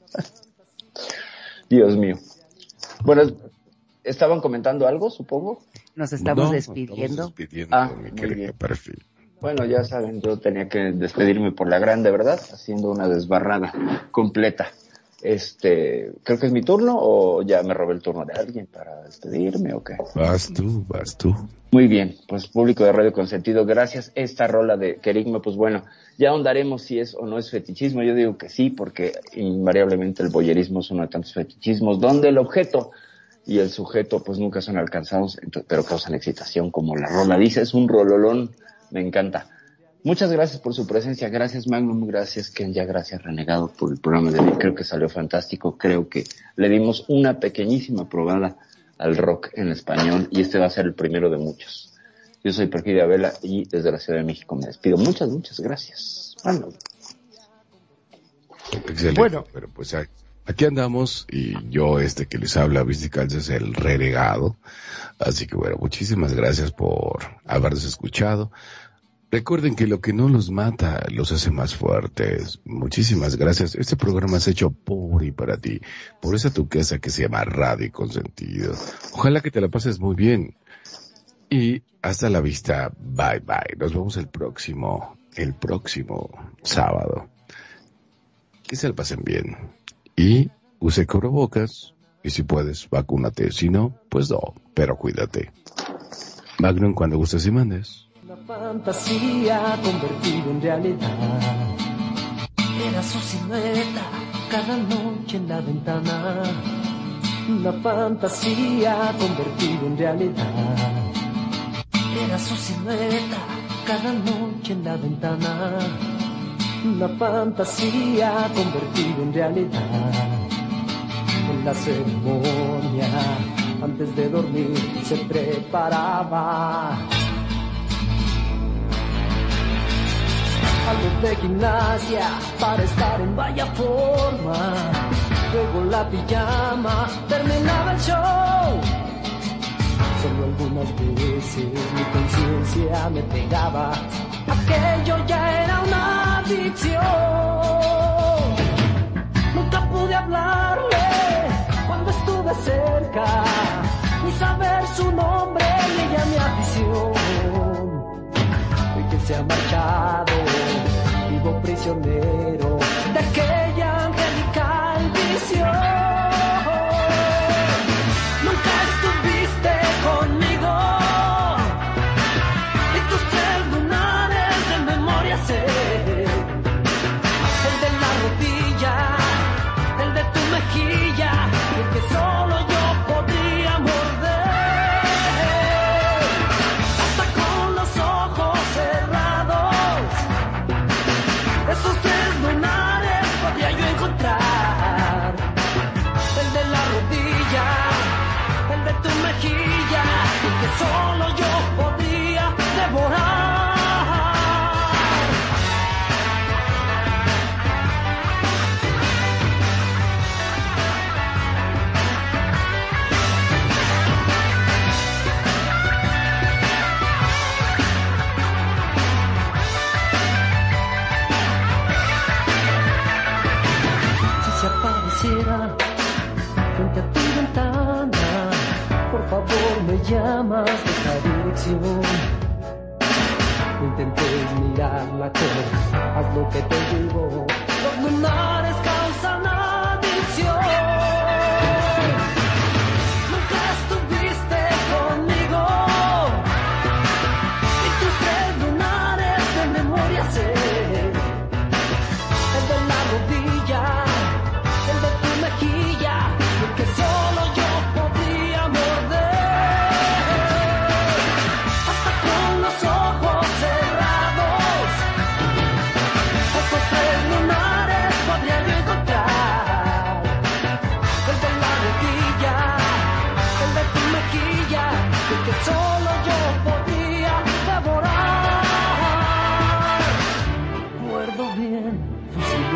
Dios mío. Bueno, ¿estaban comentando algo, supongo? Nos estamos No, despidiendo. Estamos despidiendo, Ah, mi muy querido bien. Perfil. Bueno, ya saben, yo tenía que despedirme por la grande, ¿verdad? Haciendo una desbarrada completa. Este, creo que es mi turno, o ya me robé el turno de alguien para despedirme, o qué. Vas tú, vas tú. Muy bien, pues público de Radio Consentido, gracias. Esta rola de Kerigma, pues bueno, ya ahondaremos si es o no es fetichismo. Yo digo que sí, porque invariablemente el voyerismo es uno de tantos fetichismos, donde el objeto y el sujeto pues nunca son alcanzados, ento- pero causan excitación, como la rola dice. Es un rololón, me encanta. Muchas gracias por su presencia, gracias Magnum, gracias Ken, ya gracias Renegado por el programa de hoy. Creo que salió fantástico, creo que le dimos una pequeñísima probada al rock en español y este va a ser el primero de muchos. Yo soy Perfidia Vela y desde la Ciudad de México me despido. Muchas, muchas gracias. Magnum. Excelente. Bueno. Pero pues a- aquí andamos y yo este que les habla, Visticals, es el renegado. Así que bueno, muchísimas gracias por habernos escuchado. Recuerden que lo que no los mata los hace más fuertes. Muchísimas gracias. Este programa es hecho por y para ti, por esa tu casa que se llama Radio Consentido. Ojalá que te la pases muy bien. Y hasta la vista. Bye bye. Nos vemos el próximo, el próximo sábado. Que se la pasen bien. Y use cubrebocas. Y si puedes, vacúnate. Si no, pues no. Pero cuídate. Magnum, cuando gustes y mandes. Una fantasía convertida en realidad. Era su silueta cada noche en la ventana. Una fantasía convertida en realidad. Era su silueta cada noche en la ventana. Una fantasía convertida en realidad. En la ceremonia, antes de dormir, se preparaba algo de gimnasia para estar en vaya forma. Luego la pijama, terminaba el show. Solo algunas veces mi conciencia me pegaba. Aquello ya era una adicción. Nunca pude hablarle cuando estuve cerca, ni saber su nombre ni ella mi afición. Hoy que se ha marchado, vivo prisionero de aquella angelical visión. Nunca estuviste conmigo y tus tres lunares de memoria sé. El de la rodilla, el de tu mejilla, el que solo yo podría morder. Hasta con los ojos cerrados, esos tres lunares podría yo encontrar. El de la rodilla, el de tu mejilla, el que solo yo podría devorar. Si se apareciera frente a tu ventana, por favor me llamas de esta dirección. No intentes mirarla con, haz lo que te digo. Los lunares causan adicción. Nunca estuviste conmigo y tus tres lunares de memoria sé. El de la rodilla, el de tu mejilla, el que solo yo podría morder. Hasta con los ojos cerrados, esos tres lunares podría yo encontrar.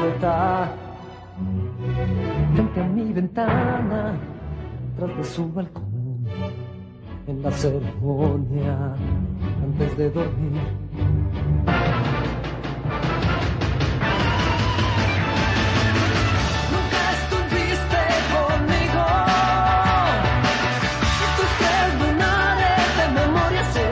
idiota frente a mi ventana, tras de su balcón, en la ceremonia antes de dormir. Nunca estuviste conmigo, y tus tres lunares de memoria sé,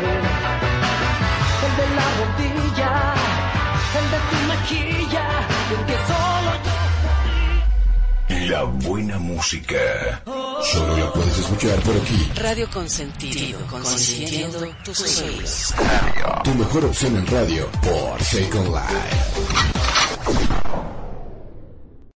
el de la rodilla, el de tu mejilla, el que solo yo. La buena música solo la puedes escuchar por aquí. Radio Consentido, consintiendo tus oídos. Tu mejor opción en radio por Second Life.